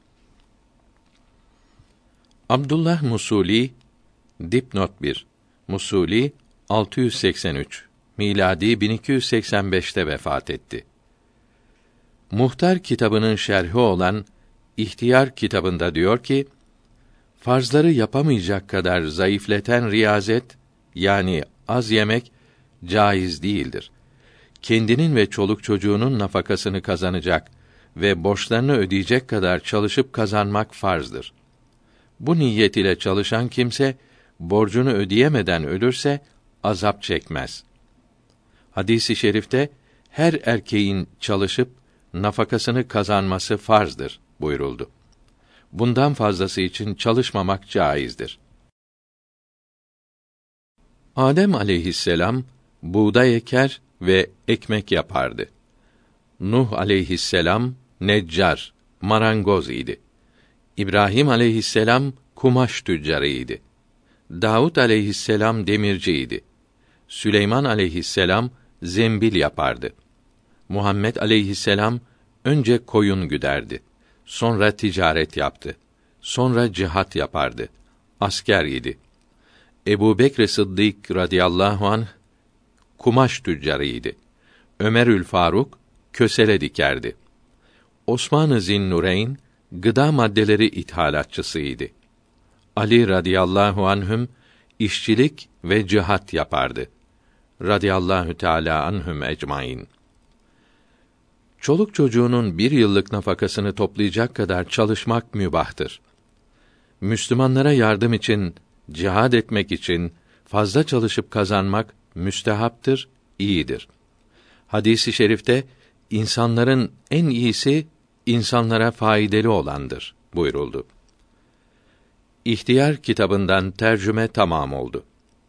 Abdullah Musuli dipnot 1. Musuli 683 miladi 1285'te vefat etti. Muhtar kitabının şerhi olan İhtiyar kitabında diyor ki, farzları yapamayacak kadar zayıfleten riyazet, yani az yemek, caiz değildir. Kendinin ve çoluk çocuğunun nafakasını kazanacak ve borçlarını ödeyecek kadar çalışıp kazanmak farzdır. Bu niyet ile çalışan kimse, borcunu ödeyemeden ölürse, azap çekmez. Hadis-i şerifte, her erkeğin çalışıp, nafakasını kazanması farzdır buyuruldu. Bundan fazlası için çalışmamak caizdir. Adem aleyhisselam buğday eker ve ekmek yapardı. Nuh aleyhisselam neccar, marangoz idi. İbrahim aleyhisselam kumaş tüccarıydı. Davud aleyhisselam demirciydi. Süleyman aleyhisselam zembil yapardı. Muhammed aleyhisselam önce koyun güderdi. Sonra ticaret yaptı. Sonra cihat yapardı. Asker idi. Ebubekr Sıddık radıyallahu anh kumaş tüccarıydı. Ömerül Faruk kösele dikerdi. Osman-ı Zinnureyn gıda maddeleri ithalatçısıydı. Ali radıyallahu anhüm işçilik ve cihat yapardı. Radıyallahu teâlâ anhüm ecmaîn. Çoluk çocuğunun bir yıllık nafakasını toplayacak kadar çalışmak mübahtır. Müslümanlara yardım için, cihad etmek için fazla çalışıp kazanmak müstehaptır, iyidir. Hadis-i şerifte insanların en iyisi insanlara faydalı olandır buyuruldu. İhtiyar kitabından tercüme tamam oldu.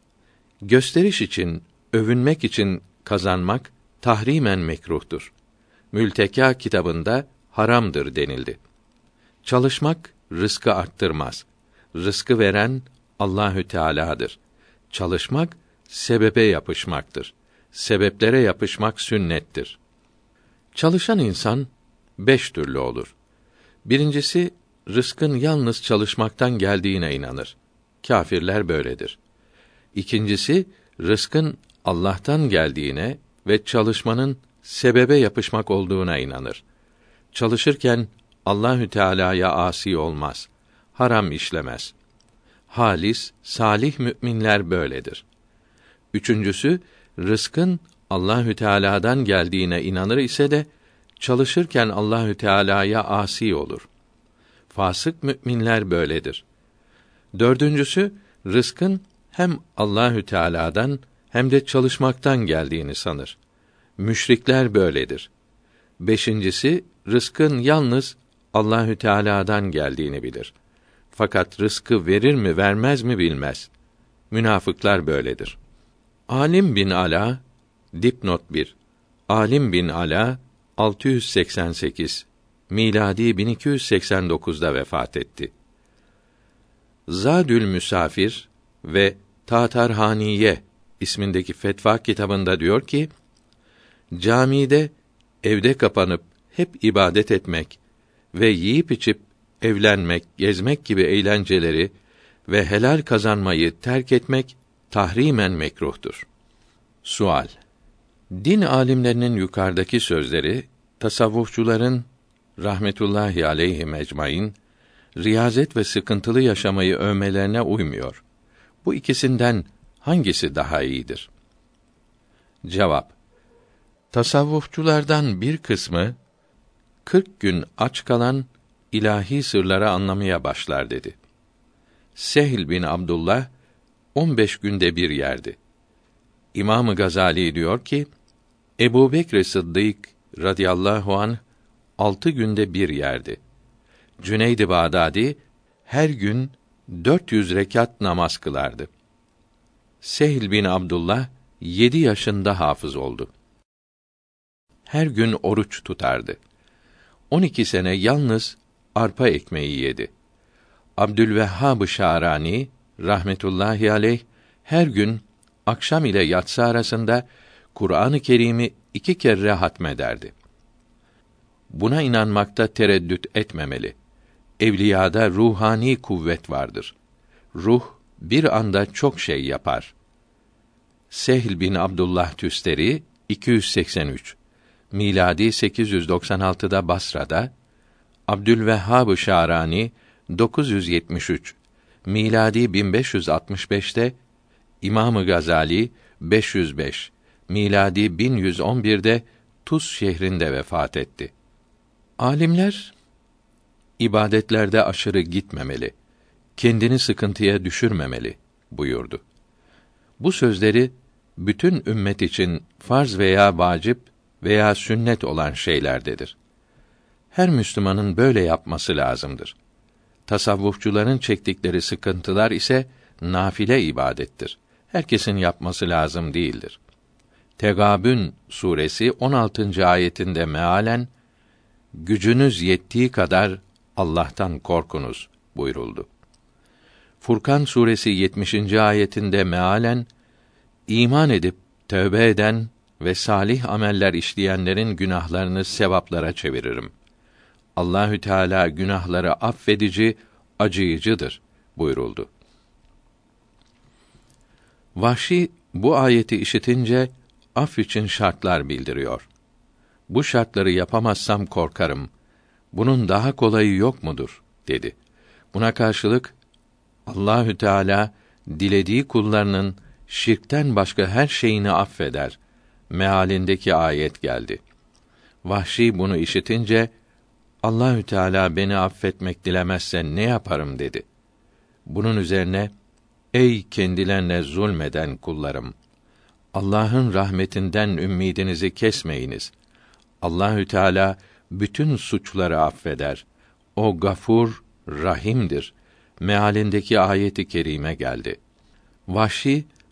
Gösteriş için, övünmek için kazanmak tahrimen mekruhtur. Mülteka kitabında haramdır denildi. Çalışmak rızkı arttırmaz. Rızkı veren Allahü Teala'dır. Çalışmak sebebe yapışmaktır. Sebeplere yapışmak sünnettir. Çalışan insan 5 türlü olur. Birincisi, rızkın yalnız çalışmaktan geldiğine inanır. Kâfirler böyledir. İkincisi, rızkın Allah'tan geldiğine ve çalışmanın sebebe yapışmak olduğuna inanır. Çalışırken Allahü Teala'ya asi olmaz. Haram işlemez. Halis, salih müminler böyledir. Üçüncüsü, rızkın Allahü Teala'dan geldiğine inanır ise de çalışırken Allahü Teala'ya asi olur. Fasık müminler böyledir. Dördüncüsü, rızkın hem Allahü Teala'dan hem de çalışmaktan geldiğini sanır. Müşrikler böyledir. Beşincisi, rızkın yalnız Allahü Teala'dan geldiğini bilir. Fakat rızkı verir mi vermez mi bilmez. Münafıklar böyledir. Alim bin Ala, dipnot 1. Alim bin Ala 688 miladi 1289'da vefat etti. Zadül Müsafir ve Tatarhaniye ismindeki fetva kitabında diyor ki, camide evde kapanıp hep ibadet etmek ve yiyip içip evlenmek, gezmek gibi eğlenceleri ve helal kazanmayı terk etmek tahrimen mekruhtur. Sual: Din alimlerinin yukarıdaki sözleri tasavvufçuların rahmetullahi aleyhim ecmaîn riyazet ve sıkıntılı yaşamayı övmelerine uymuyor. Bu ikisinden hangisi daha iyidir? Cevap: Tasavvufçulardan bir kısmı 40 gün aç kalan ilahi sırları anlamaya başlar dedi. Sehl bin Abdullah 15 günde bir yerdi. İmam-ı Gazali diyor ki, Ebu Bekr Sıddık radıyallahu anh 6 günde bir yerdi. Cüneyd-i Bağdadi her gün 400 rekat namaz kılardı. Sehl bin Abdullah 7 yaşında hafız oldu. Her gün oruç tutardı. 12 sene yalnız arpa ekmeği yedi. Abdülvehhab-ı Şarani rahmetullahi aleyh her gün akşam ile yatsı arasında Kur'an-ı Kerim'i 2 kere hatmederdi. Buna inanmakta tereddüt etmemeli. Evliyada ruhani kuvvet vardır. Ruh bir anda çok şey yapar. Sehl bin Abdullah Tüsteri 283 miladi 896'da Basra'da, Abdülvehhab-ı Şarani 973 miladi 1565'te, İmam-ı Gazali 505 miladi 1111'de Tuz şehrinde vefat etti. Alimler ibadetlerde aşırı gitmemeli, kendini sıkıntıya düşürmemeli buyurdu. Bu sözleri bütün ümmet için farz veya vacip veya sünnet olan şeylerdedir. Her Müslümanın böyle yapması lazımdır. Tasavvufçuların çektikleri sıkıntılar ise nafile ibadettir. Herkesin yapması lazım değildir. Tegâbün suresi 16. ayetinde mealen gücünüz yettiği kadar Allah'tan korkunuz buyuruldu. Furkan suresi 70. ayetinde mealen iman edip tövbe eden ve salih ameller işleyenlerin günahlarını sevaplara çeviririm. Allahü Teala günahları affedici, acıyıcıdır buyuruldu. Vahşi bu ayeti işitince af için şartlar bildiriyor. Bu şartları yapamazsam korkarım. Bunun daha kolayı yok mudur? Dedi. Buna karşılık Allahü Teala dilediği kullarının şirkten başka her şeyini affeder mealindeki ayet geldi. Vahşi bunu işitince Allahü Teala beni affetmek dilemezse ne yaparım dedi. Bunun üzerine ey kendilerine zulmeden kullarım, Allah'ın rahmetinden ümidinizi kesmeyiniz. Allahü Teala bütün suçları affeder. O Gafur, Rahim'dir mealindeki ayet-i kerime geldi. Vahşi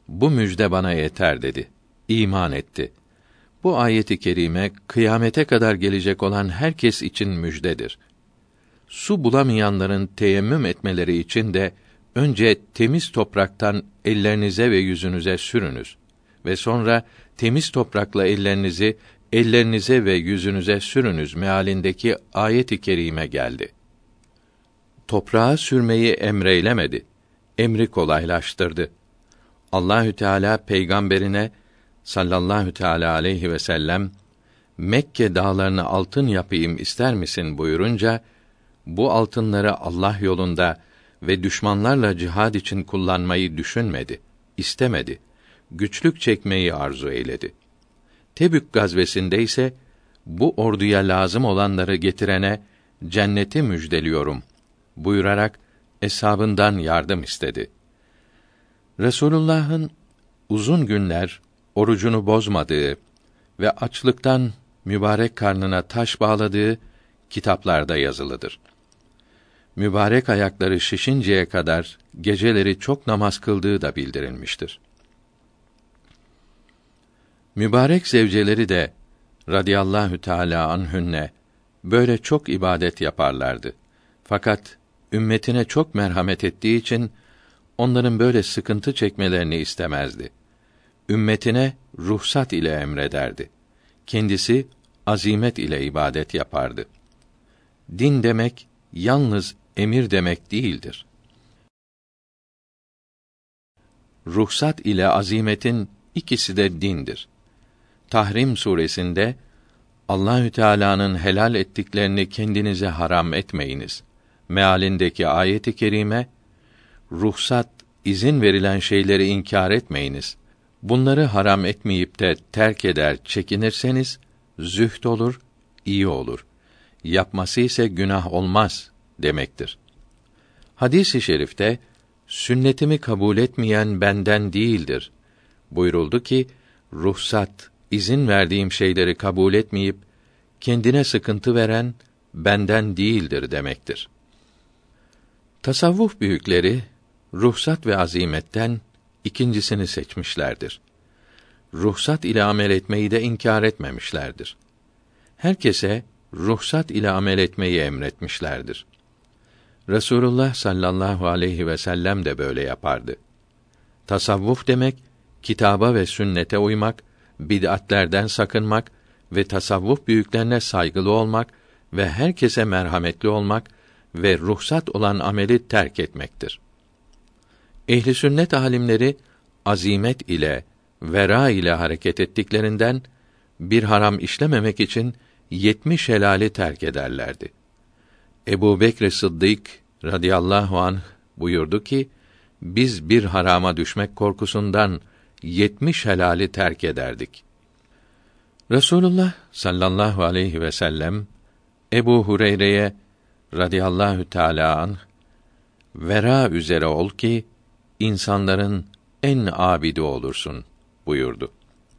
bu müjde bana yeter dedi. İman etti. Bu ayeti kerime kıyamete kadar gelecek olan herkes için müjdedir. Su bulamayanların teyemmüm etmeleri için de önce temiz topraktan ellerinize ve yüzünüze sürünüz ve sonra temiz toprakla ellerinize ve yüzünüze sürünüz mealindeki ayet-i kerime geldi. Toprağa sürmeyi emreylemedi. Emri kolaylaştırdı. Allahü Teala peygamberine sallallahu teala aleyhi ve sellem Mekke dağlarını altın yapayım ister misin buyurunca bu altınları Allah yolunda ve düşmanlarla cihad için kullanmayı düşünmedi, istemedi. Güçlük çekmeyi arzu eyledi. Tebük gazvesinde ise bu orduya lazım olanları getirene cenneti müjdeliyorum buyurarak eshabından yardım istedi. Resulullah'ın uzun günler orucunu bozmadığı ve açlıktan mübarek karnına taş bağladığı kitaplarda yazılıdır. Mübarek ayakları şişinceye kadar geceleri çok namaz kıldığı da bildirilmiştir. Mübarek zevceleri de radıyallahu teâlâ anhünne böyle çok ibadet yaparlardı. Fakat ümmetine çok merhamet ettiği için onların böyle sıkıntı çekmelerini istemezdi. Ümmetine ruhsat ile emrederdi. Kendisi azimet ile ibadet yapardı. Din demek yalnız emir demek değildir. Ruhsat ile azimetin ikisi de dindir. Tahrim suresinde Allahü Teala'nın helal ettiklerini kendinize haram etmeyiniz mealindeki ayet-i kerime, ruhsat, izin verilen şeyleri inkar etmeyiniz. Bunları haram etmeyip de terk eder, çekinirseniz zühd olur, iyi olur. Yapması ise günah olmaz demektir. Hadis-i şerifte sünnetimi kabul etmeyen benden değildir buyuruldu ki ruhsat, izin verdiğim şeyleri kabul etmeyip kendine sıkıntı veren benden değildir demektir. Tasavvuf büyükleri ruhsat ve azimetten ikincisini seçmişlerdir. Ruhsat ile amel etmeyi de inkar etmemişlerdir. Herkese ruhsat ile amel etmeyi emretmişlerdir. Resulullah sallallahu aleyhi ve sellem de böyle yapardı. Tasavvuf demek kitaba ve sünnete uymak, bid'atlerden sakınmak ve tasavvuf büyüklerine saygılı olmak ve herkese merhametli olmak ve ruhsat olan ameli terk etmektir. Ehli sünnet alimleri azimet ile, vera ile hareket ettiklerinden bir haram işlememek için 70 helali terk ederlerdi. Ebu Bekr Sıddık radıyallahu anh buyurdu ki, biz bir harama düşmek korkusundan 70 helali terk ederdik. Resulullah sallallahu aleyhi ve sellem Ebu Hureyre'ye radıyallahu teâlâ anh, vera üzere ol ki insanların en abidi olursun buyurdu.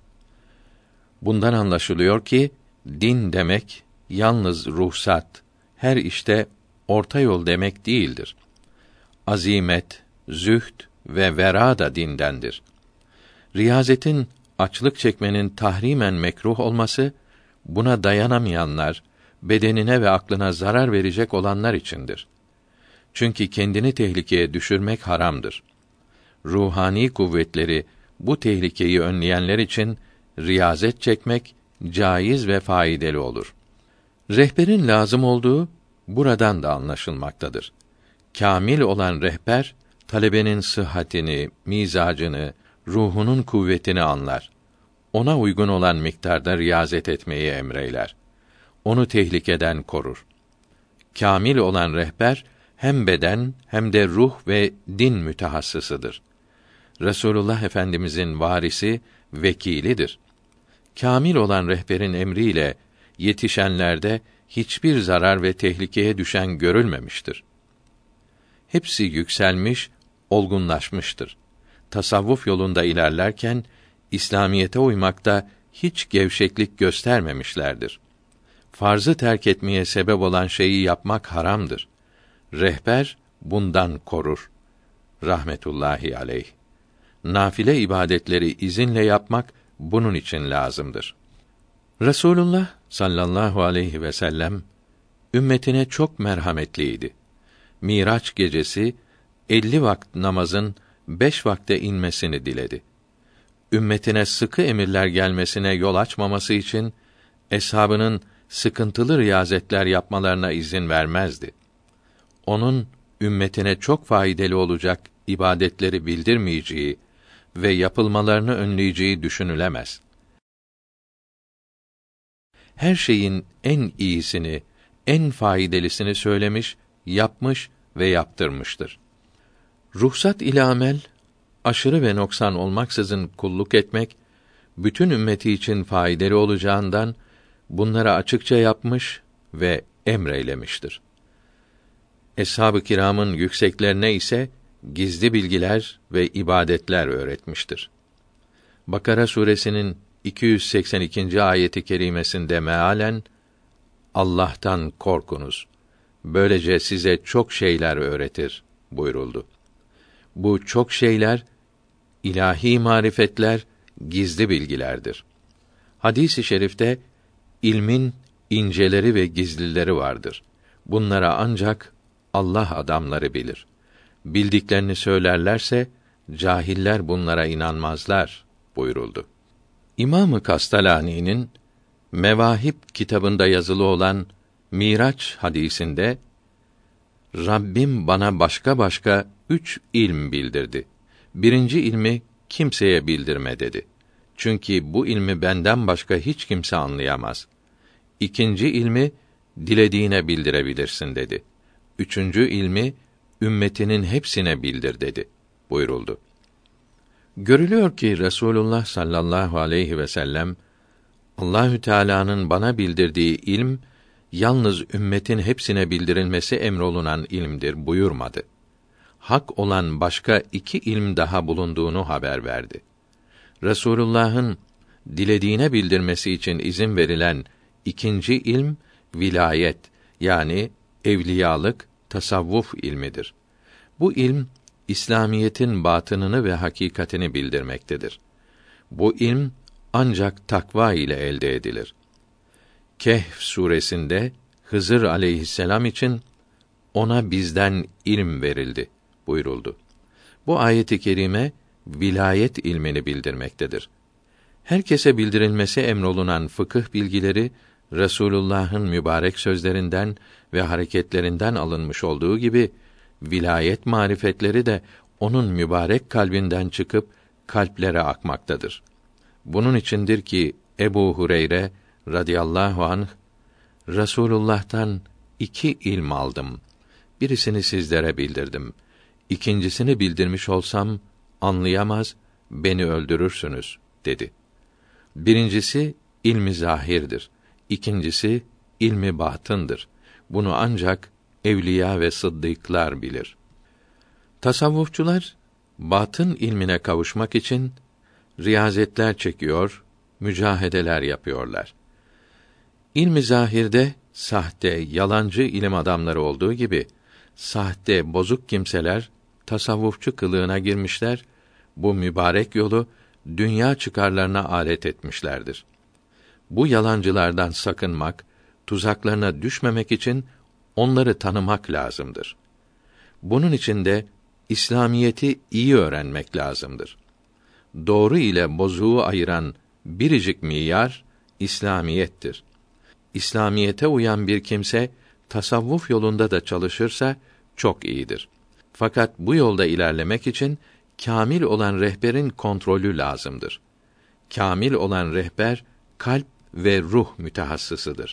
Bundan anlaşılıyor ki din demek yalnız ruhsat, her işte orta yol demek değildir. Azimet, zühd ve vera da dindendir. Riyazetin, açlık çekmenin tahrimen mekruh olması, buna dayanamayanlar, bedenine ve aklına zarar verecek olanlar içindir. Çünkü kendini tehlikeye düşürmek haramdır. Ruhani kuvvetleri bu tehlikeyi önleyenler için riyazet çekmek caiz ve faydalı olur. Rehberin lazım olduğu buradan da anlaşılmaktadır. Kâmil olan rehber talebenin sıhhatini, mizacını, ruhunun kuvvetini anlar. Ona uygun olan miktarda riyazet etmeyi emreyler. Onu tehlikeden korur. Kâmil olan rehber hem beden hem de ruh ve din mütehassısıdır. Resulullah Efendimizin varisi, vekilidir. Kâmil olan rehberin emriyle yetişenlerde hiçbir zarar ve tehlikeye düşen görülmemiştir. Hepsi yükselmiş, olgunlaşmıştır. Tasavvuf yolunda ilerlerken İslamiyete uymakta hiç gevşeklik göstermemişlerdir. Farzı terk etmeye sebep olan şeyi yapmak haramdır. Rehber bundan korur. Rahmetullahi aleyh. nafile ibadetleri izinle yapmak bunun için lazımdır. Resulullah sallallahu aleyhi ve sellem ümmetine çok merhametliydi. Miraç gecesi 50 vakit namazın 5 vakte inmesini diledi. Ümmetine sıkı emirler gelmesine yol açmaması için eshabının sıkıntılı riyazetler yapmalarına izin vermezdi. Onun ümmetine çok faydalı olacak ibadetleri bildirmeyeceği ve yapılmalarını önleyeceği düşünülemez. Her şeyin en iyisini, en faydalısını söylemiş, yapmış ve yaptırmıştır. Ruhsat ile amel, aşırı ve noksan olmaksızın kulluk etmek, bütün ümmeti için faydalı olacağından bunları açıkça yapmış ve emreylemiştir. Eshab-ı kiramın yükseklerine ise gizli bilgiler ve ibadetler öğretmiştir. Bakara suresinin 282. ayeti kerimesinde mealen Allah'tan korkunuz. Böylece size çok şeyler öğretir buyuruldu. Bu çok şeyler ilahi marifetler, gizli bilgilerdir. Hadis-i şerifte ilmin inceleri ve gizlileri vardır. Bunlara ancak Allah adamları bilir. Bildiklerini söylerlerse cahiller bunlara inanmazlar buyuruldu. İmam-ı Kastalani'nin Mevahib kitabında yazılı olan Miraç hadisinde Rabbim bana başka 3 ilm bildirdi. Birinci ilmi kimseye bildirme dedi. Çünkü bu ilmi benden başka hiç kimse anlayamaz. İkinci ilmi dilediğine bildirebilirsin dedi. Üçüncü ilmi ümmetinin hepsine bildir dedi buyuruldu. Görülüyor ki Resulullah sallallahu aleyhi ve sellem Allahü Teala'nın bana bildirdiği ilm yalnız ümmetin hepsine bildirilmesi emrolunan ilmdir buyurmadı. Hak olan başka 2 ilm daha bulunduğunu haber verdi. Resulullah'ın dilediğine bildirmesi için izin verilen ikinci ilm vilayet yani evliyalık, tasavvuf ilmidir. Bu ilm İslamiyetin batınını ve hakikatini bildirmektedir. Bu ilm ancak takva ile elde edilir. Kehf suresinde Hızır aleyhisselam için ona bizden ilm verildi buyuruldu. Bu ayet-i kerime vilayet ilmini bildirmektedir. Herkese bildirilmesi emrolunan fıkıh bilgileri Resulullah'ın mübarek sözlerinden ve hareketlerinden alınmış olduğu gibi vilayet marifetleri de onun mübarek kalbinden çıkıp kalplere akmaktadır. Bunun içindir ki Ebu Hureyre radıyallahu anh Resulullah'tan 2 ilm aldım. Birisini sizlere bildirdim. İkincisini bildirmiş olsam anlayamaz, beni öldürürsünüz dedi. Birincisi ilmi zahirdir. İkincisi ilmi batındır. Bunu ancak evliya ve sıddıklar bilir. Tasavvufçular batın ilmine kavuşmak için riyazetler çekiyor, mücahedeler yapıyorlar. İlmi zahirde sahte, yalancı ilim adamları olduğu gibi sahte, bozuk kimseler tasavvufçu kılığına girmişler, bu mübarek yolu dünya çıkarlarına alet etmişlerdir. Bu yalancılardan sakınmak, tuzaklarına düşmemek için onları tanımak lazımdır. Bunun için de İslamiyeti iyi öğrenmek lazımdır. Doğru ile bozuğu ayıran biricik miyar İslamiyettir. İslamiyete uyan bir kimse tasavvuf yolunda da çalışırsa çok iyidir. Fakat bu yolda ilerlemek için kâmil olan rehberin kontrolü lazımdır. Kâmil olan rehber kalp ve ruh mütehassısıdır.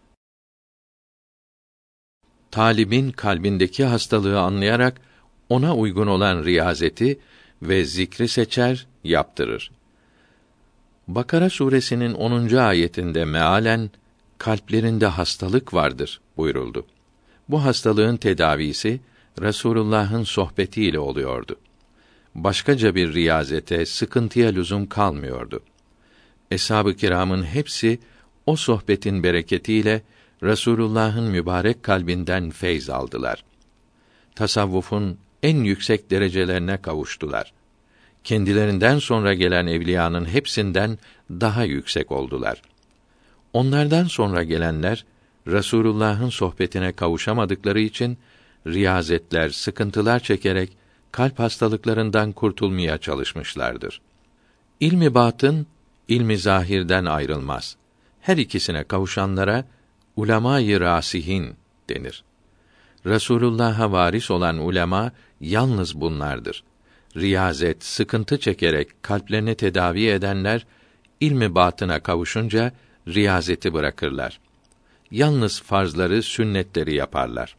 Talibin kalbindeki hastalığı anlayarak ona uygun olan riyazeti ve zikri seçer, yaptırır. Bakara suresinin 10. ayetinde mealen kalplerinde hastalık vardır buyuruldu. Bu hastalığın tedavisi Resulullah'ın sohbetiyle oluyordu. Başkaca bir riyazete, sıkıntıya lüzum kalmıyordu. Eshab-ı kiramın hepsi o sohbetin bereketiyle Resulullah'ın mübarek kalbinden feyz aldılar. Tasavvufun en yüksek derecelerine kavuştular. kendilerinden sonra gelen evliyanın hepsinden daha yüksek oldular. Onlardan sonra gelenler Resulullah'ın sohbetine kavuşamadıkları için riyazetler, sıkıntılar çekerek kalp hastalıklarından kurtulmaya çalışmışlardır. İlmi batın, ilmi zahirden ayrılmaz. Her ikisine kavuşanlara ulema-i rasihin denir. Resulullah'a varis olan ulema yalnız bunlardır. Riyazet, sıkıntı çekerek kalplerini tedavi edenler ilmi batına kavuşunca riyazeti bırakırlar. Yalnız farzları, sünnetleri yaparlar.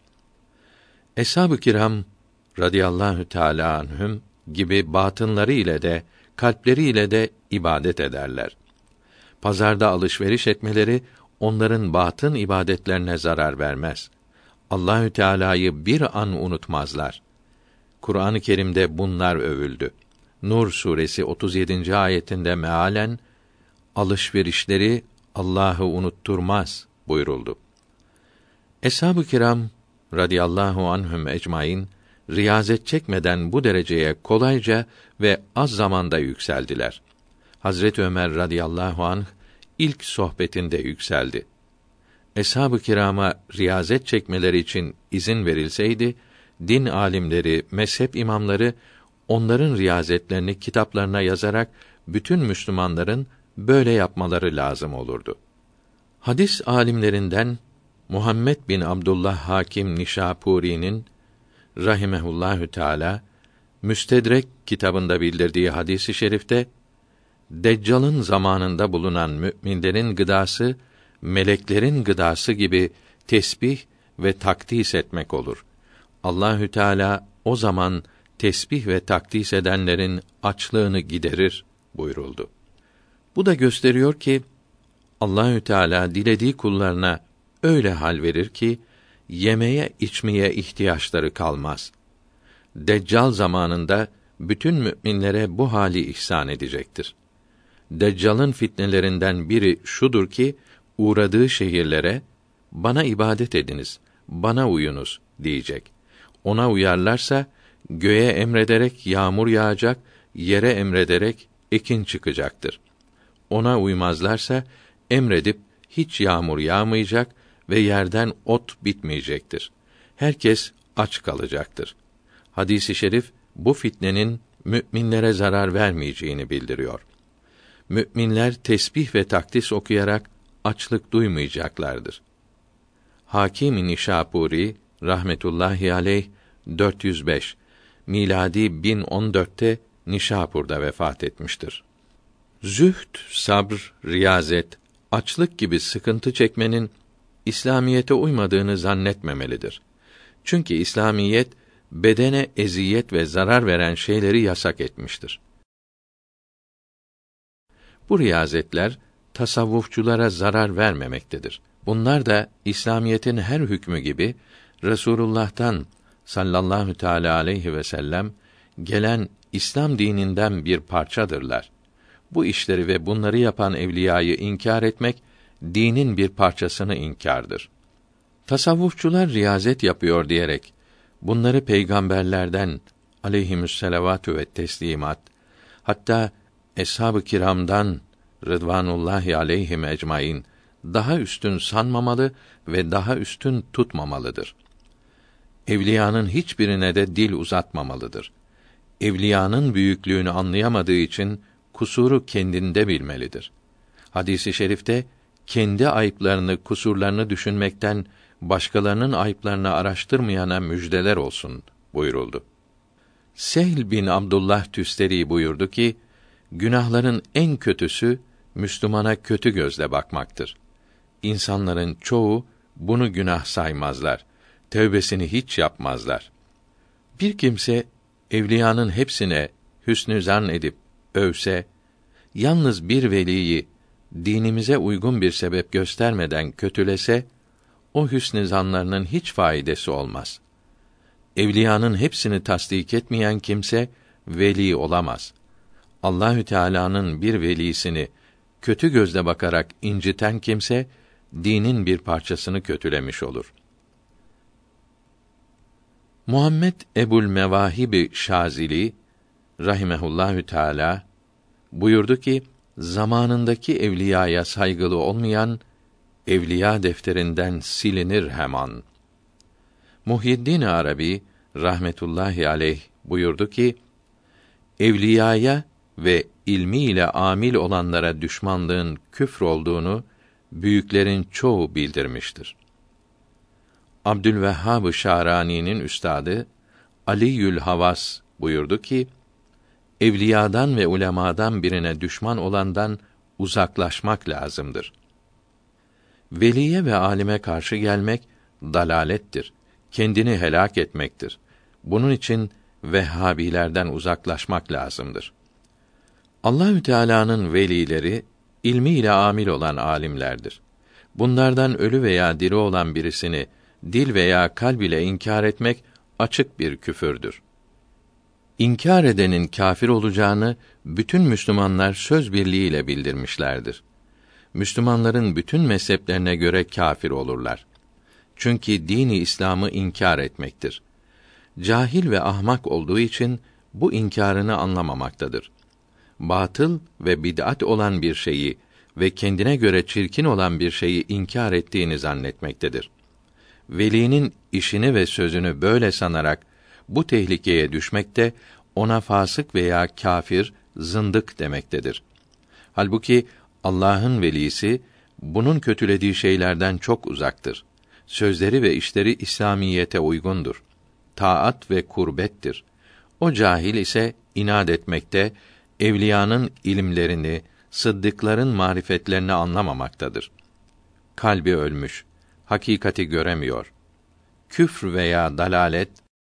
Eshab-ı kiram radıyallahu teâlâ anhüm gibi batınları ile de kalpleri ile de ibadet ederler. Pazarda alışveriş etmeleri onların batın ibadetlerine zarar vermez. Allahü Teala'yı bir an unutmazlar. Kur'an-ı Kerim'de bunlar övüldü. Nur suresi 37. ayetinde mealen alışverişleri Allah'ı unutturmaz buyuruldu. Eshab-ı kiram radıyallahu anhum ecmaîn riyazet çekmeden bu dereceye kolayca ve az zamanda yükseldiler. Hazreti Ömer radıyallahu anh ilk sohbetinde yükseldi. Eshab-ı kirama riyazet çekmeleri için izin verilseydi, din alimleri, mezhep imamları onların riyazetlerini kitaplarına yazarak bütün Müslümanların böyle yapmaları lazım olurdu. Hadis alimlerinden Muhammed bin Abdullah Hakim Nişapuri'nin rahimehullahü teâlâ Müstedrek kitabında bildirdiği hadis-i şerifte Deccal'ın zamanında bulunan müminlerin gıdası meleklerin gıdası gibi tesbih ve takdis etmek olur. Allahü Teala o zaman tesbih ve takdis edenlerin açlığını giderir buyuruldu. Bu da gösteriyor ki Allahü Teala dilediği kullarına öyle hal verir ki yemeye içmeye ihtiyaçları kalmaz. Deccal zamanında bütün müminlere bu hali ihsan edecektir. Deccal'ın fitnelerinden biri şudur ki uğradığı şehirlere bana ibadet ediniz, bana uyunuz diyecek. Ona uyarlarsa göğe emrederek yağmur yağacak, yere emrederek ekin çıkacaktır. Ona uymazlarsa emredip hiç yağmur yağmayacak ve yerden ot bitmeyecektir. Herkes aç kalacaktır. Hadis-i şerif bu fitnenin müminlere zarar vermeyeceğini bildiriyor. Müminler tesbih ve takdis okuyarak açlık duymayacaklardır. Hakim-i Nişapuri rahmetullahi aleyh 405 miladi 1014'te Nişapur'da vefat etmiştir. Zühd, sabr, riyazet, açlık gibi sıkıntı çekmenin İslamiyete uymadığını zannetmemelidir. Çünkü İslamiyet bedene eziyet ve zarar veren şeyleri yasak etmiştir. Bu riyazetler tasavvufçulara zarar vermemektedir. Bunlar da İslamiyetin her hükmü gibi Resulullah'tan sallallahu teâlâ aleyhi ve sellem gelen İslam dininden bir parçadırlar. Bu işleri ve bunları yapan evliyayı inkar etmek dinin bir parçasını inkardır. Tasavvufçular riyazet yapıyor diyerek bunları peygamberlerden aleyhimüsselavatü ve teslimat, hatta eshab-ı kiramdan rıdvanullahi aleyhim ecmaîn daha üstün sanmamalı ve daha üstün tutmamalıdır. Evliyanın hiçbirine de dil uzatmamalıdır. Evliyanın büyüklüğünü anlayamadığı için kusuru kendinde bilmelidir. Hadis-i şerifte kendi ayıplarını, kusurlarını düşünmekten başkalarının ayıplarını araştırmayana müjdeler olsun buyuruldu. Sehl bin Abdullah Tüsteri buyurdu ki, günahların en kötüsü Müslümana kötü gözle bakmaktır. İnsanların çoğu bunu günah saymazlar. Tövbesini hiç yapmazlar. Bir kimse evliyanın hepsine hüsnü zan edip övse, yalnız bir veliyi dinimize uygun bir sebep göstermeden kötülese, o hüsnü zanlarının hiç faydası olmaz. Evliyanın hepsini tasdik etmeyen kimse veli olamaz. Allahü Teala'nın bir velisini kötü gözle bakarak inciten kimse dinin bir parçasını kötülemiş olur. Muhammed Ebul Mevahib Şazili rahimehullahü teala buyurdu ki, zamanındaki evliyaya saygılı olmayan evliya defterinden silinir hemen. Muhyiddin Arabi rahmetullahi aleyh buyurdu ki, evliyaya ve ilmiyle amil olanlara düşmanlığın küfr olduğunu büyüklerin çoğu bildirmiştir. Abdülvehhab-ı Şarani'nin üstadı Aliül Havas buyurdu ki, evliyadan ve ulemadan birine düşman olandan uzaklaşmak lazımdır. Veliye ve alime karşı gelmek dalalettir. Kendini helak etmektir. Bunun için Vehhabilerden uzaklaşmak lazımdır. Allahü Teala'nın velileri ilmiyle amil olan alimlerdir. Bunlardan ölü veya diri olan birisini dil veya kalb ile inkar etmek açık bir küfürdür. İnkar edenin kâfir olacağını bütün Müslümanlar söz birliğiyle bildirmişlerdir. Müslümanların bütün mezheplerine göre kâfir olurlar. Çünkü dini İslam'ı inkar etmektir. Cahil ve ahmak olduğu için bu inkârını anlamamaktadır. Batıl ve bid'at olan bir şeyi ve kendine göre çirkin olan bir şeyi inkar ettiğini zannetmektedir. Velinin işini ve sözünü böyle sanarak bu tehlikeye düşmekte ona fasık veya kâfir, zındık demektedir. Halbuki Allah'ın velisi bunun kötülediği şeylerden çok uzaktır. Sözleri ve işleri İslamiyete uygundur. Taat ve kurbettir. O cahil ise inat etmekte, evliyanın ilimlerini, sıddıkların marifetlerini anlamamaktadır. Kalbi ölmüş, hakikati göremiyor. Küfr veya dalalet,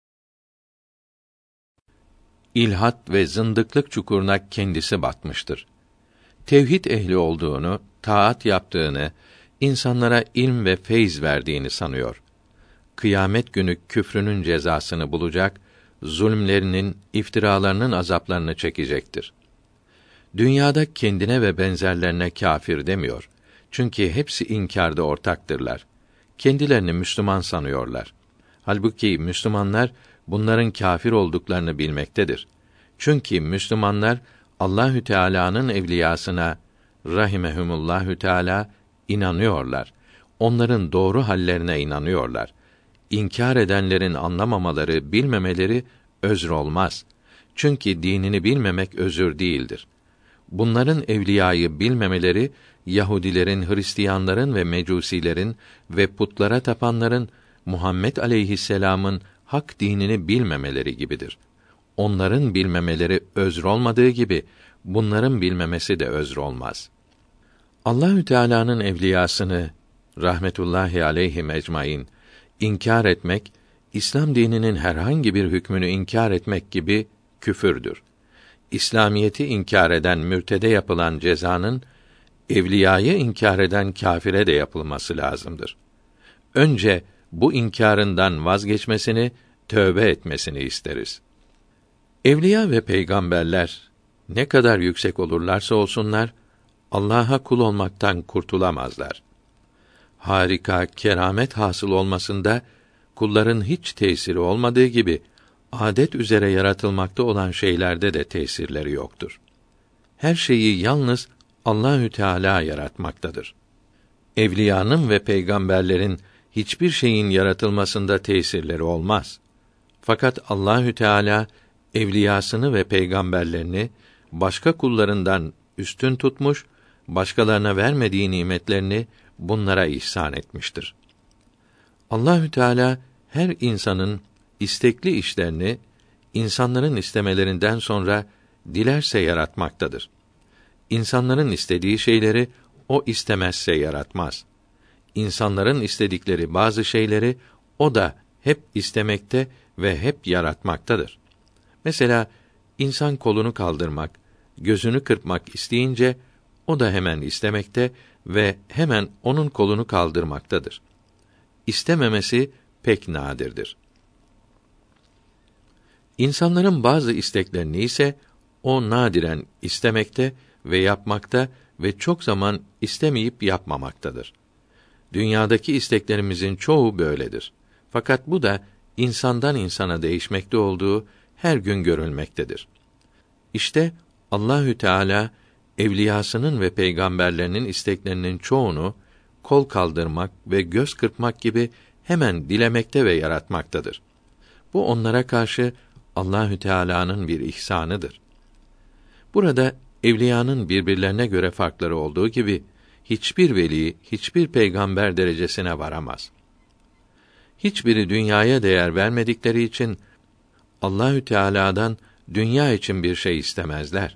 ilhat ve zındıklık çukuruna kendisi batmıştır. Tevhid ehli olduğunu, taat yaptığını, insanlara ilm ve feyz verdiğini sanıyor. Kıyamet günü küfrünün cezasını bulacak, zulmlerinin, iftiralarının azaplarını çekecektir. Dünyada kendine ve benzerlerine kâfir demiyor. Çünkü hepsi inkârda ortaktırlar. Kendilerini Müslüman sanıyorlar. Halbuki Müslümanlar bunların kâfir olduklarını bilmektedir. Çünkü Müslümanlar Allahü Teala'nın evliyasına rahimehumullahü Teala inanıyorlar. Onların doğru hallerine inanıyorlar. İnkar edenlerin anlamamaları, bilmemeleri özür olmaz. Çünkü dinini bilmemek özür değildir. Bunların evliyayı bilmemeleri, Yahudilerin, Hristiyanların ve Mecusilerin ve putlara tapanların Muhammed aleyhisselam'ın hak dinini bilmemeleri gibidir. Onların bilmemeleri özür olmadığı gibi bunların bilmemesi de özür olmaz. Allahü Teala'nın evliyasını rahmetullahi aleyhi ecmaîn inkar etmek, İslam dininin herhangi bir hükmünü inkar etmek gibi küfürdür. İslamiyeti inkar eden mürtede yapılan cezanın evliyayı inkar eden kâfire de yapılması lazımdır. Önce bu inkârından vazgeçmesini, tövbe etmesini isteriz. Evliya ve peygamberler ne kadar yüksek olurlarsa olsunlar, Allah'a kul olmaktan kurtulamazlar. Harika, keramet hasıl olmasında kulların hiç tesiri olmadığı gibi adet üzere yaratılmakta olan şeylerde de tesirleri yoktur. Her şeyi yalnız Allahü Teala yaratmaktadır. Evliyanın ve peygamberlerin hiçbir şeyin yaratılmasında tesirleri olmaz. Fakat Allahü Teala evliyasını ve peygamberlerini başka kullarından üstün tutmuş, başkalarına vermediği nimetlerini bunlara ihsan etmiştir. Allahü Teala her insanın istekli işlerini insanların istemelerinden sonra dilerse yaratmaktadır. İnsanların istediği şeyleri o istemezse yaratmaz. İnsanların istedikleri bazı şeyleri o da hep istemekte ve hep yaratmaktadır. Mesela insan kolunu kaldırmak, gözünü kırpmak isteyince o da hemen istemekte ve hemen onun kolunu kaldırmaktadır. İstememesi pek nadirdir. İnsanların bazı isteklerini ise o nadiren istemekte ve yapmakta ve çok zaman istemeyip yapmamaktadır. Dünyadaki isteklerimizin çoğu böyledir. Fakat bu da insandan insana değişmekte olduğu her gün görülmektedir. İşte Allahü Teala evliyasının ve peygamberlerinin isteklerinin çoğunu kol kaldırmak ve göz kırpmak gibi hemen dilemekte ve yaratmaktadır. Bu onlara karşı Allahü Teala'nın bir ihsanıdır. Burada evliyanın birbirlerine göre farkları olduğu gibi hiçbir veli, hiçbir peygamber derecesine varamaz. Hiçbiri dünyaya değer vermedikleri için Allahü Teala'dan dünya için bir şey istemezler.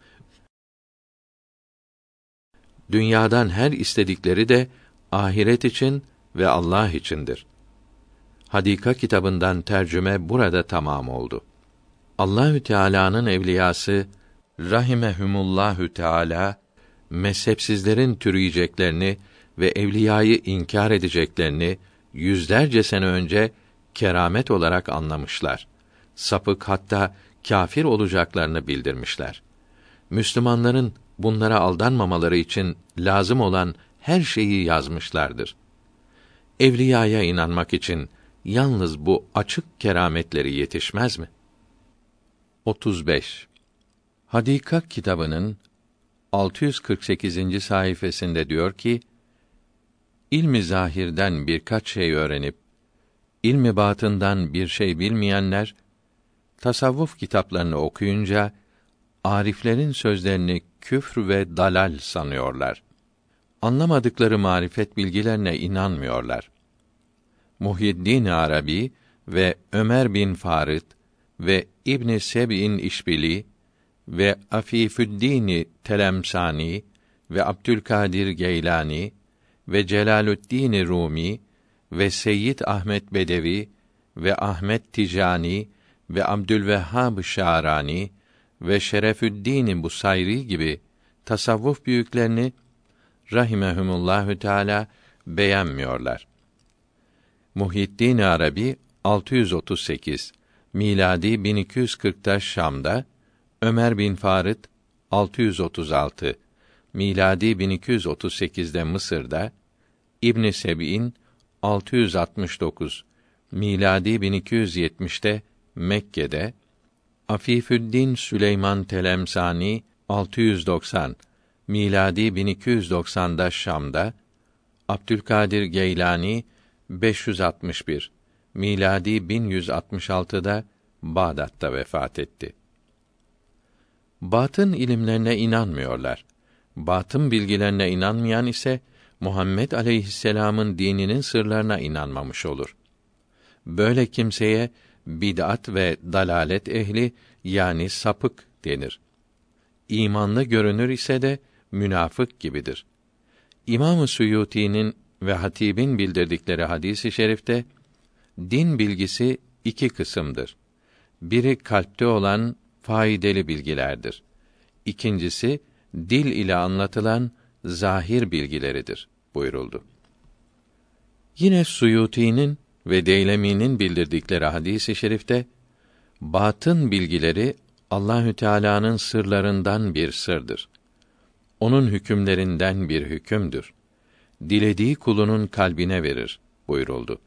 Dünyadan her istedikleri de ahiret için ve Allah içindir. Hadika kitabından tercüme burada tamam oldu. Allahü Teala'nın evliyası rahimehumullahü Teala mezhepsizlerin türüyeceklerini ve evliyayı inkar edeceklerini yüzlerce sene önce keramet olarak anlamışlar. Sapık hatta kâfir olacaklarını bildirmişler. Müslümanların bunlara aldanmamaları için lazım olan her şeyi yazmışlardır. Evliyaya inanmak için yalnız bu açık kerametleri yetişmez mi? 35. Hadika kitabının 648. sayfasında diyor ki: İlmi zahirden birkaç şey öğrenip ilmi batından bir şey bilmeyenler tasavvuf kitaplarını okuyunca ariflerin sözlerini küfr ve dalal sanıyorlar. Anlamadıkları marifet bilgilerine inanmıyorlar. Muhyiddin Arabi ve Ömer bin Farid ve İbn Seb'in İşbili ve Afifüddin Telemsani ve Abdülkadir Geylani ve Celalüddin Rumi ve Seyyid Ahmet Bedevi ve Ahmet Ticani ve Abdülvehhab Şarani ve Şerefüddin Busayri gibi tasavvuf büyüklerini rahimehumullahü Teala beğenmiyorlar. Muhyiddin Arabi 638 miladi 1240'ta Şam'da, Ömer bin Farid 636 miladi 1238'de Mısır'da, İbn Seb'in 669 miladi 1270'te Mekke'de, Afifüddin Süleyman Telemsani 690 miladi 1290'da Şam'da, Abdülkadir Geylani 561 miladi 1166'da Bağdat'ta vefat etti. Batın ilimlerine inanmıyorlar. Batın bilgilerine inanmayan ise Muhammed aleyhisselam'ın dininin sırlarına inanmamış olur. Böyle kimseye bid'at ve dalalet ehli yani sapık denir. İmanlı görünür ise de münafık gibidir. İmam-ı Suyuti'nin ve Hatib'in bildirdikleri hadis-i şerifte din bilgisi iki kısımdır. Biri kalpte olan faydalı bilgilerdir. İkincisi dil ile anlatılan zahir bilgileridir buyuruldu. Yine Suyuti'nin ve Deylemi'nin bildirdikleri hadis-i şerifte batın bilgileri Allahü Teala'nın sırlarından bir sırdır. Onun hükümlerinden bir hükümdür. Dilediği kulunun kalbine verir buyuruldu.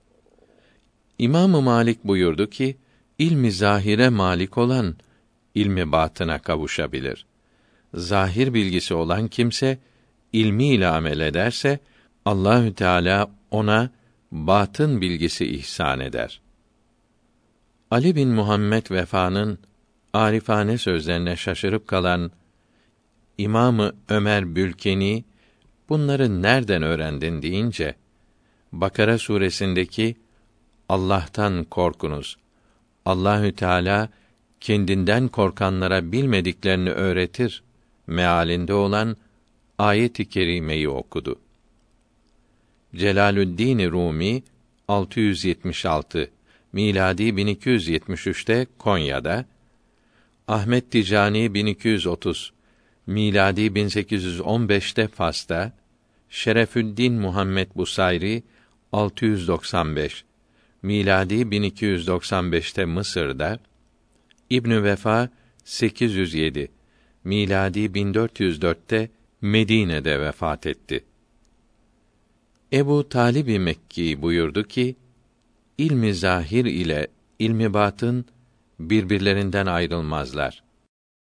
İmam-ı Malik buyurdu ki, ilmi zahire malik olan ilmi batına kavuşabilir. Zahir bilgisi olan kimse ilmiyle amel ederse Allahü Teala ona batın bilgisi ihsan eder. Ali bin Muhammed Vefa'nın arifane sözlerine şaşırıp kalan İmamı Ömer Bülkeni bunları nereden öğrendin deyince Bakara suresindeki Allah'tan korkunuz. Allahü Teala kendinden korkanlara bilmediklerini öğretir mealinde olan ayet-i kerimeyi okudu. Celalüddin Rumi 676 miladi 1273'te Konya'da, Ahmet Ticani 1230 miladi 1815'te Fas'ta, Şerefüddin Muhammed Busayri 695 miladi 1295'te Mısır'da, İbn Vefa 807 miladi 1404'te Medine'de vefat etti. Ebu Talib-i Mekki buyurdu ki, ilmi zahir ile ilmi batın birbirlerinden ayrılmazlar.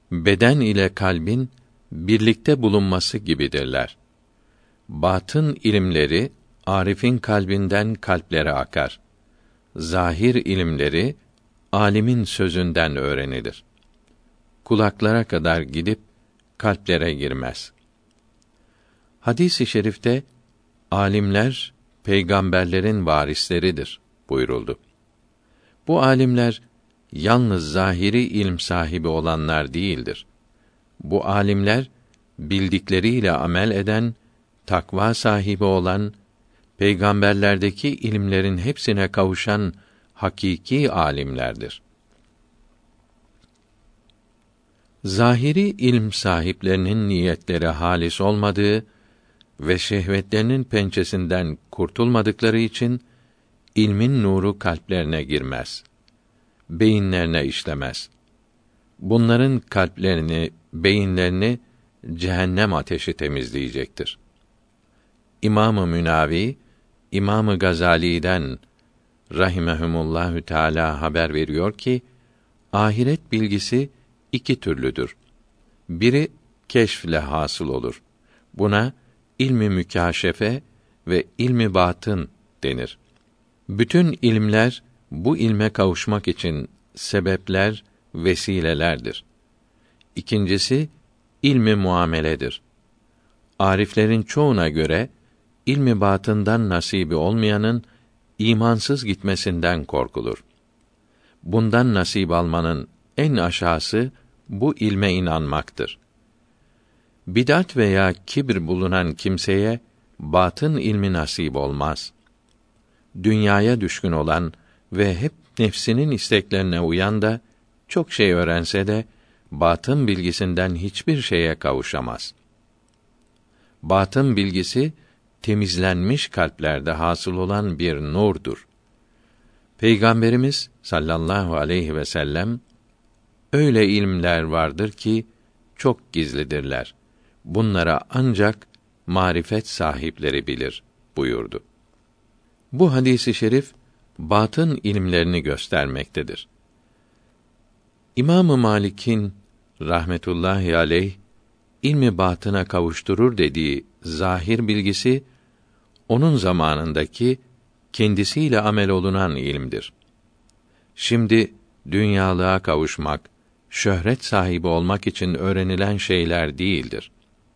beden ile kalbin birlikte bulunması gibidirler. Batın ilimleri arifin kalbinden kalplere akar. Zahir ilimleri alimin sözünden öğrenilir. Kulaklara kadar gidip kalplere girmez. Hadis-i şerifte alimler peygamberlerin varisleridir buyuruldu. Bu alimler yalnız zahiri ilm sahibi olanlar değildir. Bu alimler bildikleriyle amel eden, takva sahibi olan, peygamberlerdeki ilimlerin hepsine kavuşan hakiki alimlerdir. Zahiri ilm sahiplerinin niyetleri halis olmadığı ve şehvetlerinin pençesinden kurtulmadıkları için ilmin nuru kalplerine girmez. Beyinlerine işlemez. Bunların kalplerini, beyinlerini cehennem ateşi temizleyecektir. İmam-ı Münavi, İmam-ı Gazali'den rahimehumullahü teâlâ haber veriyor ki, ahiret bilgisi iki türlüdür. Biri keşfle hasıl olur. Buna ilmi mükâşefe ve ilmi batın denir. Bütün ilimler bu ilme kavuşmak için sebepler, vesilelerdir. İkincisi ilmi muameledir. Ariflerin çoğuna göre ilmi batından nasibi olmayanın imansız gitmesinden korkulur. Bundan nasip almanın en aşağısı bu ilme inanmaktır. Bid'at veya kibir bulunan kimseye batın ilmi nasip olmaz. Dünyaya düşkün olan ve hep nefsinin isteklerine uyan da çok şey öğrense de batın bilgisinden hiçbir şeye kavuşamaz. Batın bilgisi temizlenmiş kalplerde hasıl olan bir nurdur. Peygamberimiz sallallahu aleyhi ve sellem öyle ilimler vardır ki çok gizlidirler. Bunlara ancak marifet sahipleri bilir buyurdu. Bu hadisi şerif batın ilimlerini göstermektedir. İmam-ı Malik'in rahmetullahi aleyh ilmi batına kavuşturur dediği zahir bilgisi onun zamanındaki kendisiyle amel olunan ilimdir. Şimdi dünyalığa kavuşmak, şöhret sahibi olmak için öğrenilen şeyler değildir.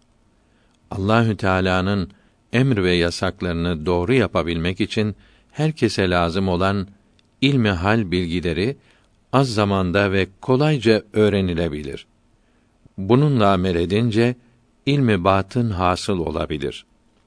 Allahü Teala'nın emr ve yasaklarını doğru yapabilmek için herkese lazım olan ilmi hal bilgileri az zamanda ve kolayca öğrenilebilir. Bununla amel edince ilmi batın hasıl olabilir.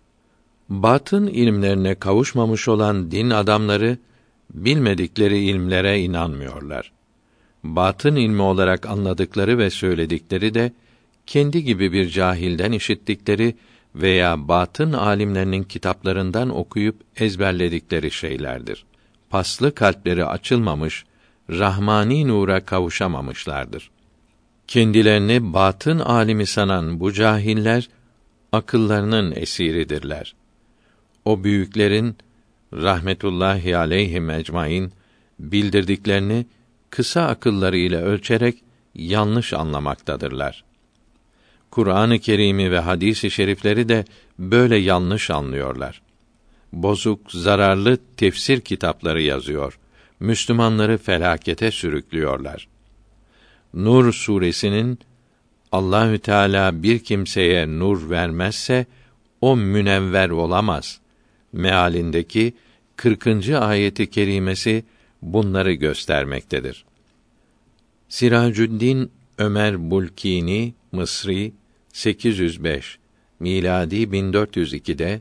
Batın ilimlerine kavuşmamış olan din adamları bilmedikleri ilmlere inanmıyorlar. Batın ilmi olarak anladıkları ve söyledikleri de kendi gibi bir cahilden işittikleri veya batın alimlerinin kitaplarından okuyup ezberledikleri şeylerdir. Paslı kalpleri açılmamış, rahmani nura kavuşamamışlardır. Kendilerini batın alimi sanan bu cahiller akıllarının esiridirler. O büyüklerin rahmetullahi aleyhim ecmaîn bildirdiklerini kısa akılları ile ölçerek yanlış anlamaktadırlar. Kur'an-ı Kerim'i ve hadis-i şerifleri de böyle yanlış anlıyorlar. Bozuk, zararlı tefsir kitapları yazıyor. Müslümanları felakete sürüklüyorlar. Nur suresinin Allahü Teala bir kimseye nur vermezse o münevver olamaz mealindeki 40. ayeti kerimesi bunları göstermektedir. Siracüddin Ömer Bulkini Mısri 805 miladi 1402'de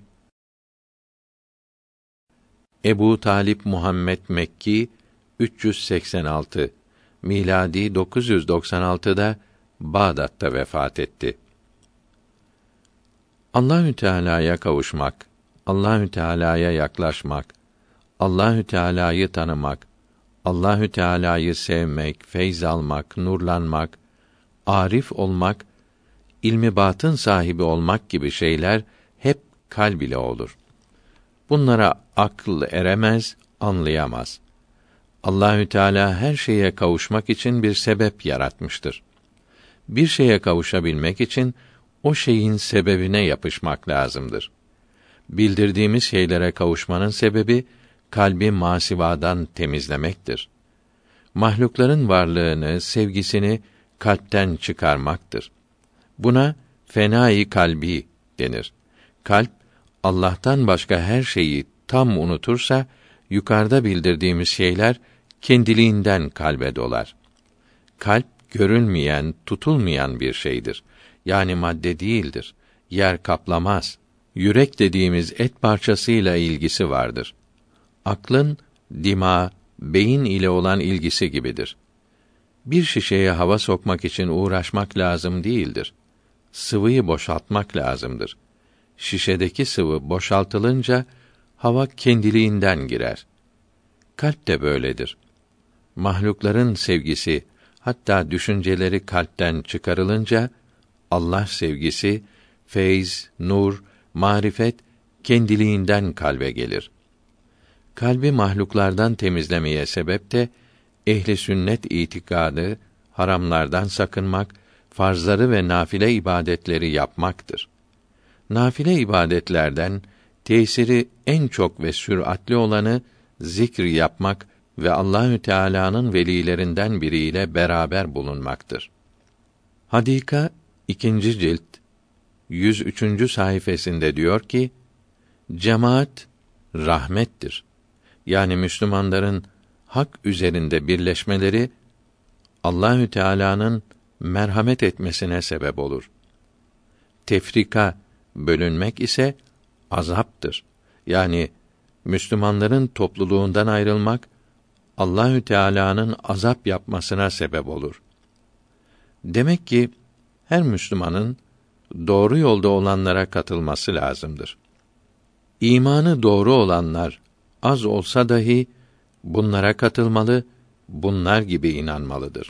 Ebu Talip Muhammed Mekki 386 miladi 996'da Bağdat'ta vefat etti. Allahü Teala'ya kavuşmak, Allahü Teala'ya yaklaşmak, Allahü Teala'yı tanımak, Allahü Teala'yı sevmek, feyz almak, nurlanmak, arif olmak, ilmi batın sahibi olmak gibi şeyler hep kalb ile olur. Bunlara akıl eremez, anlayamaz. Allahü Teala her şeye kavuşmak için bir sebep yaratmıştır. Bir şeye kavuşabilmek için o şeyin sebebine yapışmak lazımdır. Bildirdiğimiz şeylere kavuşmanın sebebi kalbi masivadan temizlemektir. Mahlukların varlığını, sevgisini kalpten çıkarmaktır. Buna fenâ-i kalbi denir. Kalp Allah'tan başka her şeyi tam unutursa yukarıda bildirdiğimiz şeyler kendiliğinden kalbe dolar. Kalp görülmeyen, tutulmayan bir şeydir. Yani madde değildir. Yer kaplamaz. Yürek dediğimiz et parçasıyla ilgisi vardır. Aklın dima, beyin ile olan ilgisi gibidir. Bir şişeye hava sokmak için uğraşmak lazım değildir. Sıvıyı boşaltmak lazımdır. Şişedeki sıvı boşaltılınca hava kendiliğinden girer. Kalp de böyledir. Mahlukların sevgisi, hatta düşünceleri kalpten çıkarılınca Allah sevgisi, feyz, nur, marifet kendiliğinden kalbe gelir. Kalbi mahluklardan temizlemeye sebep de ehli sünnet itikadı, haramlardan sakınmak, farzları ve nafile ibadetleri yapmaktır. Nafile ibadetlerden tesiri en çok ve süratli olanı zikr yapmak ve Allahü Teala'nın velilerinden biriyle beraber bulunmaktır. Hadika 2. cilt 103. sayfasında diyor ki: Cemaat rahmettir. Yani Müslümanların hak üzerinde birleşmeleri Allahü Teala'nın merhamet etmesine sebep olur. Tefrika, bölünmek ise azaptır. Yani Müslümanların topluluğundan ayrılmak Allahü Teala'nın azap yapmasına sebep olur. Demek ki her Müslümanın doğru yolda olanlara katılması lazımdır. İmanı doğru olanlar az olsa dahi bunlara katılmalı, bunlar gibi inanmalıdır.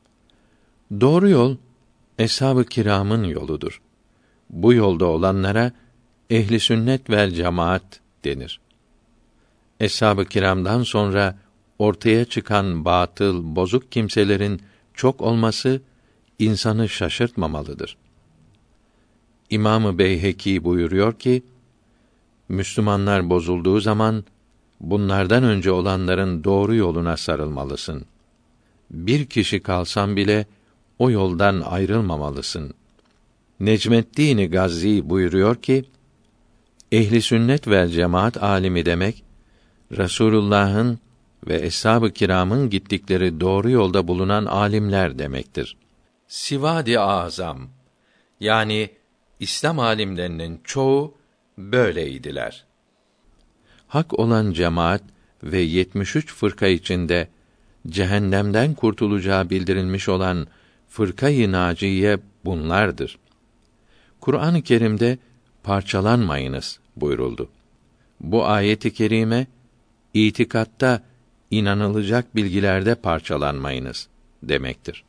Doğru yol eshab-ı kiramın yoludur. Bu yolda olanlara ehli sünnet vel cemaat denir. Eshab-ı kiramdan sonra ortaya çıkan batıl, bozuk kimselerin çok olması insanı şaşırtmamalıdır. İmam-ı Beyheki buyuruyor ki, Müslümanlar bozulduğu zaman bunlardan önce olanların doğru yoluna sarılmalısın. Bir kişi kalsan bile o yoldan ayrılmamalısın. Necmeddin Gazzi buyuruyor ki, ehli sünnet vel cemaat alimi demek, Resulullah'ın ve eshab-ı kiramın gittikleri doğru yolda bulunan alimler demektir. Sivadi azam, yani İslam alimlerinin çoğu böyleydiler. Hak olan cemaat ve 73 fırka içinde cehennemden kurtulacağı bildirilmiş olan fırka-i naciye bunlardır. Kur'an-ı Kerim'de parçalanmayınız buyuruldu. Bu ayet-i kerime itikatta inanılacak bilgilerde parçalanmayınız demektir.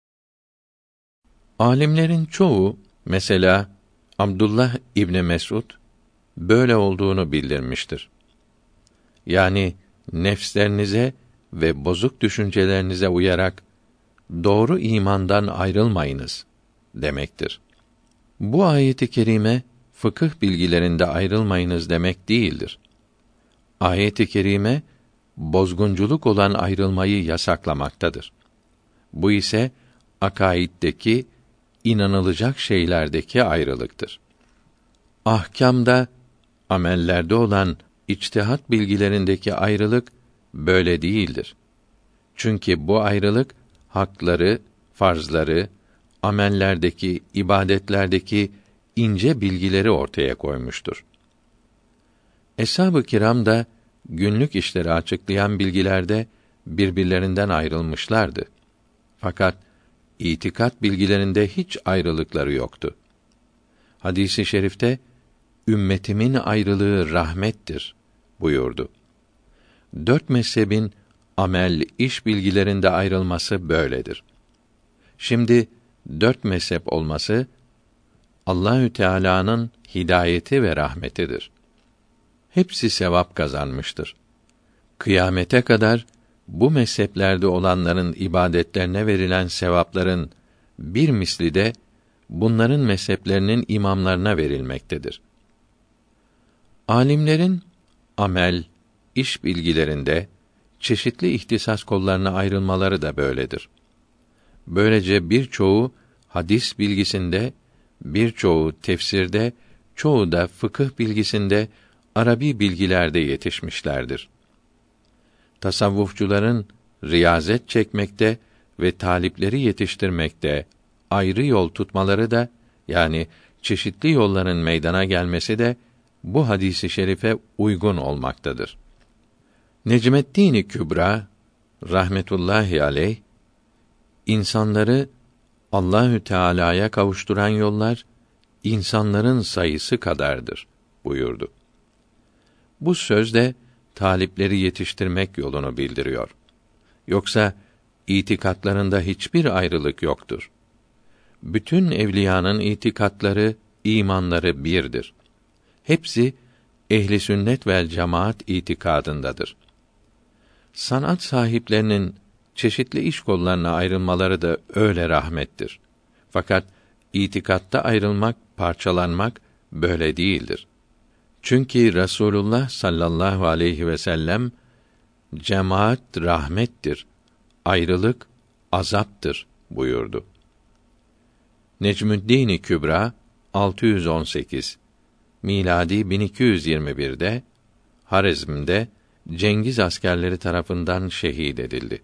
Alimlerin çoğu, mesela Abdullah İbni Mes'ud böyle olduğunu bildirmiştir. Yani nefslerinize ve bozuk düşüncelerinize uyarak doğru imandan ayrılmayınız demektir. Bu ayet-i kerime fıkıh bilgilerinde ayrılmayınız demek değildir. Ayet-i kerime bozgunculuk olan ayrılmayı yasaklamaktadır. Bu ise akaiddeki, inanılacak şeylerdeki ayrılıktır. Ahkâmda, amellerde olan içtihat bilgilerindeki ayrılık böyle değildir. Çünkü bu ayrılık hakları, farzları, amellerdeki, ibadetlerdeki ince bilgileri ortaya koymuştur. Eshab-ı kiram da günlük işleri açıklayan bilgilerde birbirlerinden ayrılmışlardı. Fakat itikat bilgilerinde hiç ayrılıkları yoktu. Hadis-i şerifte ümmetimin ayrılığı rahmettir buyurdu. 4 mezhebin amel, iş bilgilerinde ayrılması böyledir. Şimdi 4 mezhep olması Allahü Teala'nın hidayeti ve rahmetidir. Hepsi sevap kazanmıştır. Kıyamete kadar bu mezheplerde olanların ibadetlerine verilen sevapların bir misli de bunların mezheplerinin imamlarına verilmektedir. Alimlerin amel, iş bilgilerinde çeşitli ihtisas kollarına ayrılmaları da böyledir. Böylece birçoğu hadis bilgisinde, birçoğu tefsirde, çoğu da fıkıh bilgisinde, Arabi bilgilerde yetişmişlerdir. Tasavvufçuların riyazet çekmekte ve talipleri yetiştirmekte ayrı yol tutmaları da, yani çeşitli yolların meydana gelmesi de bu hadisi şerife uygun olmaktadır. Necmeddin Kübra rahmetullahi aleyh, insanları Allahü Teala'ya kavuşturan yollar insanların sayısı kadardır buyurdu. Bu söz de talipleri yetiştirmek yolunu bildiriyor. Yoksa itikatlarında hiçbir ayrılık yoktur. Bütün evliyanın itikatları, imanları birdir. Hepsi ehli sünnet vel cemaat itikadındadır. Sanat sahiplerinin çeşitli iş kollarına ayrılmaları da öyle rahmettir. Fakat itikatta ayrılmak, parçalanmak böyle değildir. Çünkü Resulullah sallallahu aleyhi ve sellem cemaat rahmettir, ayrılık azaptır buyurdu. Necmüddin Kübra 618 miladi 1221'de Harizm'de Cengiz askerleri tarafından şehit edildi.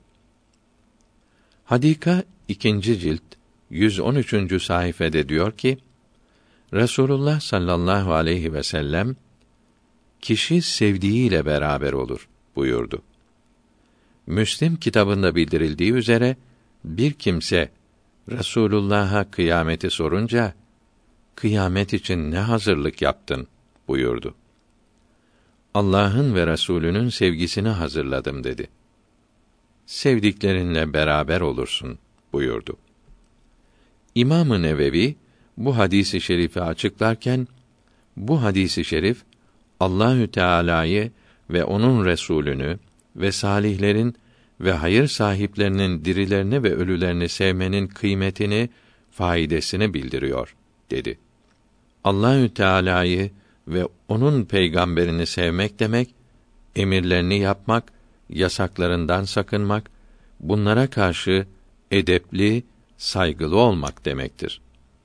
Hadika 2. cilt 113. sayfede diyor ki: Resulullah sallallahu aleyhi ve sellem kişi sevdiğiyle beraber olur buyurdu. Müslim kitabında bildirildiği üzere bir kimse Resulullah'a kıyameti sorunca kıyamet için ne hazırlık yaptın buyurdu. Allah'ın ve Resulünün sevgisini hazırladım dedi. Sevdiklerinle beraber olursun buyurdu. İmam-ı Nevevi bu hadisi şerifi açıklarken bu hadisi şerif Allahü Teala'yı ve onun Resulünü ve salihlerin ve hayır sahiplerinin dirilerini ve ölülerini sevmenin kıymetini, faydasını bildiriyor dedi. Allahü Teala'yı ve onun peygamberini sevmek demek, emirlerini yapmak, yasaklarından sakınmak, bunlara karşı edepli, saygılı olmak demektir.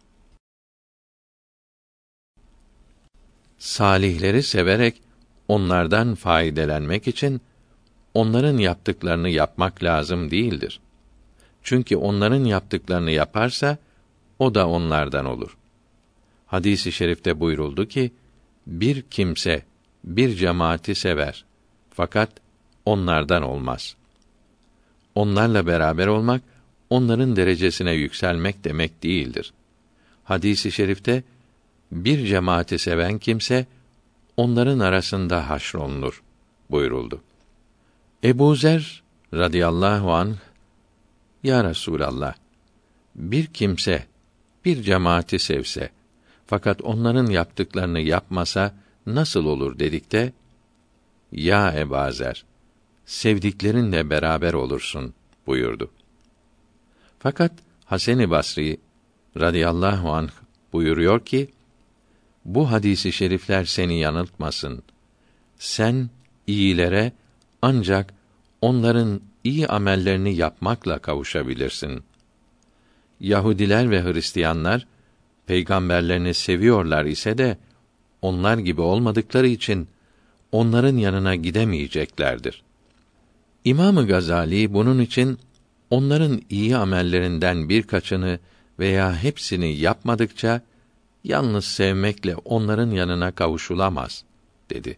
Salihleri severek onlardan faydelenmek için onların yaptıklarını yapmak lazım değildir. Çünkü onların yaptıklarını yaparsa o da onlardan olur. Hadis-i şerifte buyuruldu ki bir kimse bir cemaati sever fakat onlardan olmaz. Onlarla beraber olmak onların derecesine yükselmek demek değildir. Hadis-i şerifte bir cemaati seven kimse onların arasında haşrolunur buyuruldu. Ebu Zer radıyallahu anh, ya Resulallah, bir kimse bir cemaati sevse fakat onların yaptıklarını yapmasa nasıl olur dedikte, ya Ebu Zer, sevdiklerinle beraber olursun buyurdu. Fakat Hasan-ı Basri radıyallahu anh buyuruyor ki, bu hadisi şerifler seni yanıltmasın. Sen iyilere ancak onların iyi amellerini yapmakla kavuşabilirsin. Yahudiler ve Hristiyanlar peygamberlerini seviyorlar ise de onlar gibi olmadıkları için onların yanına gidemeyeceklerdir. İmam-ı Gazali bunun için onların iyi amellerinden birkaçını veya hepsini yapmadıkça yalnız sevmekle onların yanına kavuşulamaz dedi.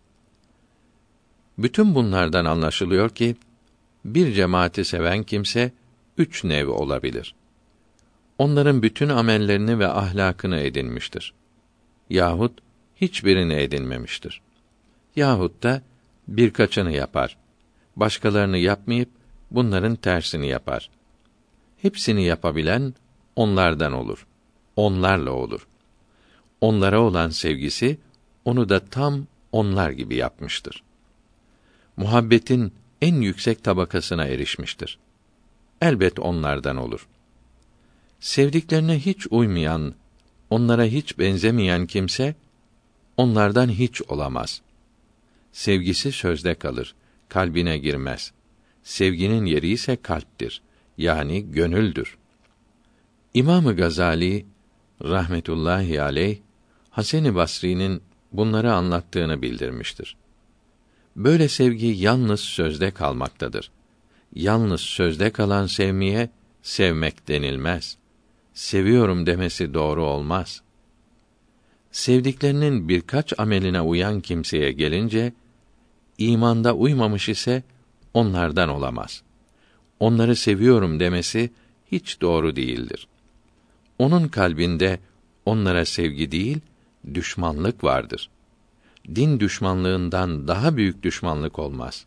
Bütün bunlardan anlaşılıyor ki bir cemaati seven kimse 3 nev olabilir. Onların bütün amellerini ve ahlakını edinmiştir. Yahut hiçbirini edinmemiştir. Yahut da birkaçını yapar. Başkalarını yapmayıp bunların tersini yapar. Hepsini yapabilen onlardan olur. Onlarla olur. Onlara olan sevgisi onu da tam onlar gibi yapmıştır. Muhabbetin en yüksek tabakasına erişmiştir. Elbet onlardan olur. Sevdiklerine hiç uymayan, onlara hiç benzemeyen kimse, onlardan hiç olamaz. Sevgisi sözde kalır, kalbine girmez. Sevginin yeri ise kalptir, yani gönüldür. İmam-ı Gazali rahmetullahi aleyh, Hasan-ı Basri'nin bunları anlattığını bildirmiştir. Böyle sevgi yalnız sözde kalmaktadır. Yalnız sözde kalan sevmeye sevmek denilmez. Seviyorum demesi doğru olmaz. Sevdiklerinin birkaç ameline uyan kimseye gelince, imanda uymamış ise onlardan olamaz. Onları seviyorum demesi hiç doğru değildir. Onun kalbinde onlara sevgi değil, düşmanlık vardır. Din düşmanlığından daha büyük düşmanlık olmaz.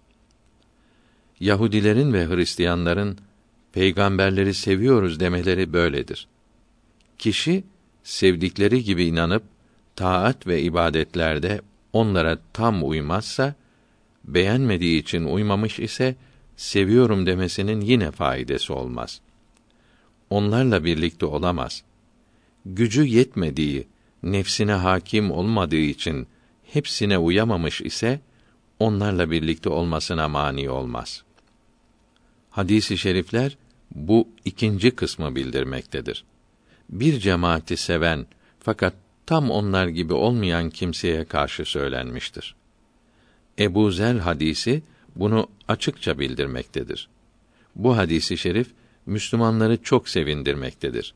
Yahudilerin ve Hristiyanların peygamberleri seviyoruz demeleri böyledir. Kişi sevdikleri gibi inanıp taat ve ibadetlerde onlara tam uymazsa, beğenmediği için uymamış ise seviyorum demesinin yine faydası olmaz. Onlarla birlikte olamaz. Gücü yetmediği, nefsine hakim olmadığı için hepsine uyamamış ise onlarla birlikte olmasına mani olmaz. Hadis-i şerifler bu ikinci kısmı bildirmektedir. Bir cemaati seven fakat tam onlar gibi olmayan kimseye karşı söylenmiştir. Ebu Zer hadisi bunu açıkça bildirmektedir. Bu hadisi şerif Müslümanları çok sevindirmektedir.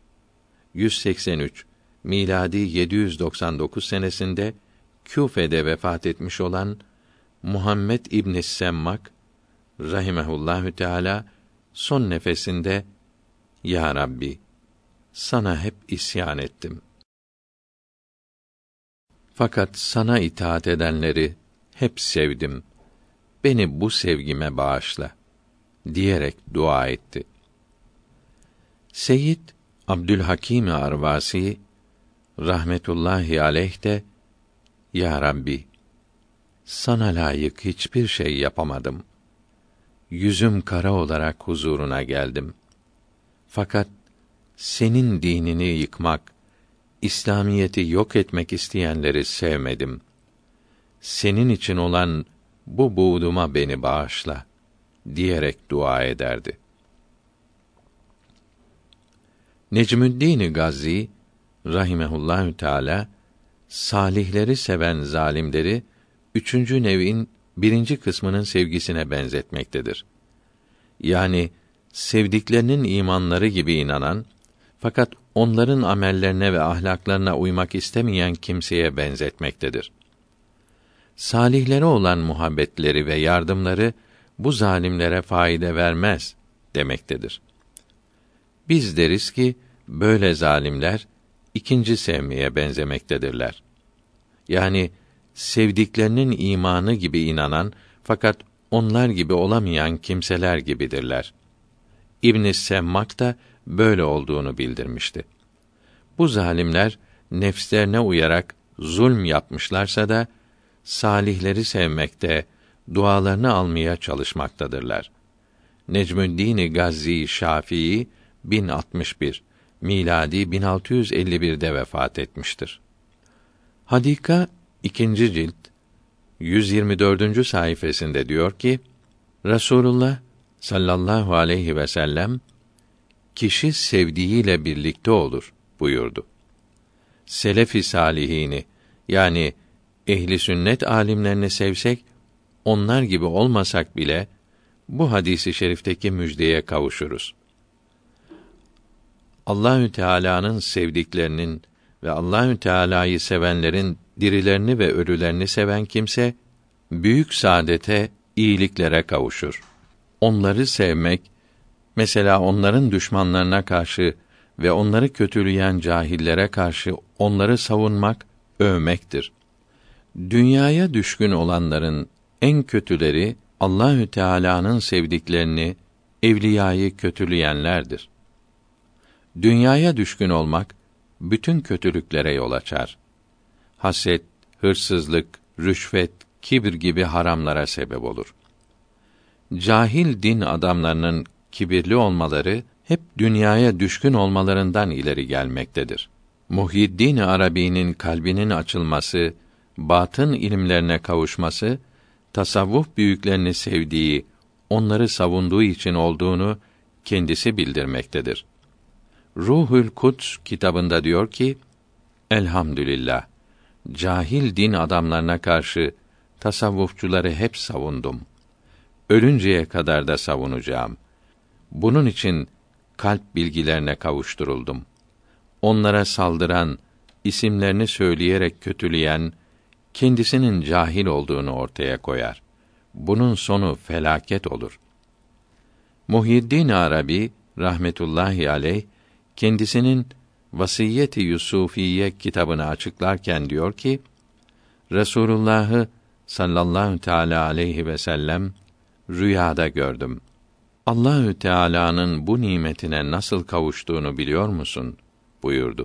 183 miladi 799 senesinde Küfe'de vefat etmiş olan Muhammed İbn Semmak rahimehullahü teala son nefesinde Ya Rabbi, sana hep isyan ettim. Fakat sana itaat edenleri hep sevdim. Beni bu sevgime bağışla diyerek dua etti. Seyyid Abdülhakim Arvasi rahmetullahi aleyh de Ya Rabbi, sana layık hiçbir şey yapamadım. Yüzüm kara olarak huzuruna geldim. Fakat senin dinini yıkmak, İslamiyeti yok etmek isteyenleri sevmedim. Senin için olan bu buğduma beni bağışla diyerek dua ederdi. Necmüddin Gazzi rahimehullahü teala salihleri seven zalimleri üçüncü nev'in birinci kısmının sevgisine benzetmektedir. Yani sevdiklerinin imanları gibi inanan fakat onların amellerine ve ahlaklarına uymak istemeyen kimseye benzetmektedir. Salihlere olan muhabbetleri ve yardımları bu zalimlere faide vermez demektedir. Biz deriz ki böyle zalimler ikinci sevmeye benzemektedirler. Yani sevdiklerinin imanı gibi inanan fakat onlar gibi olamayan kimseler gibidirler. İbn Semmak da böyle olduğunu bildirmişti. Bu zalimler nefslerine uyarak zulm yapmışlarsa da salihleri sevmekte, dualarını almaya çalışmaktadırlar. Necmüddin Gazzi Şafii 1061 miladi 1651'de vefat etmiştir. Hadika 2. cilt 124. sayfasında diyor ki: Resulullah sallallahu aleyhi ve sellem kişi sevdiğiyle birlikte olur buyurdu. Selef-i salihini yani ehli sünnet alimlerini sevsek, onlar gibi olmasak bile bu hadisi şerifteki müjdeye kavuşuruz. Allahü Teala'nın sevdiklerinin ve Allahü Teala'yı sevenlerin dirilerini ve ölülerini seven kimse büyük saadete, iyiliklere kavuşur. Onları sevmek, mesela onların düşmanlarına karşı ve onları kötüleyen cahillere karşı onları savunmak, övmektir. Dünyaya düşkün olanların en kötüleri Allahü Teala'nın sevdiklerini, evliyayı kötüleyenlerdir. Dünyaya düşkün olmak bütün kötülüklere yol açar. Haset, hırsızlık, rüşvet, kibir gibi haramlara sebep olur. Cahil din adamlarının kibirli olmaları hep dünyaya düşkün olmalarından ileri gelmektedir. Muhyiddin Arabi'nin kalbinin açılması, batın ilimlerine kavuşması, tasavvuf büyüklerini sevdiği, onları savunduğu için olduğunu kendisi bildirmektedir. Ruhul Kuds kitabında diyor ki: Elhamdülillah, cahil din adamlarına karşı tasavvufçuları hep savundum. Ölünceye kadar da savunacağım. Bunun için kalp bilgilerine kavuşturuldum. Onlara saldıran, isimlerini söyleyerek kötüleyen, kendisinin cahil olduğunu ortaya koyar. Bunun sonu felaket olur. Muhyiddin Arabi rahmetullahi aleyh kendisinin Vasiyeti Yusufiye kitabını açıklarken diyor ki: Resulullah'ı sallallahu teala aleyhi ve sellem rüyada gördüm. Allahü Teala'nın bu nimetine nasıl kavuştuğunu biliyor musun? Buyurdu.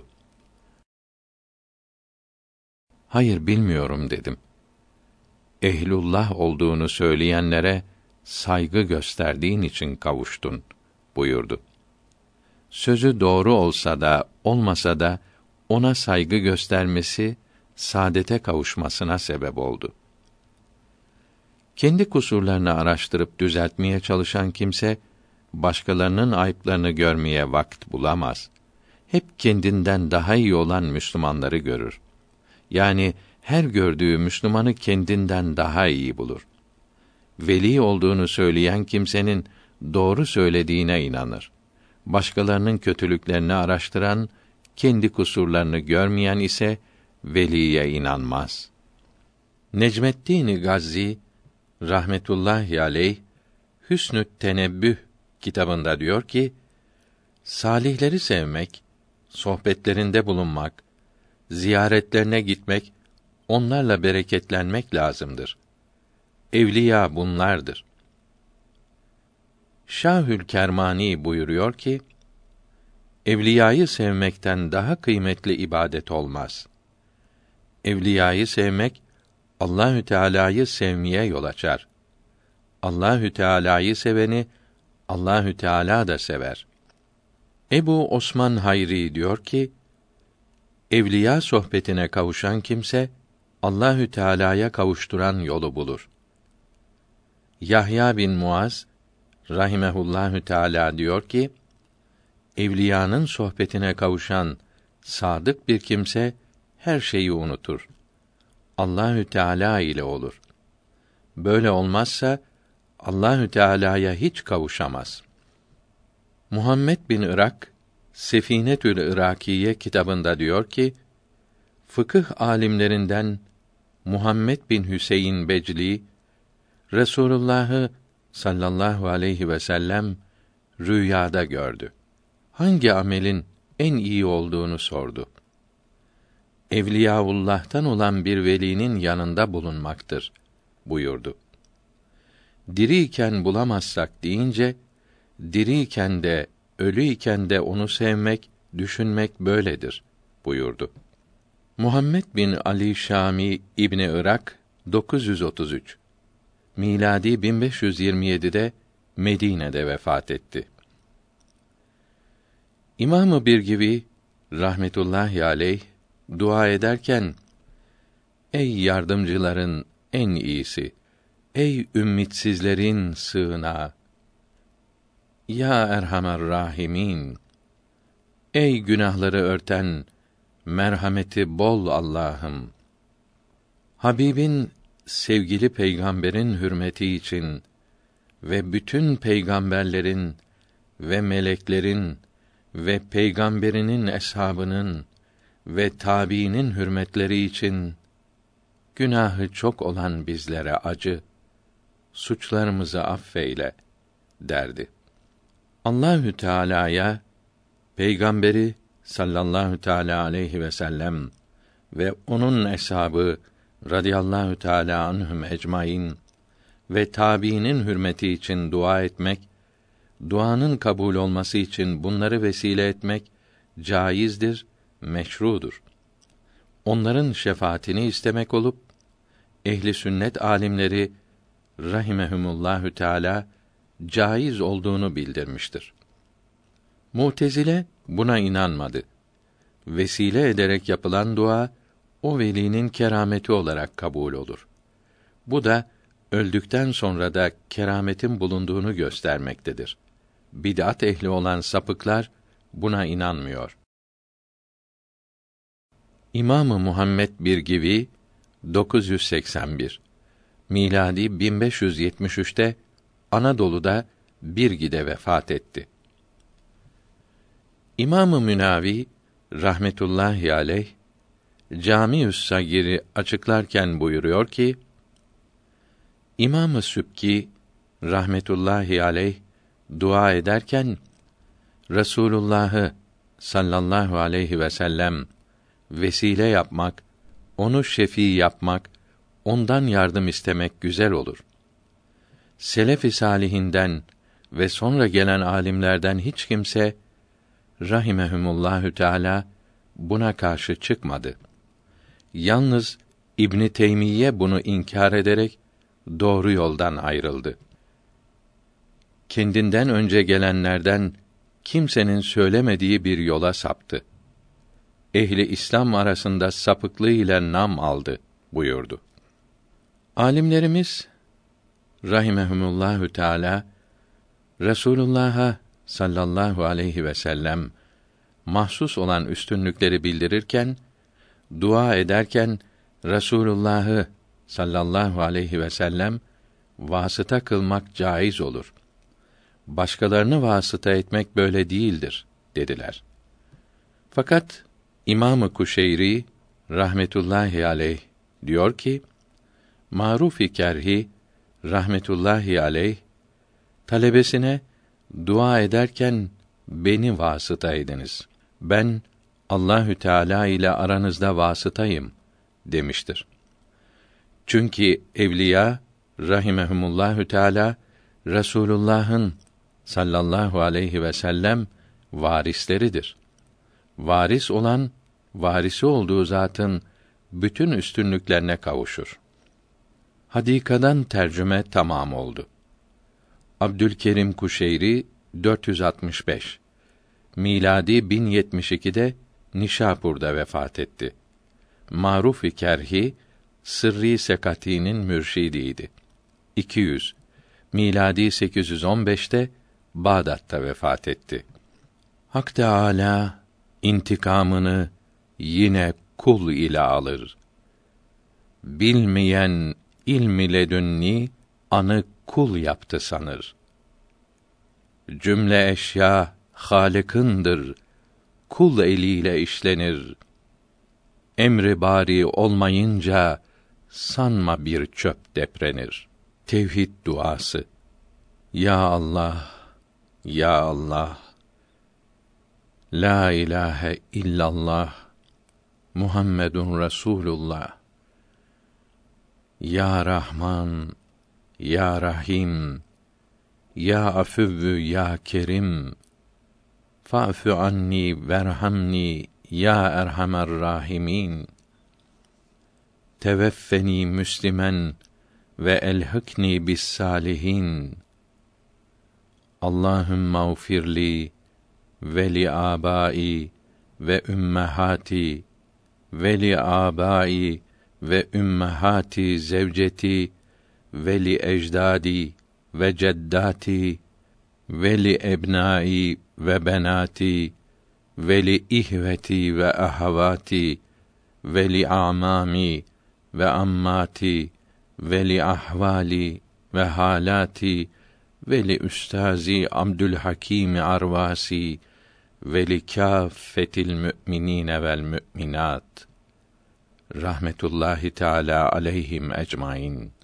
Hayır, bilmiyorum dedim. Ehlullah olduğunu söyleyenlere saygı gösterdiğin için kavuştun buyurdu. Sözü doğru olsa da olmasa da ona saygı göstermesi saadete kavuşmasına sebep oldu. Kendi kusurlarını araştırıp düzeltmeye çalışan kimse başkalarının ayıplarını görmeye vakit bulamaz. Hep kendinden daha iyi olan Müslümanları görür. Yani her gördüğü Müslümanı kendinden daha iyi bulur. Veli olduğunu söyleyen kimsenin doğru söylediğine inanır. Başkalarının kötülüklerini araştıran, kendi kusurlarını görmeyen ise veliye inanmaz. Necmeddin Gazzi rahmetullahi aleyh Hüsnü't Tenebbüh kitabında diyor ki: salihleri sevmek, sohbetlerinde bulunmak, ziyaretlerine gitmek, onlarla bereketlenmek lazımdır. Evliya bunlardır. Şahül Kermani buyuruyor ki: evliyayı sevmekten daha kıymetli ibadet olmaz. Evliyayı sevmek Allahü Teala'yı sevmeye yol açar. Allahü Teala'yı seveni Allahü Teala da sever. Ebu Osman Hayri diyor ki: evliya sohbetine kavuşan kimse Allahü Teala'ya kavuşturan yolu bulur. Yahya bin Muaz rahimehullahü Teala diyor ki: evliyanın sohbetine kavuşan sadık bir kimse her şeyi unutur. Allahü Teala ile olur. Böyle olmazsa Allahü Teala'ya hiç kavuşamaz. Muhammed bin Irak Sefinetül Irakiye kitabında diyor ki: fıkıh alimlerinden Muhammed bin Hüseyin Becli Resulullah'ı sallallahu aleyhi ve sellem rüyada gördü. Hangi amelin en iyi olduğunu sordu. Evliyaullah'tan olan bir velinin yanında bulunmaktır buyurdu. Diriyken bulamazsak deyince, diriyken de ölüyken de onu sevmek, düşünmek böyledir buyurdu. Muhammed bin Ali Şami İbni Irak 933 miladi 1527'de Medine'de vefat etti. İmam-ı Birgivi rahmetullahi aleyh dua ederken: ey yardımcıların en iyisi, ey ümitsizlerin sığınağı, ya Erhamer Rahimin, ey günahları örten, merhameti bol Allah'ım, Habibin, sevgili peygamberin hürmeti için ve bütün peygamberlerin ve meleklerin ve peygamberinin eshabının ve tabiinin hürmetleri için günahı çok olan bizlere acı, suçlarımızı affeyle derdi. Allahü Teala'ya peygamberi sallallahu teala aleyhi ve sellem ve onun eshabı radıyallahu teala anhum ecmaîn ve tabiinin hürmeti için dua etmek, duanın kabul olması için bunları vesile etmek caizdir, meşrudur. Onların şefaatini istemek olup ehli sünnet alimleri rahimehumullahü teala caiz olduğunu bildirmiştir. Mu'tezile buna inanmadı. Vesile ederek yapılan dua o velinin kerameti olarak kabul olur. Bu da öldükten sonra da kerametin bulunduğunu göstermektedir. Bid'at ehli olan sapıklar buna inanmıyor. İmam-ı Muhammed Birgivi 981 miladi 1573'te Anadolu'da Birgi'de vefat etti. İmam-ı Münavi rahmetullahi aleyh Câmiü's Sagîr'i açıklarken buyuruyor ki: İmam-ı Sübkî rahmetullahi aleyh dua ederken Resulullah'ı sallallahu aleyhi ve sellem vesile yapmak, onu şefî yapmak, ondan yardım istemek güzel olur. Selef-i salihinden ve sonra gelen alimlerden hiç kimse rahimehumullahü teâlâ buna karşı çıkmadı. Yalnız İbn Teymiyye bunu inkar ederek doğru yoldan ayrıldı. Kendinden önce gelenlerden kimsenin söylemediği bir yola saptı. Ehli İslam arasında sapıklığı ile nam aldı buyurdu. Alimlerimiz rahimehumullahü teâlâ Resulullah'a sallallahu aleyhi ve sellem mahsus olan üstünlükleri bildirirken, dua ederken Resulullah'ı sallallahu aleyhi ve sellem vasıta kılmak caiz olur. Başkalarını vasıta etmek böyle değildir dediler. Fakat İmam-ı Kuşeyri rahmetullahi aleyh diyor ki, Maruf-i Kerhi rahmetullahi aleyh talebesine dua ederken beni vasıta ediniz. Ben Allahü Teala ile aranızda vasıtayım demiştir. Çünkü evliya rahimehumullahü teâlâ Resulullah'ın sallallahu aleyhi ve sellem varisleridir. Varis olan varisi olduğu zatın bütün üstünlüklerine kavuşur. Hadikadan tercüme tamam oldu. Abdülkerim Kuşeyri 465 miladi 1072'de Nişapur'da vefat etti. Maruf-i Kerhi Sırrî Sekati'nin mürşidiydi. 200 miladi 815'te Bağdat'ta vefat etti. Hak Teâlâ intikamını yine kul ile alır. Bilmeyen ilm-i ledünni anı kul yaptı sanır. Cümle eşya Hâlık'ındır, kul eliyle işlenir. Emri bari olmayınca sanma bir çöp deprenir. Tevhid duası. Ya Allah, ya Allah. La ilahe illallah. Muhammedun Resulullah. Ya Rahman, ya Rahim. Ya Afüvvü, ya Kerim. Fa'fu anni verhamni ya erhamer rahimin. Teveffeni müslimen ve elhikni bis salihin. Allahümme mağfirli ve li abai ve ümmehati ve li abai ve ümmehati zevceti ve li ecdadi ve ceddati ve li ebnai ve benati ve li ihveti ve ahavati ve li amami ve ammati ve li ahvali ve halati ve li üstazi Abdülhakim Arvasi ve li kâffetil mü'minîne vel mü'minat rahmetullahi teâlâ aleyhim ecmaîn.